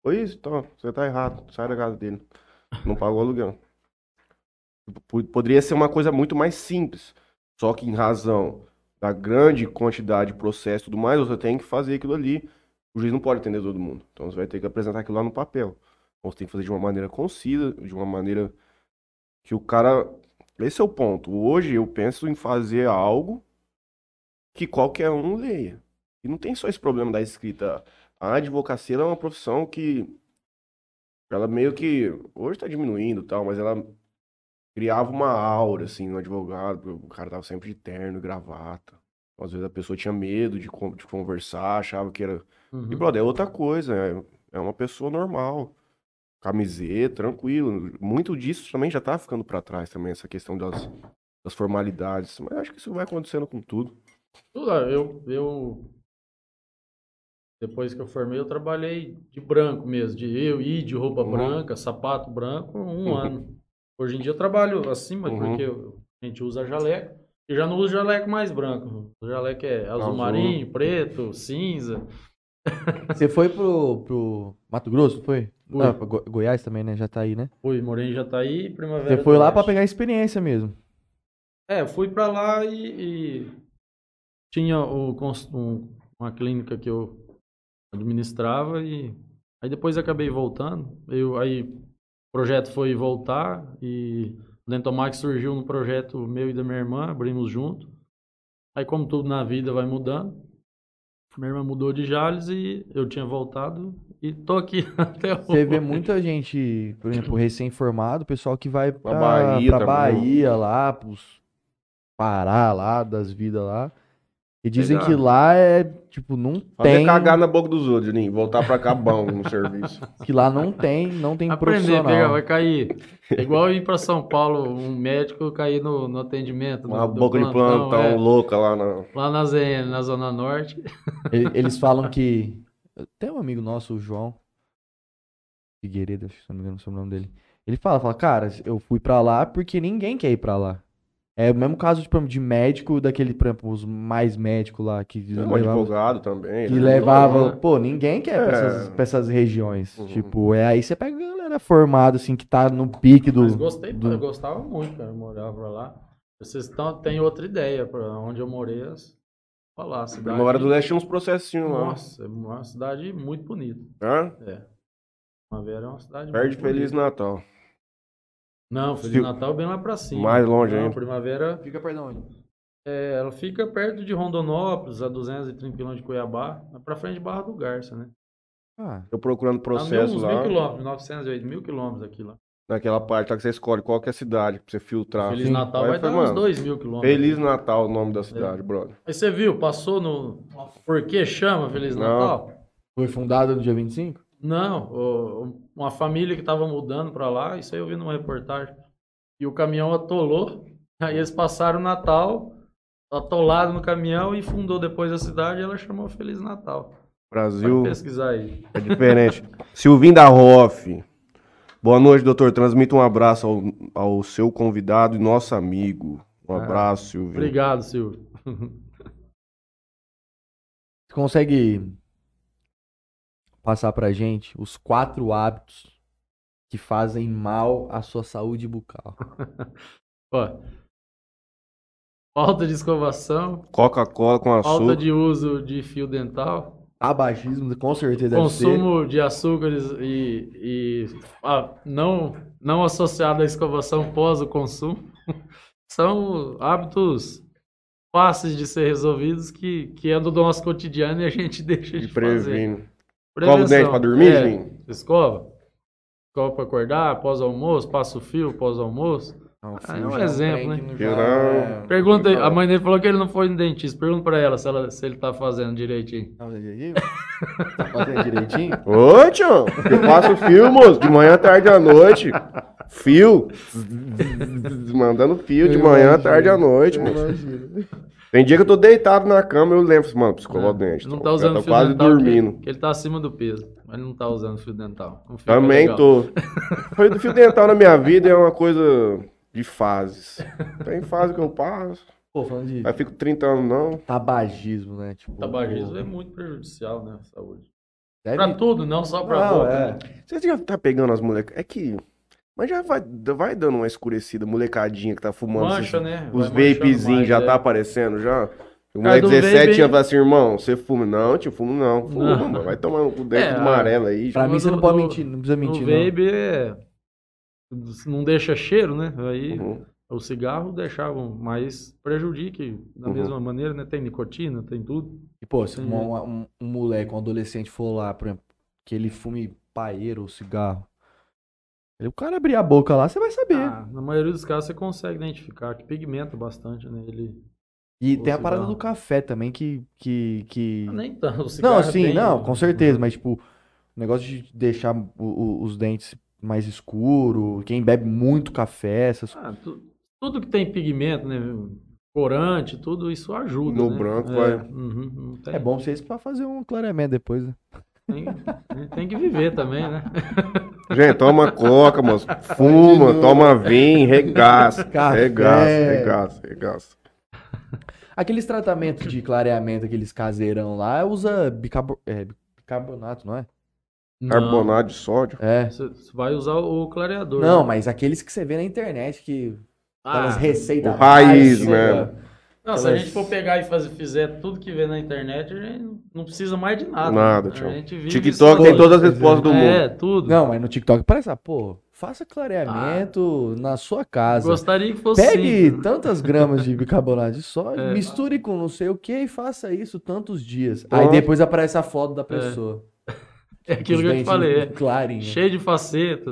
Foi isso, então, você tá errado, sai da casa dele. Não pagou aluguel. Poderia ser uma coisa muito mais simples. Só que em razão da grande quantidade de processo e tudo mais, você tem que fazer aquilo ali. O juiz não pode atender todo mundo. Então você vai ter que apresentar aquilo lá no papel. Então você tem que fazer de uma maneira concisa, de uma maneira que o cara. Esse é o ponto. Hoje eu penso em fazer algo que qualquer um leia. E não tem só esse problema da escrita. A advocacia ela é uma profissão que ela meio que hoje está diminuindo e tal, mas ela criava uma aura assim no advogado, porque o cara tava sempre de terno e gravata. Às vezes a pessoa tinha medo de conversar, achava que era. E, Uhum. brother, é outra coisa, é uma pessoa normal, camiseta, tranquilo. Muito disso também já tá ficando pra trás também, essa questão das formalidades. Mas acho que isso vai acontecendo com tudo. Depois que eu formei, eu trabalhei de branco mesmo, de eu ir de roupa Uhum, branca, sapato branco, um uhum, ano. Hoje em dia eu trabalho assim, mas porque uhum. a gente usa jaleco. Eu já não uso jaleco mais branco. O jaleco é azul Azul. marinho, preto, cinza. Você foi pro Mato Grosso, não foi? Fui, Não, pra Goiás também, né? Já tá aí, né? morei em Jataí, Você Primavera do foi lá pra Oeste. pegar experiência mesmo. É, eu fui pra lá e tinha uma clínica que eu administrava e aí depois acabei voltando. Aí o projeto foi voltar e o Dentomax surgiu no projeto meu e da minha irmã, abrimos junto. Aí como tudo na vida vai mudando, minha irmã mudou de Jales e eu tinha voltado e tô aqui até Você vê hoje. muita gente, por exemplo, recém-formado, pessoal que vai Na Bahia pra também. Bahia lá, pros Pará lá, das vidas lá. E dizem que Pegar. lá é, tipo, não Fazer cagar tem, na boca dos outros, Juninho. Voltar pra cá bom no serviço. que lá não tem Aprender, pegar, vai profissional. cair. É igual ir para São Paulo, um médico cair no atendimento Uma do boca de plantão, plantão louca lá na. lá na ZN, na Zona Norte. Eles falam que, tem um amigo nosso, o João Figueiredo, acho que se não me engano, é o nome dele. Ele fala, cara, eu fui pra lá porque ninguém quer ir pra lá. É o mesmo caso, tipo, de médico, daquele, por exemplo, os mais médicos lá, Um advogado também. que Eles tudo levava, normal, né? pô, ninguém quer pra É. essas regiões. Uhum. Tipo, aí você pega a galera formada, assim, que tá no pique Mas do, eu do... gostava muito, cara, eu morava lá. Vocês têm outra ideia para onde eu morei, falar, Primavera do cidade, Leste tinha uns processinhos lá. nossa, é uma cidade muito bonita. Hã? É, Primavera é uma cidade Perde muito Feliz bonita. Natal. Não, Feliz Se- Natal é bem lá pra cima. Mais longe Não, ainda. Primavera, Fica, perdão. ela fica perto de Rondonópolis, a 230 km de Cuiabá, pra frente de Barra do Garça, né? Ah, Eu procurando Dá processo uns 1000 lá. quilômetros, 908 mil quilômetros aqui lá. Naquela parte lá que você escolhe qual que é a cidade pra você filtrar. Feliz sim. Natal Aí eu vai falei, dar uns mano, 2000 quilômetros Feliz aqui. Natal o nome da É. cidade, brother. Aí você viu, passou no. Por que chama Feliz Não, Natal? Foi fundado no dia 25? Não, uma família que estava mudando para lá, isso aí eu vi numa reportagem. E o caminhão atolou, aí eles passaram o Natal atolado no caminhão e fundou depois a cidade e ela chamou Feliz Natal. Pode Brasil pesquisar aí. é diferente. Silvinho da Hoff. Boa noite, doutor. Transmita um abraço ao seu convidado e nosso amigo. Um Ah, abraço, Silvinho. obrigado, Silvio. Você consegue passar pra gente os 4 hábitos que fazem mal à sua saúde bucal? Ó, falta de escovação, Coca-Cola com falta açúcar. de uso de fio dental, Tabagismo, com certeza deve ser. consumo de açúcares não associado à escovação pós o consumo. São hábitos fáceis de ser resolvidos que é do nosso cotidiano e a gente deixa E de fazer. previne. Escova o dente pra Prevenção. dormir, Juninho? Escova. Escova para acordar, pós-almoço, passa o fio, pós-almoço. Não, É um já é um exemplo, trem que né? não Fio já não. é... Pergunta, a mãe dele falou que ele não foi no dentista. Pergunta pra ela se ele tá fazendo direitinho. Não, e aí? Tá fazendo direitinho? Ô, tio, eu passo fio, moço, de manhã, tarde à noite. Fio. Mandando fio de manhã, tarde à noite, moço. Imagina. Tem dia que eu tô deitado na cama e eu lembro, mano, preciso escovar o dente. Ele não Então, tá já usando tô fio quase dental dormindo. que ele tá acima do peso. Mas ele não tá usando fio dental. Não fica Também legal. tô. Foi do fio dental na minha vida é uma coisa de fases. Tem fase que eu passo. Pô, falando de Aí fico 30 anos, não. tabagismo, né? Tipo, O tabagismo é muito prejudicial, né? À saúde. Pra tudo, não só pra Não, boca. é. Né? Você já tá pegando as molecas. É que. Mas já vai dando uma escurecida, molecadinha que tá fumando. Mancha, né? Os Vai manchando vapezinhos mais, já é. tá aparecendo já. O Cara, moleque do 17 vape- anos fala assim, irmão, você fuma? Não, tio, fumo não. Fuma, Não. mano. Vai tomar no cu dentro É, do amarelo aí. Pra já. mim você não No- pode no- mentir, não precisa No mentir, não. vape não deixa cheiro, né? Aí Uhum. o cigarro deixava, mas prejudica da Uhum. mesma maneira, né? Tem nicotina, tem tudo. E, pô, se Tem um moleque, um adolescente for lá, por exemplo, que ele fume paeiro ou cigarro, o cara abrir a boca lá, você vai saber. Na maioria dos casos você consegue identificar, que pigmenta bastante, né? E o tem a parada cigarro. do café também Nem tanto, o cigarro Não, sim, tem- não, com certeza, mas tipo, o negócio de deixar os dentes mais escuros, quem bebe muito café, essas coisas. Tudo que tem pigmento, né? Corante, tudo isso ajuda, No né? branco É, vai. uhum, não tem, É bom vocês pra fazer um clareamento depois, né? tem que viver também, né? Gente, toma coca, moço. Fuma, toma vinho, regaça. Café. Regaça. Aqueles tratamentos de clareamento, aqueles caseirão lá, usa bicarbonato, não é? Carbonato de sódio. É. Você vai usar o clareador. Não, né? mas aqueles que você vê na internet, que aquelas receitas o raiz básicas. mesmo. Não, se a aquelas- gente for pegar e fizer tudo que vê na internet, a gente não precisa mais de nada. Nada, né? tio. A gente vive TikTok só tem de- todas as respostas do mundo. É, tudo. Não, mas no TikTok parece, pô, faça clareamento na sua casa. Gostaria que fosse Pegue simples. tantas gramas de bicarbonato de sódio, misture com não sei o que e faça isso tantos dias. Aí Pronto. depois aparece a foto da pessoa. É aquilo Os que eu te dentes falei. clarinhos. Cheio de faceta.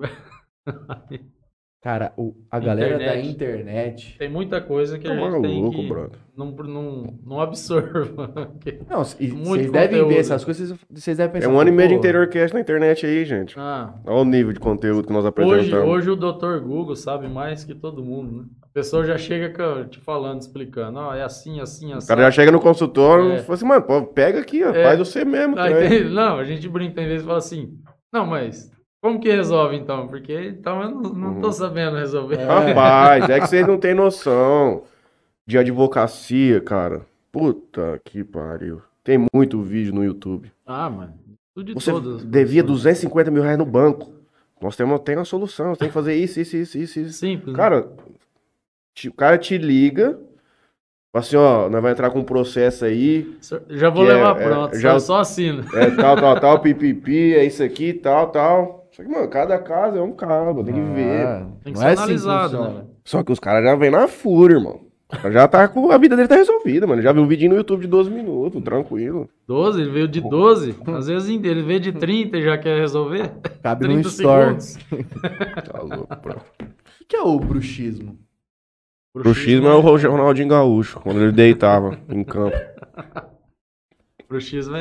Cara, a galera da Internet. internet. Tem muita coisa que a Tá gente tem maluco, que brother. não absorva. Não, Muito vocês devem conteúdo. ver essas coisas, vocês devem pensar. É um ano e meio de pô, interior cast na internet aí, gente. Ah, Olha o nível de conteúdo que nós apresentamos. hoje o Dr. Google sabe mais que todo mundo, né? A pessoa já chega te falando, explicando, é assim, assim, O assim. cara já chega no consultório É. e fala assim, mano, pô, pega aqui, ó, É. faz você mesmo. Aí cara. não, a gente brinca, tem vezes e fala assim, não, mas como que resolve então? Porque então eu não tô sabendo resolver. Rapaz, é que vocês não têm noção de advocacia, cara. Puta que pariu. Tem muito vídeo no YouTube. Ah, mano, tudo de Você todas. devia 250 mil reais no banco. Nós temos uma solução, você tem que fazer isso. Simples, né? Cara, o cara te liga, fala assim, ó, nós vamos entrar com um processo aí, Já vou que levar pronto, só assino. é tal, pipipi, é isso aqui, tal. Só que, mano, cada caso é um caso, tem que ver. Tem que não ser é assim analisado, funciona. né? Só que os caras já vêm na fúria, irmão. O cara já tá com a vida dele tá resolvida, mano. Já viu um vídeo no YouTube de 12 minutos, tranquilo. 12, ele veio de 12, às vezes ele veio de 30 e já quer resolver. Cabe no 30 store. segundos. Tá louco, bro. O que é o bruxismo? Bruxismo é o Ronaldinho Gaúcho, quando ele deitava em campo. Bruxismo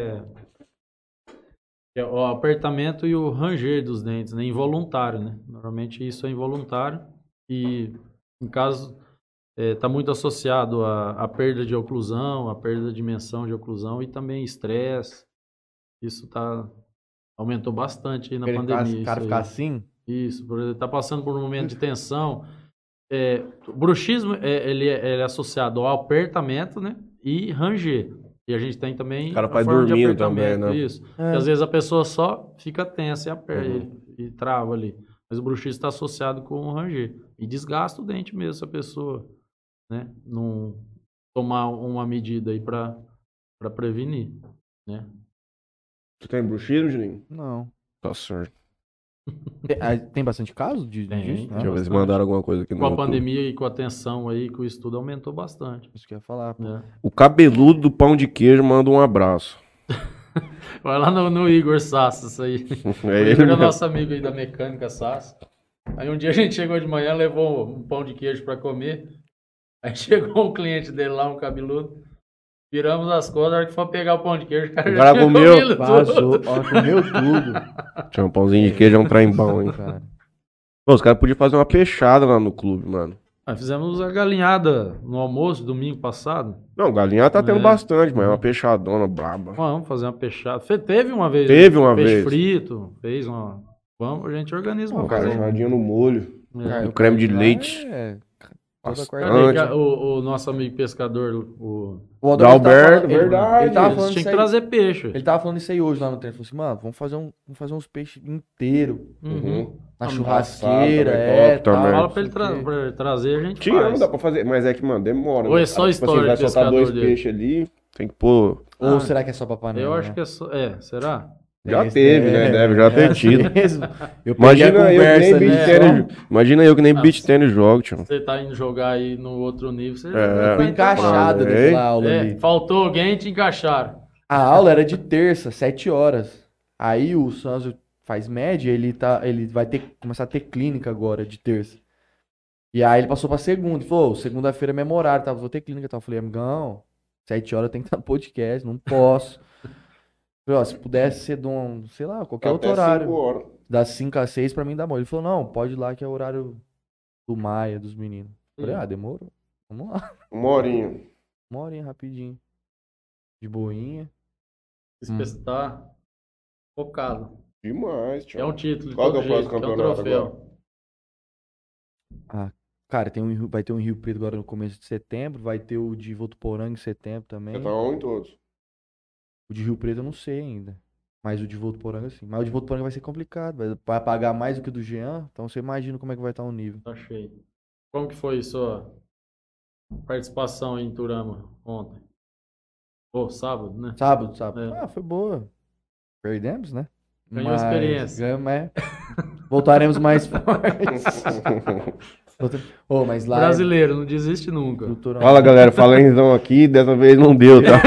é o apertamento e o ranger dos dentes, né? Involuntário, né? Normalmente isso é involuntário e, em caso, está muito associado à perda de oclusão, à perda da dimensão de oclusão e também estresse. Isso aumentou bastante aí na pandemia. O cara isso ficar aí. assim? Isso, por ele tá passando por um momento de tensão. O bruxismo ele é associado ao apertamento, né? E ranger. E a gente tem também O cara a faz forma de dormindo apertamento, também, né? Isso. Porque às vezes a pessoa só fica tensa e aperta Uhum. e trava ali. Mas o bruxismo está associado com o ranger. E desgasta o dente mesmo se a pessoa, né, não tomar uma medida aí para prevenir, né? Tu tem bruxismo, Juninho? Não. Tá certo. Tem bastante caso Tem. disso? Deixa eu ver se bastante. mandaram alguma coisa aqui no Com a YouTube. pandemia e com a tensão aí, com o estudo aumentou bastante. Isso que eu ia falar. Pô. Né? O cabeludo do pão de queijo manda um abraço. Vai lá no Igor Sass, isso aí. É O ele Igor é mesmo. nosso amigo aí da mecânica Sass. Aí um dia a gente chegou de manhã, levou um pão de queijo para comer. Aí chegou um cliente dele lá, um cabeludo. Viramos as costas, na hora que foi pegar o pão de queijo, o cara O já cara tinha comeu, comido Vazou. tudo. Ó, comeu tudo. Tinha um pãozinho de queijo, é um trem bom, hein? Cara. Pô, os caras podiam fazer uma peixada lá no clube, mano. Aí fizemos a galinhada no almoço, domingo passado. Não, galinha tá tendo É. bastante, mas é uma peixadona braba. Vamos fazer uma peixada. Teve uma vez. Teve uma peixe vez. frito, fez uma... Vamos, a gente organiza uma Um coisa. carajadinho no molho. É. O creme de leite. É Toda Bastante. quarta. O nosso amigo pescador, O Do Adalberto Alberto, tava falando- verdade. Ele tava eles falando tinham isso que aí. trazer peixe. Ele tava falando isso aí hoje lá no treino. Ele falou assim, mano, vamos fazer uns peixes inteiros. Uhum. Na Ah, churrasqueira, assado também, top tal, também. Fala não pra sei ele o quê. pra ele trazer, a gente Tinha, faz. dá pra fazer. Mas é que, mano, demora. Ou né, é só cara? história Tipo assim, vai de soltar pescador 2 dele? peixes ali, tem que pôr. Ou Ah, será que é só pra panela? Eu acho né? que é só. É, será? Já Esse teve, né? Deve já ter assim tido. mesmo. Eu peguei a Imagina eu que conversa nem ali beat só. tênis. Imagina eu que nem Ah, beat tênis jogo, tio. Você tá indo jogar aí no outro nível, você É. Fui vai encaixado Ei. naquela aula É, ali. faltou alguém e te encaixaram. A aula era de terça, 7 horas. Aí o Sanzio faz média, ele vai começar a ter clínica agora, de terça. E aí ele passou pra segunda. Ele falou, segunda-feira é memorário, tá? Vou ter clínica e tal. Eu falei, amigão, 7 horas tem que estar no podcast, não posso. Eu falei, ó, se pudesse ser de um, sei lá, qualquer outro Até 5 horário. horas. Das 5 às 6 pra mim dá mole. Ele falou, não, pode ir lá que é o horário do Maia, dos meninos. Eu falei, demorou. Vamos lá. 1 horinha. Uma horinha rapidinho. De boinha. Esse tá focado. Demais, tio. É um título de Qual que todo é o próximo jeito, que é um campeonato troféu. agora? Ah, cara, vai ter um em Rio Preto agora no começo de setembro. Vai ter o de Votuporanga em setembro também. Já tá um em todos. O de Rio Preto eu não sei ainda. Mas o de Votuporanga sim. Mas o de Votuporanga vai ser complicado. Vai pagar mais do que o do Jean. Então você imagina como é que vai estar o nível. Tá cheio. Como que foi sua participação aí em Turama ontem? Ô, sábado, né? Sábado. É. Ah, foi boa. Perdemos, né? Ganhou experiência. Ganhamos, voltaremos mais fortes. Mas lá Brasileiro, não desiste nunca. no Turão. Fala, galera. Falenzão aqui. Dessa vez não deu, tá?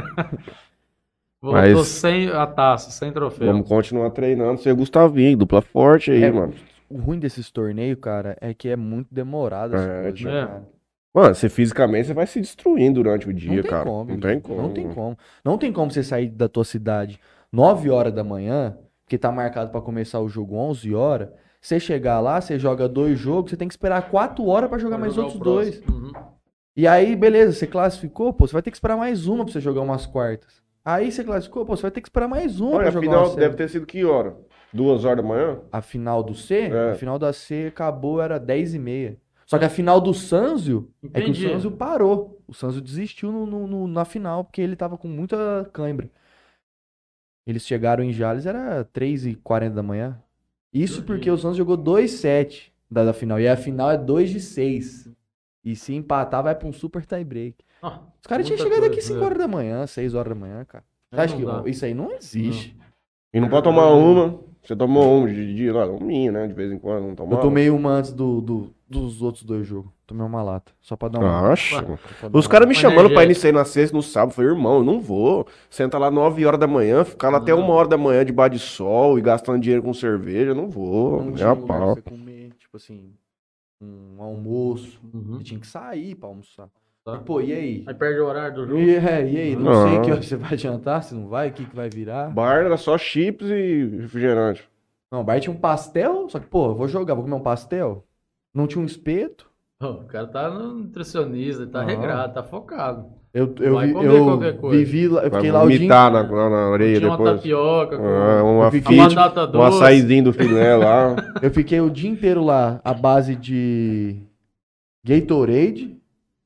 Voltou Mas- sem a taça, sem troféu. Vamos continuar treinando. Ser Gustavinho, dupla forte aí, É, mano. O ruim desses torneios, cara, é que é muito demorado essa coisa, tio. né, cara? Mano, você fisicamente você vai se destruindo durante o dia, Não tem cara. como. Não tem como. Não tem como. Não tem como você sair da tua cidade 9 horas da manhã, que tá marcado pra começar o jogo 11 horas. Você chegar lá, você joga 2 jogos, você tem que esperar 4 horas pra jogar Pra mais jogar outros o 2. próximo. Uhum. E aí, beleza, você classificou, pô, você vai ter que esperar mais uma pra você jogar umas quartas. Aí você classificou, pô, você vai ter que esperar mais uma Olha, pra a jogar final uma série. deve ter sido que hora? 2 horas da manhã? A final do C, É. a final da C acabou, era 10h30. Só que a final do Sanzio, é que o Entendi. Sanzio parou. O Sanzio desistiu na final, porque ele tava com muita cãibra. Eles chegaram em Jales, era 3h40 da manhã. Isso porque o Sanzio jogou 2-7 da final. E a final é 2-6. E se empatar, vai pra um super tie-break. Ah, Os caras tinham muita chegado aqui coisa, 5 horas da manhã, 6 horas da manhã, cara. Você Aí acha não que dá. isso aí não existe? E não pode tomar uma. Você tomou uma de dia, lá, uminha, né? De vez em quando, não tomava. Eu tomei uma antes dos outros 2 jogos. Tomei uma lata. Só pra dar uma. Acha. pra dar Os caras me Uma chamando pra ir energética. nisso aí na sexta, no sábado. Eu falei, irmão, eu não vou. Senta lá 9 horas da manhã, ficar lá até 1 hora da manhã debaixo de sol e gastando dinheiro com cerveja. Eu não vou. Não É tinha a lugar pra pau. você comer, tipo assim, um almoço. Uhum. Você tinha que sair pra almoçar. Tá. E, pô, e aí? Aí perde o horário do jogo. E aí? Não Não. sei que hora você vai jantar, se não vai, o que vai virar. Bar era só chips e refrigerante. Não, o bar tinha um pastel, só que, pô, eu vou jogar, vou comer um pastel. Não tinha um espeto. Ô, o cara tá no nutricionista, tá Ah. regrado, tá focado. Eu Vai comer eu qualquer coisa. vivi lá, eu Vai fiquei lá o dia vomitar na areia Tinha uma depois. tapioca com Uma Eu fiquei- a fit, batata um doce. açaizinho do filé lá. Eu fiquei o dia inteiro lá à base de Gatorade.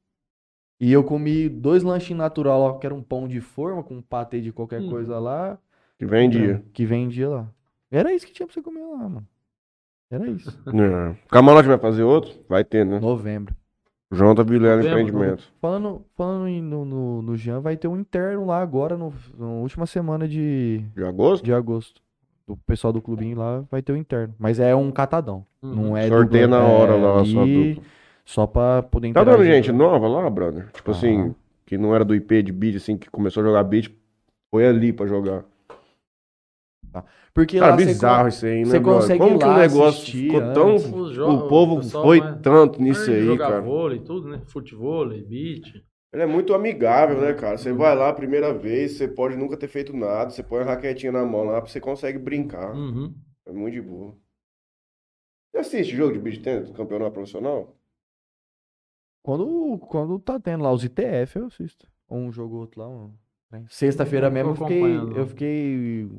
E eu comi 2 lanchinhos natural lá, que era um pão de forma com um patê de qualquer coisa lá. Que vendia. Que vendia lá. Era isso que tinha pra você comer lá, mano. Era isso. É. O Camarote vai fazer outro? Vai ter, né? Novembro. João tá Vilela Novembro, Empreendimento. Falando no Jean, vai ter um interno lá agora, na última semana De agosto? de agosto. O pessoal do clubinho lá vai ter o interno. Mas é um catadão. Uhum. Não é Sorteia dupla, na hora lá, ali só dupla. Só pra poder Tá interagir. dando gente nova lá, brother? Tipo Ah. assim, que não era do IP de beat, assim, que começou a jogar beat, foi ali pra jogar. Porque Cara, lá você bizarro isso aí, né, você brother? consegue Como ir que lá o negócio assistir ficou antes. tão... Os jogos, O povo pessoal foi vai- tanto nisso vai aí, jogar cara. vôlei, tudo, né? Futevôlei, beach. Ele é muito amigável, né, cara? Você vai lá a primeira vez, você pode nunca ter feito nada, você põe a raquetinha na mão lá, você consegue brincar. Uhum. É muito de boa. Você assiste jogo de beach tennis do campeonato profissional? Quando tá tendo lá os ITF, eu assisto. Ou um jogo ou outro lá. Né? Sexta-feira Não mesmo tô acompanhando, eu fiquei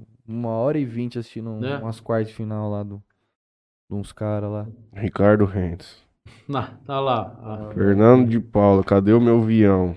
1h20 assistindo É. umas quartas de final lá de uns caras lá. Ricardo Rentes. Tá lá. Fernando de Paula, cadê o meu avião?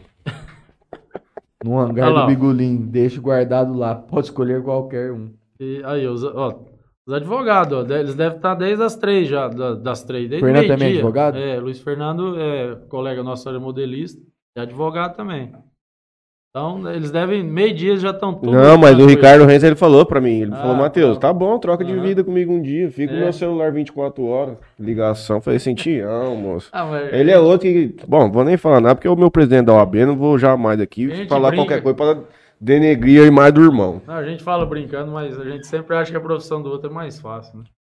No hangar Olha lá. do Bigolim. Deixa guardado lá. Pode escolher qualquer um. E aí, os advogados, ó, eles devem estar desde as 3 já, das 3, desde Fernando também é meio-dia. advogado? Luiz Fernando é colega nosso, ele é modelista, é advogado também. Então, eles devem, meio-dia já estão tudo. Não, mas o tranquilo. Ricardo Renz, ele falou pra mim, ele falou, Ah, Matheus, tá. tá bom, troca de Aham. vida comigo um dia, fica com É. o meu celular 24 horas, ligação, falei assim, Tião, moço. Ah, mas Ele é outro que, bom, vou nem falar nada, porque é o meu presidente da OAB, não vou jamais aqui A gente falar brinca. qualquer coisa pra denegrir a imagem do irmão. não, a gente fala brincando, mas a gente sempre acha que a profissão do outro é mais fácil, né?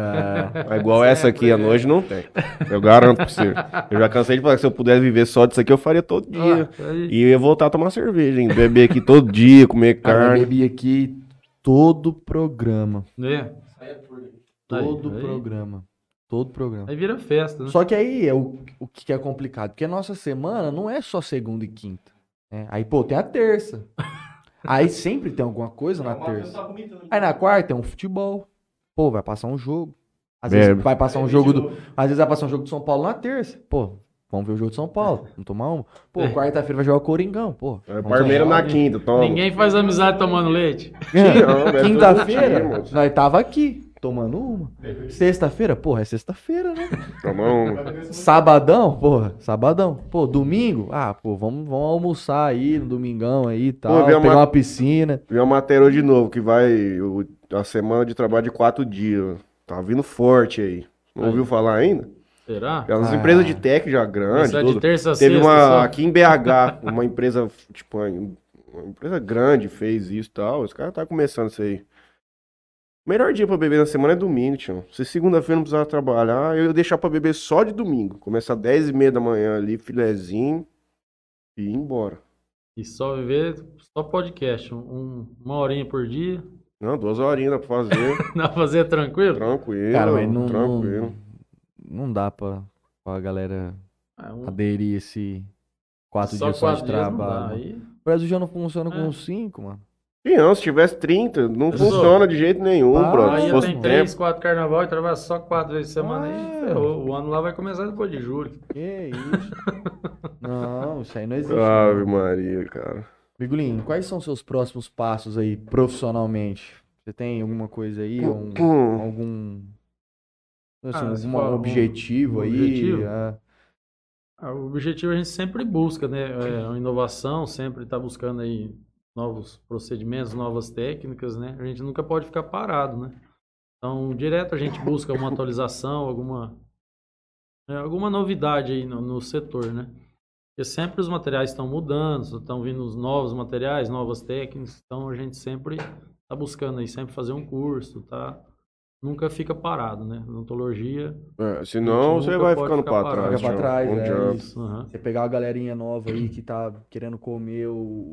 É igual essa aqui, à noite não tem. Eu garanto pra você. Eu já cansei de falar que se eu pudesse viver só disso aqui, eu faria todo dia. Aí, E eu ia voltar a tomar cerveja, hein? Beber aqui todo dia, comer Cara, eu carne. bebi aqui todo programa. né? Todo Aí. programa. Todo programa. Aí vira festa, né? Só que aí é o que é complicado. Porque a nossa semana não é só segunda e quinta. Né? Aí, pô, tem a terça. Aí sempre tem alguma coisa na terça. Aí na quarta tem um futebol. Pô, vai passar um jogo. Às vezes Bebe. vai passar um jogo do. Às vezes vai passar um jogo do São Paulo na terça. Pô, vamos ver o jogo de São Paulo. Vamos tomar uma. Pô, quarta-feira vai jogar o Coringão. Pô. vamos Parmeira tomar na quinta, toma. Ninguém faz amizade tomando leite. Não, bebe todo Quinta-feira, dia, moço. nós tava aqui, tomando uma. Sexta-feira, porra, é sexta-feira, né? Toma um. Sabadão, porra, sabadão. Pô, domingo, pô, vamos almoçar aí no domingão aí e tal. Pô, ver pegar uma- uma piscina. Vi uma matéria hoje de novo, que vai a semana de trabalho de 4 dias. Tá vindo forte aí. Não Aí. ouviu falar ainda? Será? As Ah. empresas de tech já grandes. Isso é de tudo. terça a Teve sexta uma só? aqui em BH, uma empresa, tipo, uma empresa grande fez isso e tal. Os caras tá começando isso aí. O melhor dia pra beber na semana é domingo, tio. Se segunda-feira não precisar trabalhar, eu ia deixar pra beber só de domingo. Começar 10h30 da manhã ali, filezinho, e ir embora. E só viver, só podcast. Uma horinha por dia. Não, 2 horinhas dá pra fazer. Dá pra fazer tranquilo? Tranquilo, Cara, mas tranquilo. não dá pra galera É, aderir esse 4 só dias só de 4 dias não dá. trabalho. Aí, O Brasil já não funciona com É. 5, mano. E não, se tivesse 30, não Pessoal, funciona de jeito nenhum, Ah, brother. Se aí fosse tem tempo. 3, 4 carnaval e trabalha só 4 vezes por semana aí, Ah. ferrou. O ano lá vai começar depois de julho. Que isso? Não, isso aí não existe. Ave não. Maria, cara. Bigulinho, quais são seus próximos passos aí profissionalmente? Você tem alguma coisa aí? Algum assim, se algum for objetivo um aí? objetivo? Ah, O objetivo a gente sempre busca, né? A inovação, sempre está buscando aí novos procedimentos, novas técnicas, né? A gente nunca pode ficar parado, né? Então, direto a gente busca uma atualização, alguma novidade aí no setor, né? Porque sempre os materiais estão mudando, estão vindo os novos materiais, novas técnicas, então a gente sempre está buscando aí, sempre fazer um curso, tá? Nunca fica parado, né? Odontologia. Senão A gente você nunca vai pode ficando ficar pra parado. trás. Fica pra tio. trás, Não é adianta. isso. Aham. Você pegar uma galerinha nova aí que tá querendo comer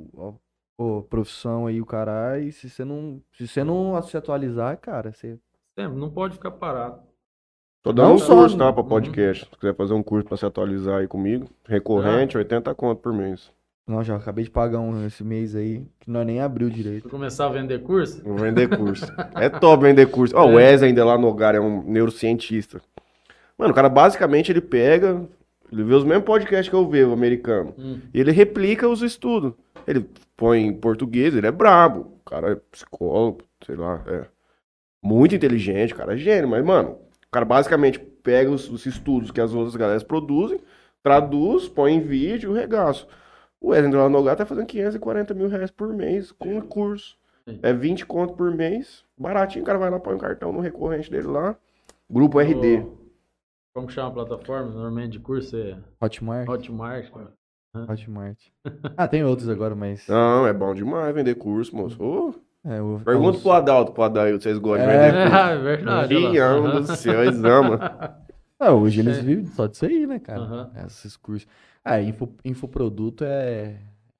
a profissão aí, o caralho, e se você não se atualizar, cara, você... Sempre, não pode ficar parado. Tô dando Não um só, curso, tá, né? pra podcast. Se quiser fazer um curso pra se atualizar aí comigo, recorrente, 80 conto por mês. Não, já acabei de pagar esse mês aí, que nós nem abriu direito. Vou começar a vender curso? Vou vender curso. É top vender curso. Ó, o Wesley ainda lá no Hogar é um neurocientista. Mano, o cara basicamente ele pega, ele vê os mesmos podcasts que eu vejo, o americano. E ele replica os estudos. Ele põe em português, ele é brabo. O cara é psicólogo, sei lá, é muito inteligente, o cara é gênio. Mas, mano, o cara basicamente pega os estudos que as outras galera produzem, traduz, põe em vídeo, regaço. O Wesley lá no Hogar tá fazendo 540 mil reais por mês com um curso. É 20 conto por mês, baratinho. O cara vai lá, põe um cartão no recorrente dele lá. Grupo RD. Como que chama a plataforma? Normalmente de curso é Hotmart. Hotmart. Hotmart. Ah, tem outros agora, mas... Não, é bom demais vender curso, moço. Ô, pergunta os- pro Adalto, vocês gostam de É, vender curso. É verdade. olha lá. Tião Aham. do céu, eles amam. Hoje eles vivem só disso aí, né, cara? Aham. Esses cursos. Infoproduto é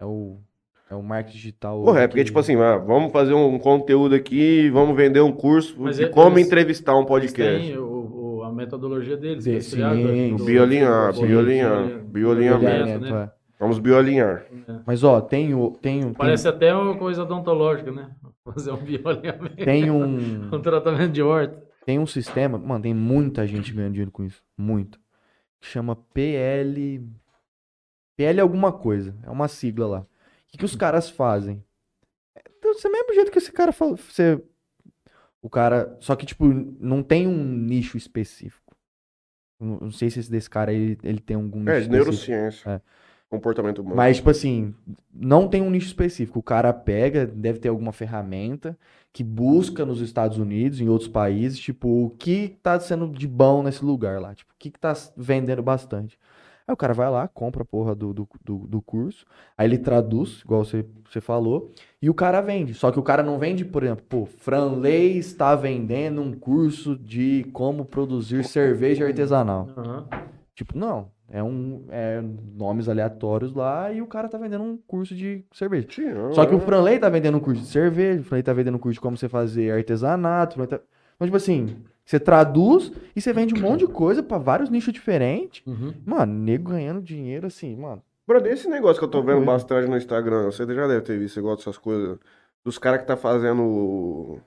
o marketing digital. Porra, é hoje porque, que- tipo assim, vamos fazer um conteúdo aqui, vamos vender um curso Mas de eles- como entrevistar um Eles podcast. têm a metodologia deles. Sim, que eles criaram, sim, do- sim. Bioalinhar, do- bioalinhar, do- bioalinhamento. né? é. Vamos bioalinhar. Mas, ó, tem Parece até uma coisa odontológica, né? Fazer um bioalinhamento. tem um Um tratamento de horta. tem um sistema, mano, tem muita gente ganhando dinheiro com isso, muita. que chama PL. PL alguma coisa. É uma sigla lá. O que os caras fazem? Então, do mesmo jeito que esse cara falou. O cara. Só que, tipo, não tem um nicho específico. Não sei se esse desse cara ele tem algum nicho É, de específico. neurociência. É. Comportamento humano. Mas, tipo assim, não tem um nicho específico. O cara pega, deve ter alguma ferramenta que busca nos Estados Unidos, em outros países, tipo, o que tá sendo de bom nesse lugar lá. Tipo, o que tá vendendo bastante. Aí o cara vai lá, compra a porra do curso, aí ele traduz, igual você falou, e o cara vende. Só que o cara não vende, por exemplo, pô, Franley está vendendo um curso de como produzir cerveja artesanal. Aham. Tipo, não. É nomes aleatórios lá e o cara tá vendendo um curso de cerveja. Sim, não, Só que o é. Franley tá vendendo um curso de cerveja, o Franley tá vendendo um curso de como você fazer artesanato. Então, tipo assim, você traduz e você vende um monte de coisa pra vários nichos diferentes. Uhum. Mano, nego ganhando dinheiro assim, mano. Brother, esse negócio que eu tô Tá vendo doido. bastante no Instagram, você já deve ter visto, você gosta dessas coisas, dos caras que tá fazendo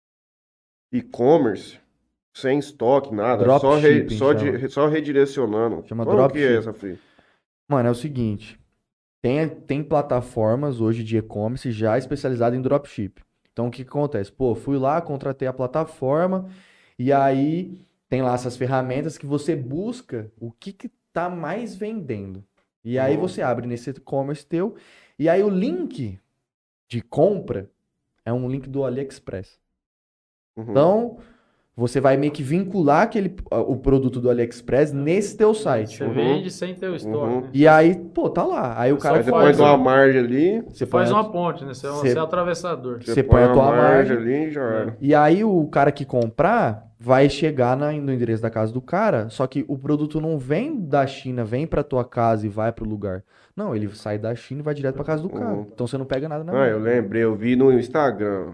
e-commerce sem estoque, nada, Dropshipping chama. só redirecionando. Chama Como que é dropship. essa, filho? Mano, é o seguinte. Tem plataformas hoje de e-commerce já especializadas em dropship. Então, o que que acontece? Pô, fui lá, contratei a plataforma e aí tem lá essas ferramentas que você busca o que que tá mais vendendo. E aí Uhum. você abre nesse e-commerce teu e aí o link de compra é um link do AliExpress. Uhum. Então, você vai meio que vincular o produto do AliExpress nesse teu site. Você Uhum. vende sem ter o estoque, Uhum. né? E aí, pô, tá lá. Aí o Você cara Aí você faz põe um- uma margem ali, Você põe faz a- uma ponte, né? Você é o atravessador. Você põe a uma tua margem margem. ali e já era. E aí o cara que comprar vai chegar no endereço da casa do cara, só que o produto não vem da China, vem pra tua casa e vai pro lugar. Não, ele sai da China e vai direto pra casa do cara. Uhum. Então você não pega nada na Ah, eu mão. lembrei, eu vi no Instagram.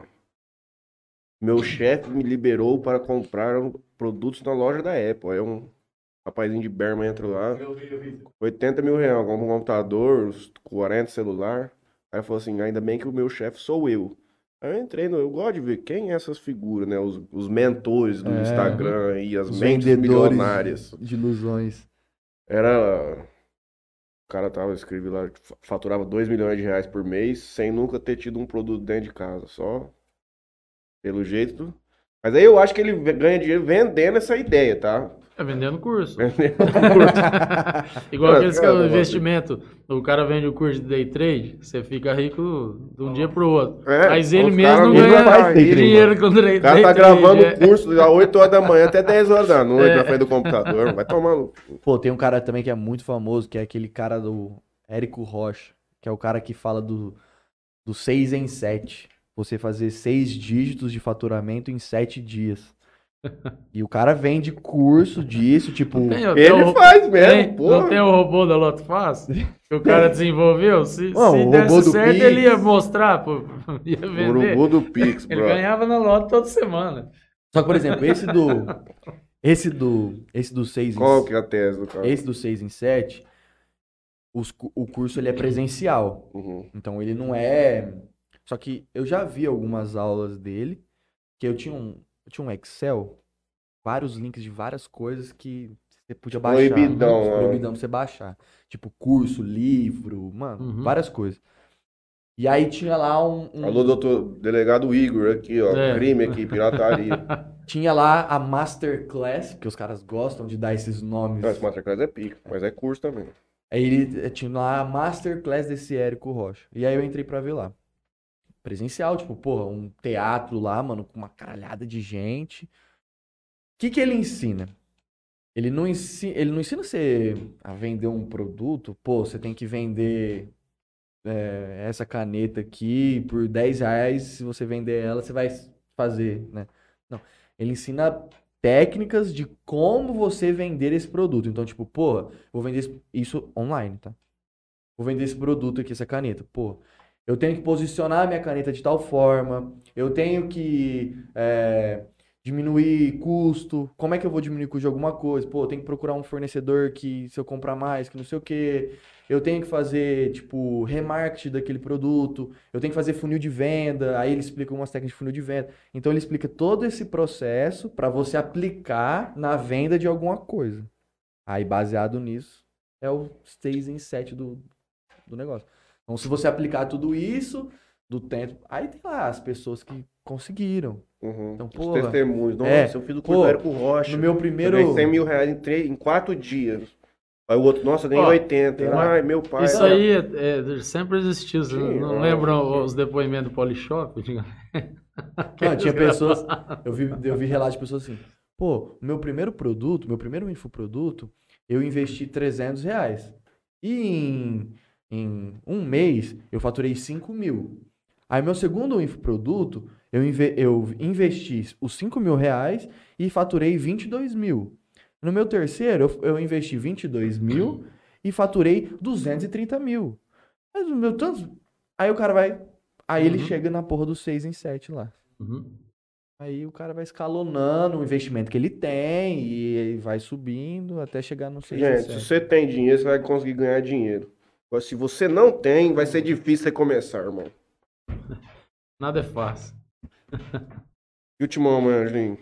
Meu chefe me liberou para comprar produtos na loja da Apple. Aí um rapazinho de Berma entra lá, Eu vi. 80 mil reais, compra um computador, uns 40 celular. Aí falou assim, ainda bem que o meu chefe sou eu. Aí eu entrei eu gosto de ver quem é essas figuras, né? Os mentores do Instagram e as Os mentes vendedores milionárias. de ilusões. Era. O cara tava, escrevi lá, faturava 2 milhões de reais por mês, sem nunca ter tido um produto dentro de casa, só pelo jeito. Mas aí eu acho que ele ganha dinheiro vendendo essa ideia, tá? É vendendo curso. Vendendo curso. Igual aqueles que é o Cara, investimento. O cara vende o curso de day trade, você fica rico de um dia pro outro. É, Mas ele os mesmo caras não nunca ganha faz day trade, dinheiro com day O cara tá trade. gravando é. o curso das 8 horas da manhã até 10 horas da noite É. na frente do computador. Vai tomar no. Pô, tem um cara também que é muito famoso, que é aquele cara do Érico Rocha, que é o cara que fala do 6 em 7. Você fazer 6 dígitos de faturamento em 7 dias. E o cara vende curso disso, tipo. Ele faz mesmo, Não porra. tem o robô da Loto Fácil? Que o cara desenvolveu? Se Não, o desse robô do certo, Pix. ele ia mostrar, pô, ia O vender. urubu do Pix, Ele bro. ganhava na Loto toda semana. Só que, por exemplo, esse do 6 Qual que é a tese do cara? esse do 6 em 7, o curso ele é presencial. Uhum. Então ele não é. Só que eu já vi algumas aulas dele, que eu tinha um Excel, vários links de várias coisas que você podia baixar. Proibidão, né? Proibidão pra você baixar. Tipo curso, livro, mano, Uhum. várias coisas. E aí tinha lá Alô, doutor delegado Igor aqui, ó. É. Crime aqui, pirataria. tinha lá a Masterclass, que os caras gostam de dar esses nomes. Não, esse Masterclass é pica, mas é curso também. Aí ele tinha lá a Masterclass desse Érico Rocha. E aí eu entrei pra ver lá. Presencial, tipo, porra, um teatro lá, mano, com uma caralhada de gente. O que ele ensina? Ele não ensina você a vender um produto, pô, você tem que vender essa caneta aqui por 10 reais, se você vender ela, você vai fazer, né? Não. Ele ensina técnicas de como você vender esse produto. Então, tipo, porra, vou vender isso online, tá? Vou vender esse produto aqui, essa caneta. Pô, eu tenho que posicionar a minha caneta de tal forma, eu tenho que diminuir custo. Como é que eu vou diminuir custo de alguma coisa? Pô, eu tenho que procurar um fornecedor que, se eu comprar mais, que não sei o quê. Eu tenho que fazer, tipo, remarketing daquele produto. Eu tenho que fazer funil de venda. Aí ele explica umas técnicas de funil de venda. Então ele explica todo esse processo para você aplicar na venda de alguma coisa. Aí, baseado nisso, é o 6 em 7 do negócio. Então, se você aplicar tudo isso, do tempo. Aí tem lá as pessoas que conseguiram. Uhum. Então, Os porra. testemunhos. Nossa, É, eu fiz o pô, curso do Érico Rocha. No meu Eu primeiro. ganhei 100 mil reais em 4 dias. Aí o outro, nossa, eu ganhei Ó, 80. tem lá- Ai, meu pai. Isso ah, aí sempre existiu. Vocês Tinha, não ó. lembram os depoimentos do Polishop? Não, tinha pessoas. Eu vi relatos de pessoas assim. Pô, meu primeiro produto, meu primeiro infoproduto, eu investi R$ 300. E em um mês eu faturei 5 mil. Aí meu segundo infoproduto, eu investi os 5 mil reais e faturei 22 mil. No meu terceiro, eu investi 22 mil e faturei 230 mil. Mas o meu tanto. Aí o cara vai. Aí ele Uhum. chega na porra dos 6 em 7 lá. Uhum. Aí o cara vai escalonando o investimento que ele tem e vai subindo até chegar no 6 em Gente, se 7. você tem dinheiro, você vai conseguir ganhar dinheiro. Agora, se você não tem, vai ser difícil você começar, irmão. Nada é fácil. E o Timão, amanhã, Angelinho?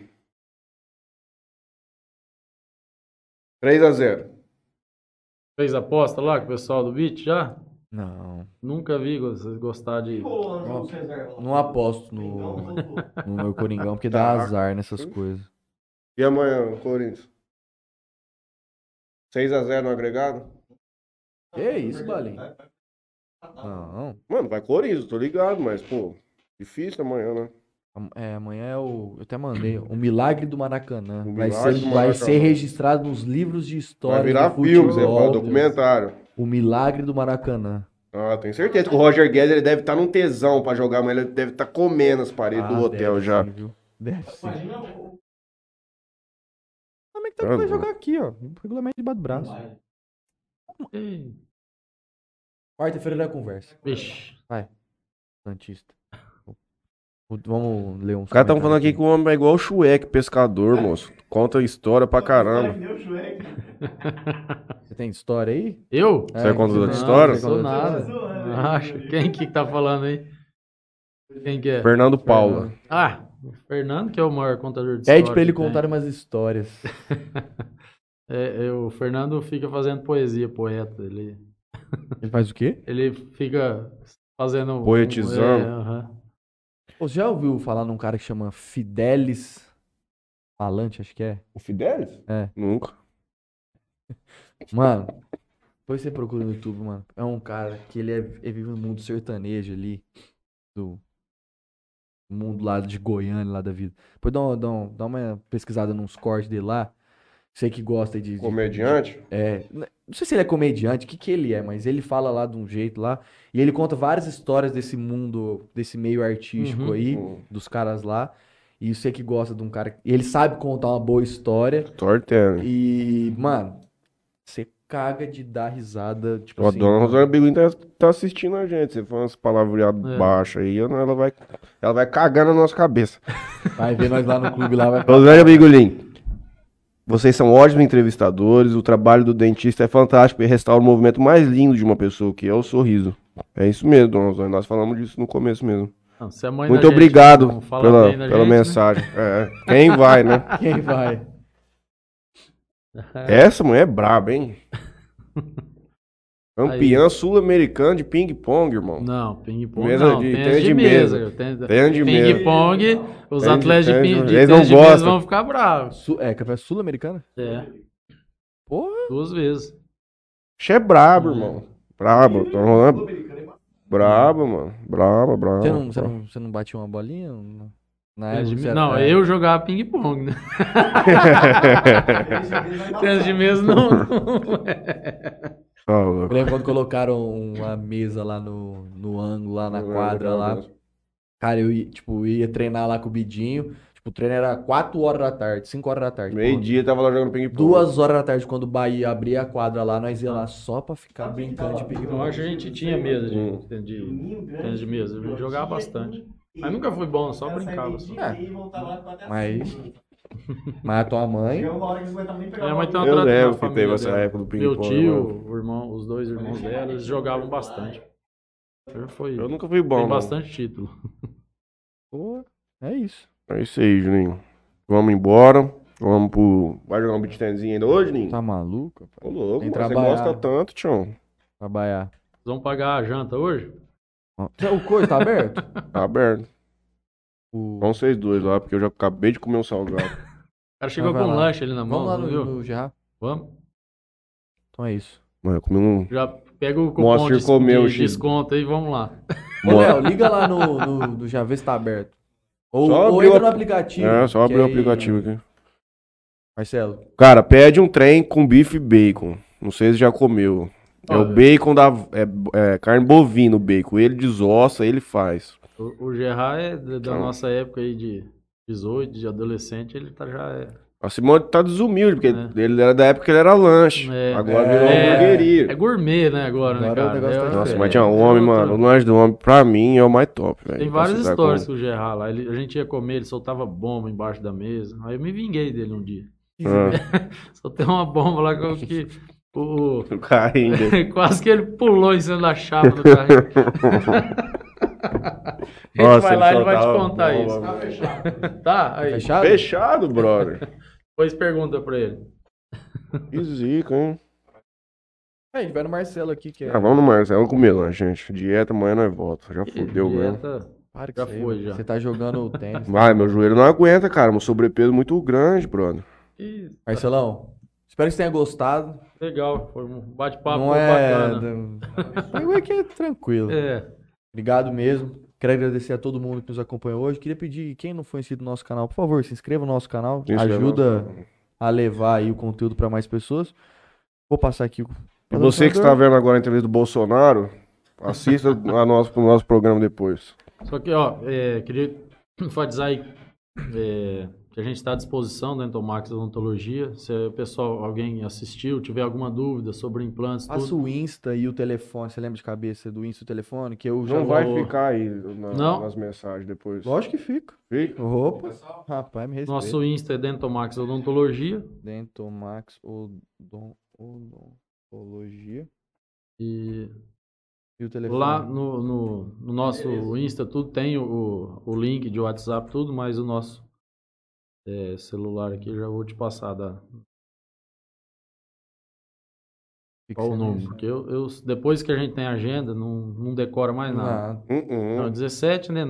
3-0. Fez aposta lá com o pessoal do Beat já? Não. Nunca vi vocês gostar de. Rolou no jogo reserva. Não aposto Então, voltou. no meu Coringão, porque dá Tá. azar nessas coisas. E amanhã, Corinthians? 6-0 no agregado? Que isso, Balinho? Não. Mano, vai Corinthians, tô ligado, mas, pô, difícil amanhã, né? Amanhã é o. Eu até mandei. O Milagre do Maracanã. O Vai Milagre ser, do vai Maracanã. ser registrado nos livros de Vai história virar do filme, você futebol. fala, documentário. O Milagre do Maracanã. Ah, tenho certeza que o Roger Guedes ele deve estar num tesão pra jogar, mas ele deve estar comendo as paredes do hotel deve já. sim, viu? Deve sim. Imagina o. Como é que tá que vai jogar aqui, ó? Regulamento debaixo do braço. Ei, Quarta-feira da conversa. Vixe. Vai. Santista. Vamos ler uns Os caras estão falando aqui comentários que o homem é igual o Shrek, pescador, moço. Conta história pra caramba. Que nem o Shrek. Você tem história aí? Eu? Você conta você outra tem- história? Não sou você nada. conta outra Zoando, né? Acho. Quem que tá falando aí? Quem que é? Fernando Paula. Ah, o Fernando, que é o maior contador de Pede história pra ele que tem. contar umas histórias. O Fernando fica fazendo poesia, poeta. Ele faz o quê? Ele fica fazendo. Poetizando. Aham. Você já ouviu falar num cara que chama Fidelis Palante, acho que é? O Fidelis? É. Nunca. Mano, depois você procura no YouTube, mano. É um cara que ele vive no mundo sertanejo ali. Do mundo lá de Goiânia, lá da vida. Depois dá uma pesquisada nos cortes dele lá. Você que gosta de Comediante? não sei se ele é comediante, o que ele é, mas ele fala lá de um jeito lá. E ele conta várias histórias desse mundo, desse meio artístico Uhum. aí, Uhum. dos caras lá. E você que gosta de um cara. E ele sabe contar uma boa história. Tortendo. E, mano, você caga de dar risada. Tipo A assim. dona Rosana Biguin tá assistindo a gente. Você fala umas palavreadas É. baixas aí, ela vai cagar na nossa cabeça. Vai ver nós lá no clube lá. Vai Rosana Biguin, vocês são ótimos entrevistadores. O trabalho do dentista é fantástico e restaura o movimento mais lindo de uma pessoa, que é o sorriso. É isso mesmo, dona Rosana. Nós falamos disso no começo mesmo. Não, se a mãe Muito da gente obrigado não fala bem da pela gente, né? mensagem. É. Quem vai, né? Quem vai? Essa mulher é braba, hein? Campeã sul-americana de ping-pong, irmão. Não, ping-pong Mesa não. de- Tênis tênis de de mesa. mesa. Tênis Tênis de mesa. Ping-pong, os Tênis de- atletas de tênis de- tênis eles não de mesa gostam. vão ficar bravos. É campeã sul-americana? É, Porra. 2 vezes. Che é brabo, irmão. Brabo. Tá rolando? Brabo, mano. Brabo, brabo. Você não batia uma bolinha? Na Tênis de época mesa- você Não, era- eu jogava ping-pong, né? Tênis de mesa não. Tá Eu louco. lembro quando colocaram uma mesa lá no ângulo, lá na quadra lá. Cara, ia treinar lá com o Bidinho. Tipo, o treino era 4 horas da tarde, 5 horas da tarde. Meio-dia tava lá jogando ping-pong. 2 horas da tarde, quando o Bahia abria a quadra lá, nós ia lá só pra ficar brincando de Eu ping-pong. acho que a gente tinha mesa Hum. de tênis de mesa. Eu jogava bastante. Mas nunca fui bom, só brincava. Só. Mas a tua mãe. Minha mãe tem uma Eu tradição na lembro que família teve essa dela. época do Meu ping-pong. tio, mano. o irmão, os 2 irmãos dela, eles jogavam bastante. Eu nunca fui bom, Tem mano. bastante título. Pô, é isso. É isso aí, Juninho. Vamos embora. Vai jogar um beat tenzinho ainda hoje, Ninho? Tá maluco, Ô, rapaz? louco, Tem mano, você trabalhar. gosta tanto, tchau. Trabalhar. Vocês vão pagar a janta hoje? O coisa tá aberto? Tá aberto. O... Vão vocês dois lá, porque eu já acabei de comer um salgado. O cara chegou vai com um lá. lanche ali na mão, Vamos lá não viu? no Gerard? Vamos? Então é isso. Mano, eu comi um... Já pega o cupom Moacir comeu, de Chico. desconto aí, vamos lá. Ô, Léo, liga lá no já vê se tá aberto. Ou, Só ou abrir entra o- no aplicativo. É, só que abrir o aí- aplicativo aqui. Marcelo. Cara, pede um trem com bife e bacon. Não sei se já comeu. É o Olha. bacon da... É carne bovina, o bacon. Ele desossa, ele faz. O Gerard é da Então. nossa época aí de 18, de adolescente, ele tá já é. A Simone tá desumilde, porque É. ele era da época que ele era lanche. É. Agora É. virou hamburgueria. É gourmet, né, agora, né, Agora o cara? negócio tá Nossa, diferente. mas tinha homem, outro- mano. O lanche do homem, pra mim, é o mais top, velho. Tem Pra várias você dar histórias com- com o Gerard lá. A gente ia comer, ele soltava bomba embaixo da mesa. Aí eu me vinguei dele um dia. Ah, Soltei uma bomba lá que o, o cara ainda. quase que ele pulou em cima da chapa do carrinho. A gente Nossa, vai lá e ele vai te soltava contar bomba, isso. Tá fechado. Tá? Aí. Fechado? Fechado, brother. Depois pergunta pra ele. Que zica, hein? É, a gente vai no Marcelo aqui, que é... Ah, vamos no Marcelo comer lá, gente. Dieta, amanhã nós volta. Já fudeu mesmo. Dieta. Para que Já isso aí, foi, mano. já. Você tá jogando tênis. Vai, meu joelho não aguenta, cara. Um sobrepeso muito grande, brother. Ih, Marcelão, espero que você tenha gostado. legal, foi um bate-papo Não é... bacana. Foi que é tranquilo. É, Obrigado mesmo. Quero agradecer a todo mundo que nos acompanhou hoje. Queria pedir, quem não foi inscrito no nosso canal, por favor, se inscreva no nosso canal. Se inscreva no Ajuda nosso canal. a levar aí o conteúdo para mais pessoas. Vou passar aqui o E você que está vendo agora a entrevista do Bolsonaro, assista o nosso programa depois. só que, ó, queria enfatizar aí que a gente está à disposição da Entomax Odontologia. Se o pessoal, alguém assistiu, tiver alguma dúvida sobre implantes, Passa tudo. o Insta e o telefone. Você lembra de cabeça do Insta e o telefone? Que eu já Não vai vou- ficar aí Não. nas mensagens depois. Lógico que fica. Fica? Opa. Rapaz, me respeita. Nosso Insta é Dentomax Odontologia. Dentomax Odontologia. E E o telefone. lá no nosso Insta, tudo tem o link de WhatsApp, tudo, mas o nosso celular aqui eu já vou te passar Fica qual o sem número. isso. Porque eu depois que a gente tem agenda, não decora mais nada. Não, 17, né?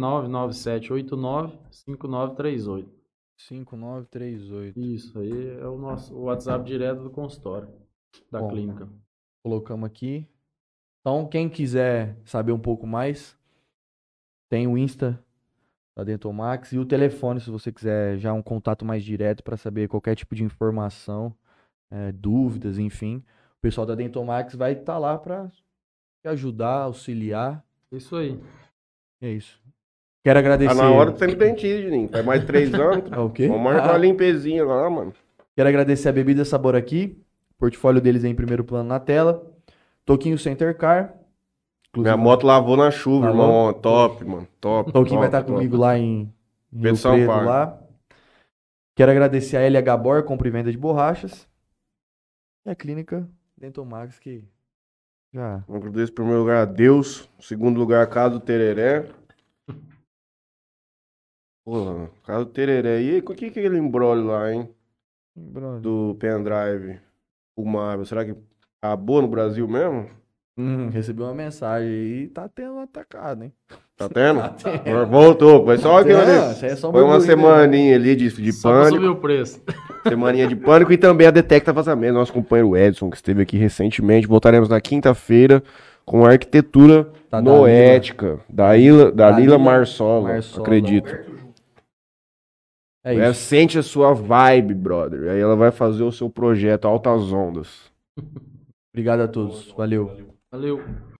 997895938. 5938. Isso aí é o nosso WhatsApp direto do consultório da Bom. clínica. Colocamos aqui. Então, quem quiser saber um pouco mais, tem o Insta da Dentomax e o telefone, se você quiser já um contato mais direto para saber qualquer tipo de informação, dúvidas, enfim. O pessoal da Dentomax vai estar lá para te ajudar, auxiliar. Isso aí. É isso. Quero agradecer. Tá na hora de ser dentista, Juninho. Faz mais de 3 anos. É o quê? Vamos marcar uma limpezinha lá, mano. Quero agradecer a Bebida Sabor aqui. O portfólio deles é em primeiro plano na tela. Toquinho Center Car. Minha moto lavou na chuva, Lavou? irmão. Top, mano. Top. Toquinho vai top, estar top. comigo lá em Rio Pedro Preto Sampaio. lá. Quero agradecer a LH Bor, compra e venda de borrachas. E a clínica Dentomax, que já... Eu agradeço em primeiro lugar a Deus. Em segundo lugar, a Casa do Tereré. Porra, Casa do Tereré. E aí, o que é aquele embrólio lá, hein? Do pendrive fumável. Será que acabou no Brasil mesmo? Recebi uma mensagem aí, tá tendo um atacado, hein? Tá tendo? Tá tendo. Voltou. Foi só aquilo Não, ali. isso aí é só um Foi uma burburinho, semaninha ali de Só pra subir pânico. o preço. Semaninha de pânico e também a Detecta Vazamento. Nosso companheiro Edson, que esteve aqui recentemente. Voltaremos na quinta-feira com a arquitetura Tá, noética da Lila Dalila Marsola, Marsola. acredito. É Ela isso. sente a sua vibe, brother. Aí ela vai fazer o seu projeto Altas Ondas. Obrigado a todos. Valeu. Valeu.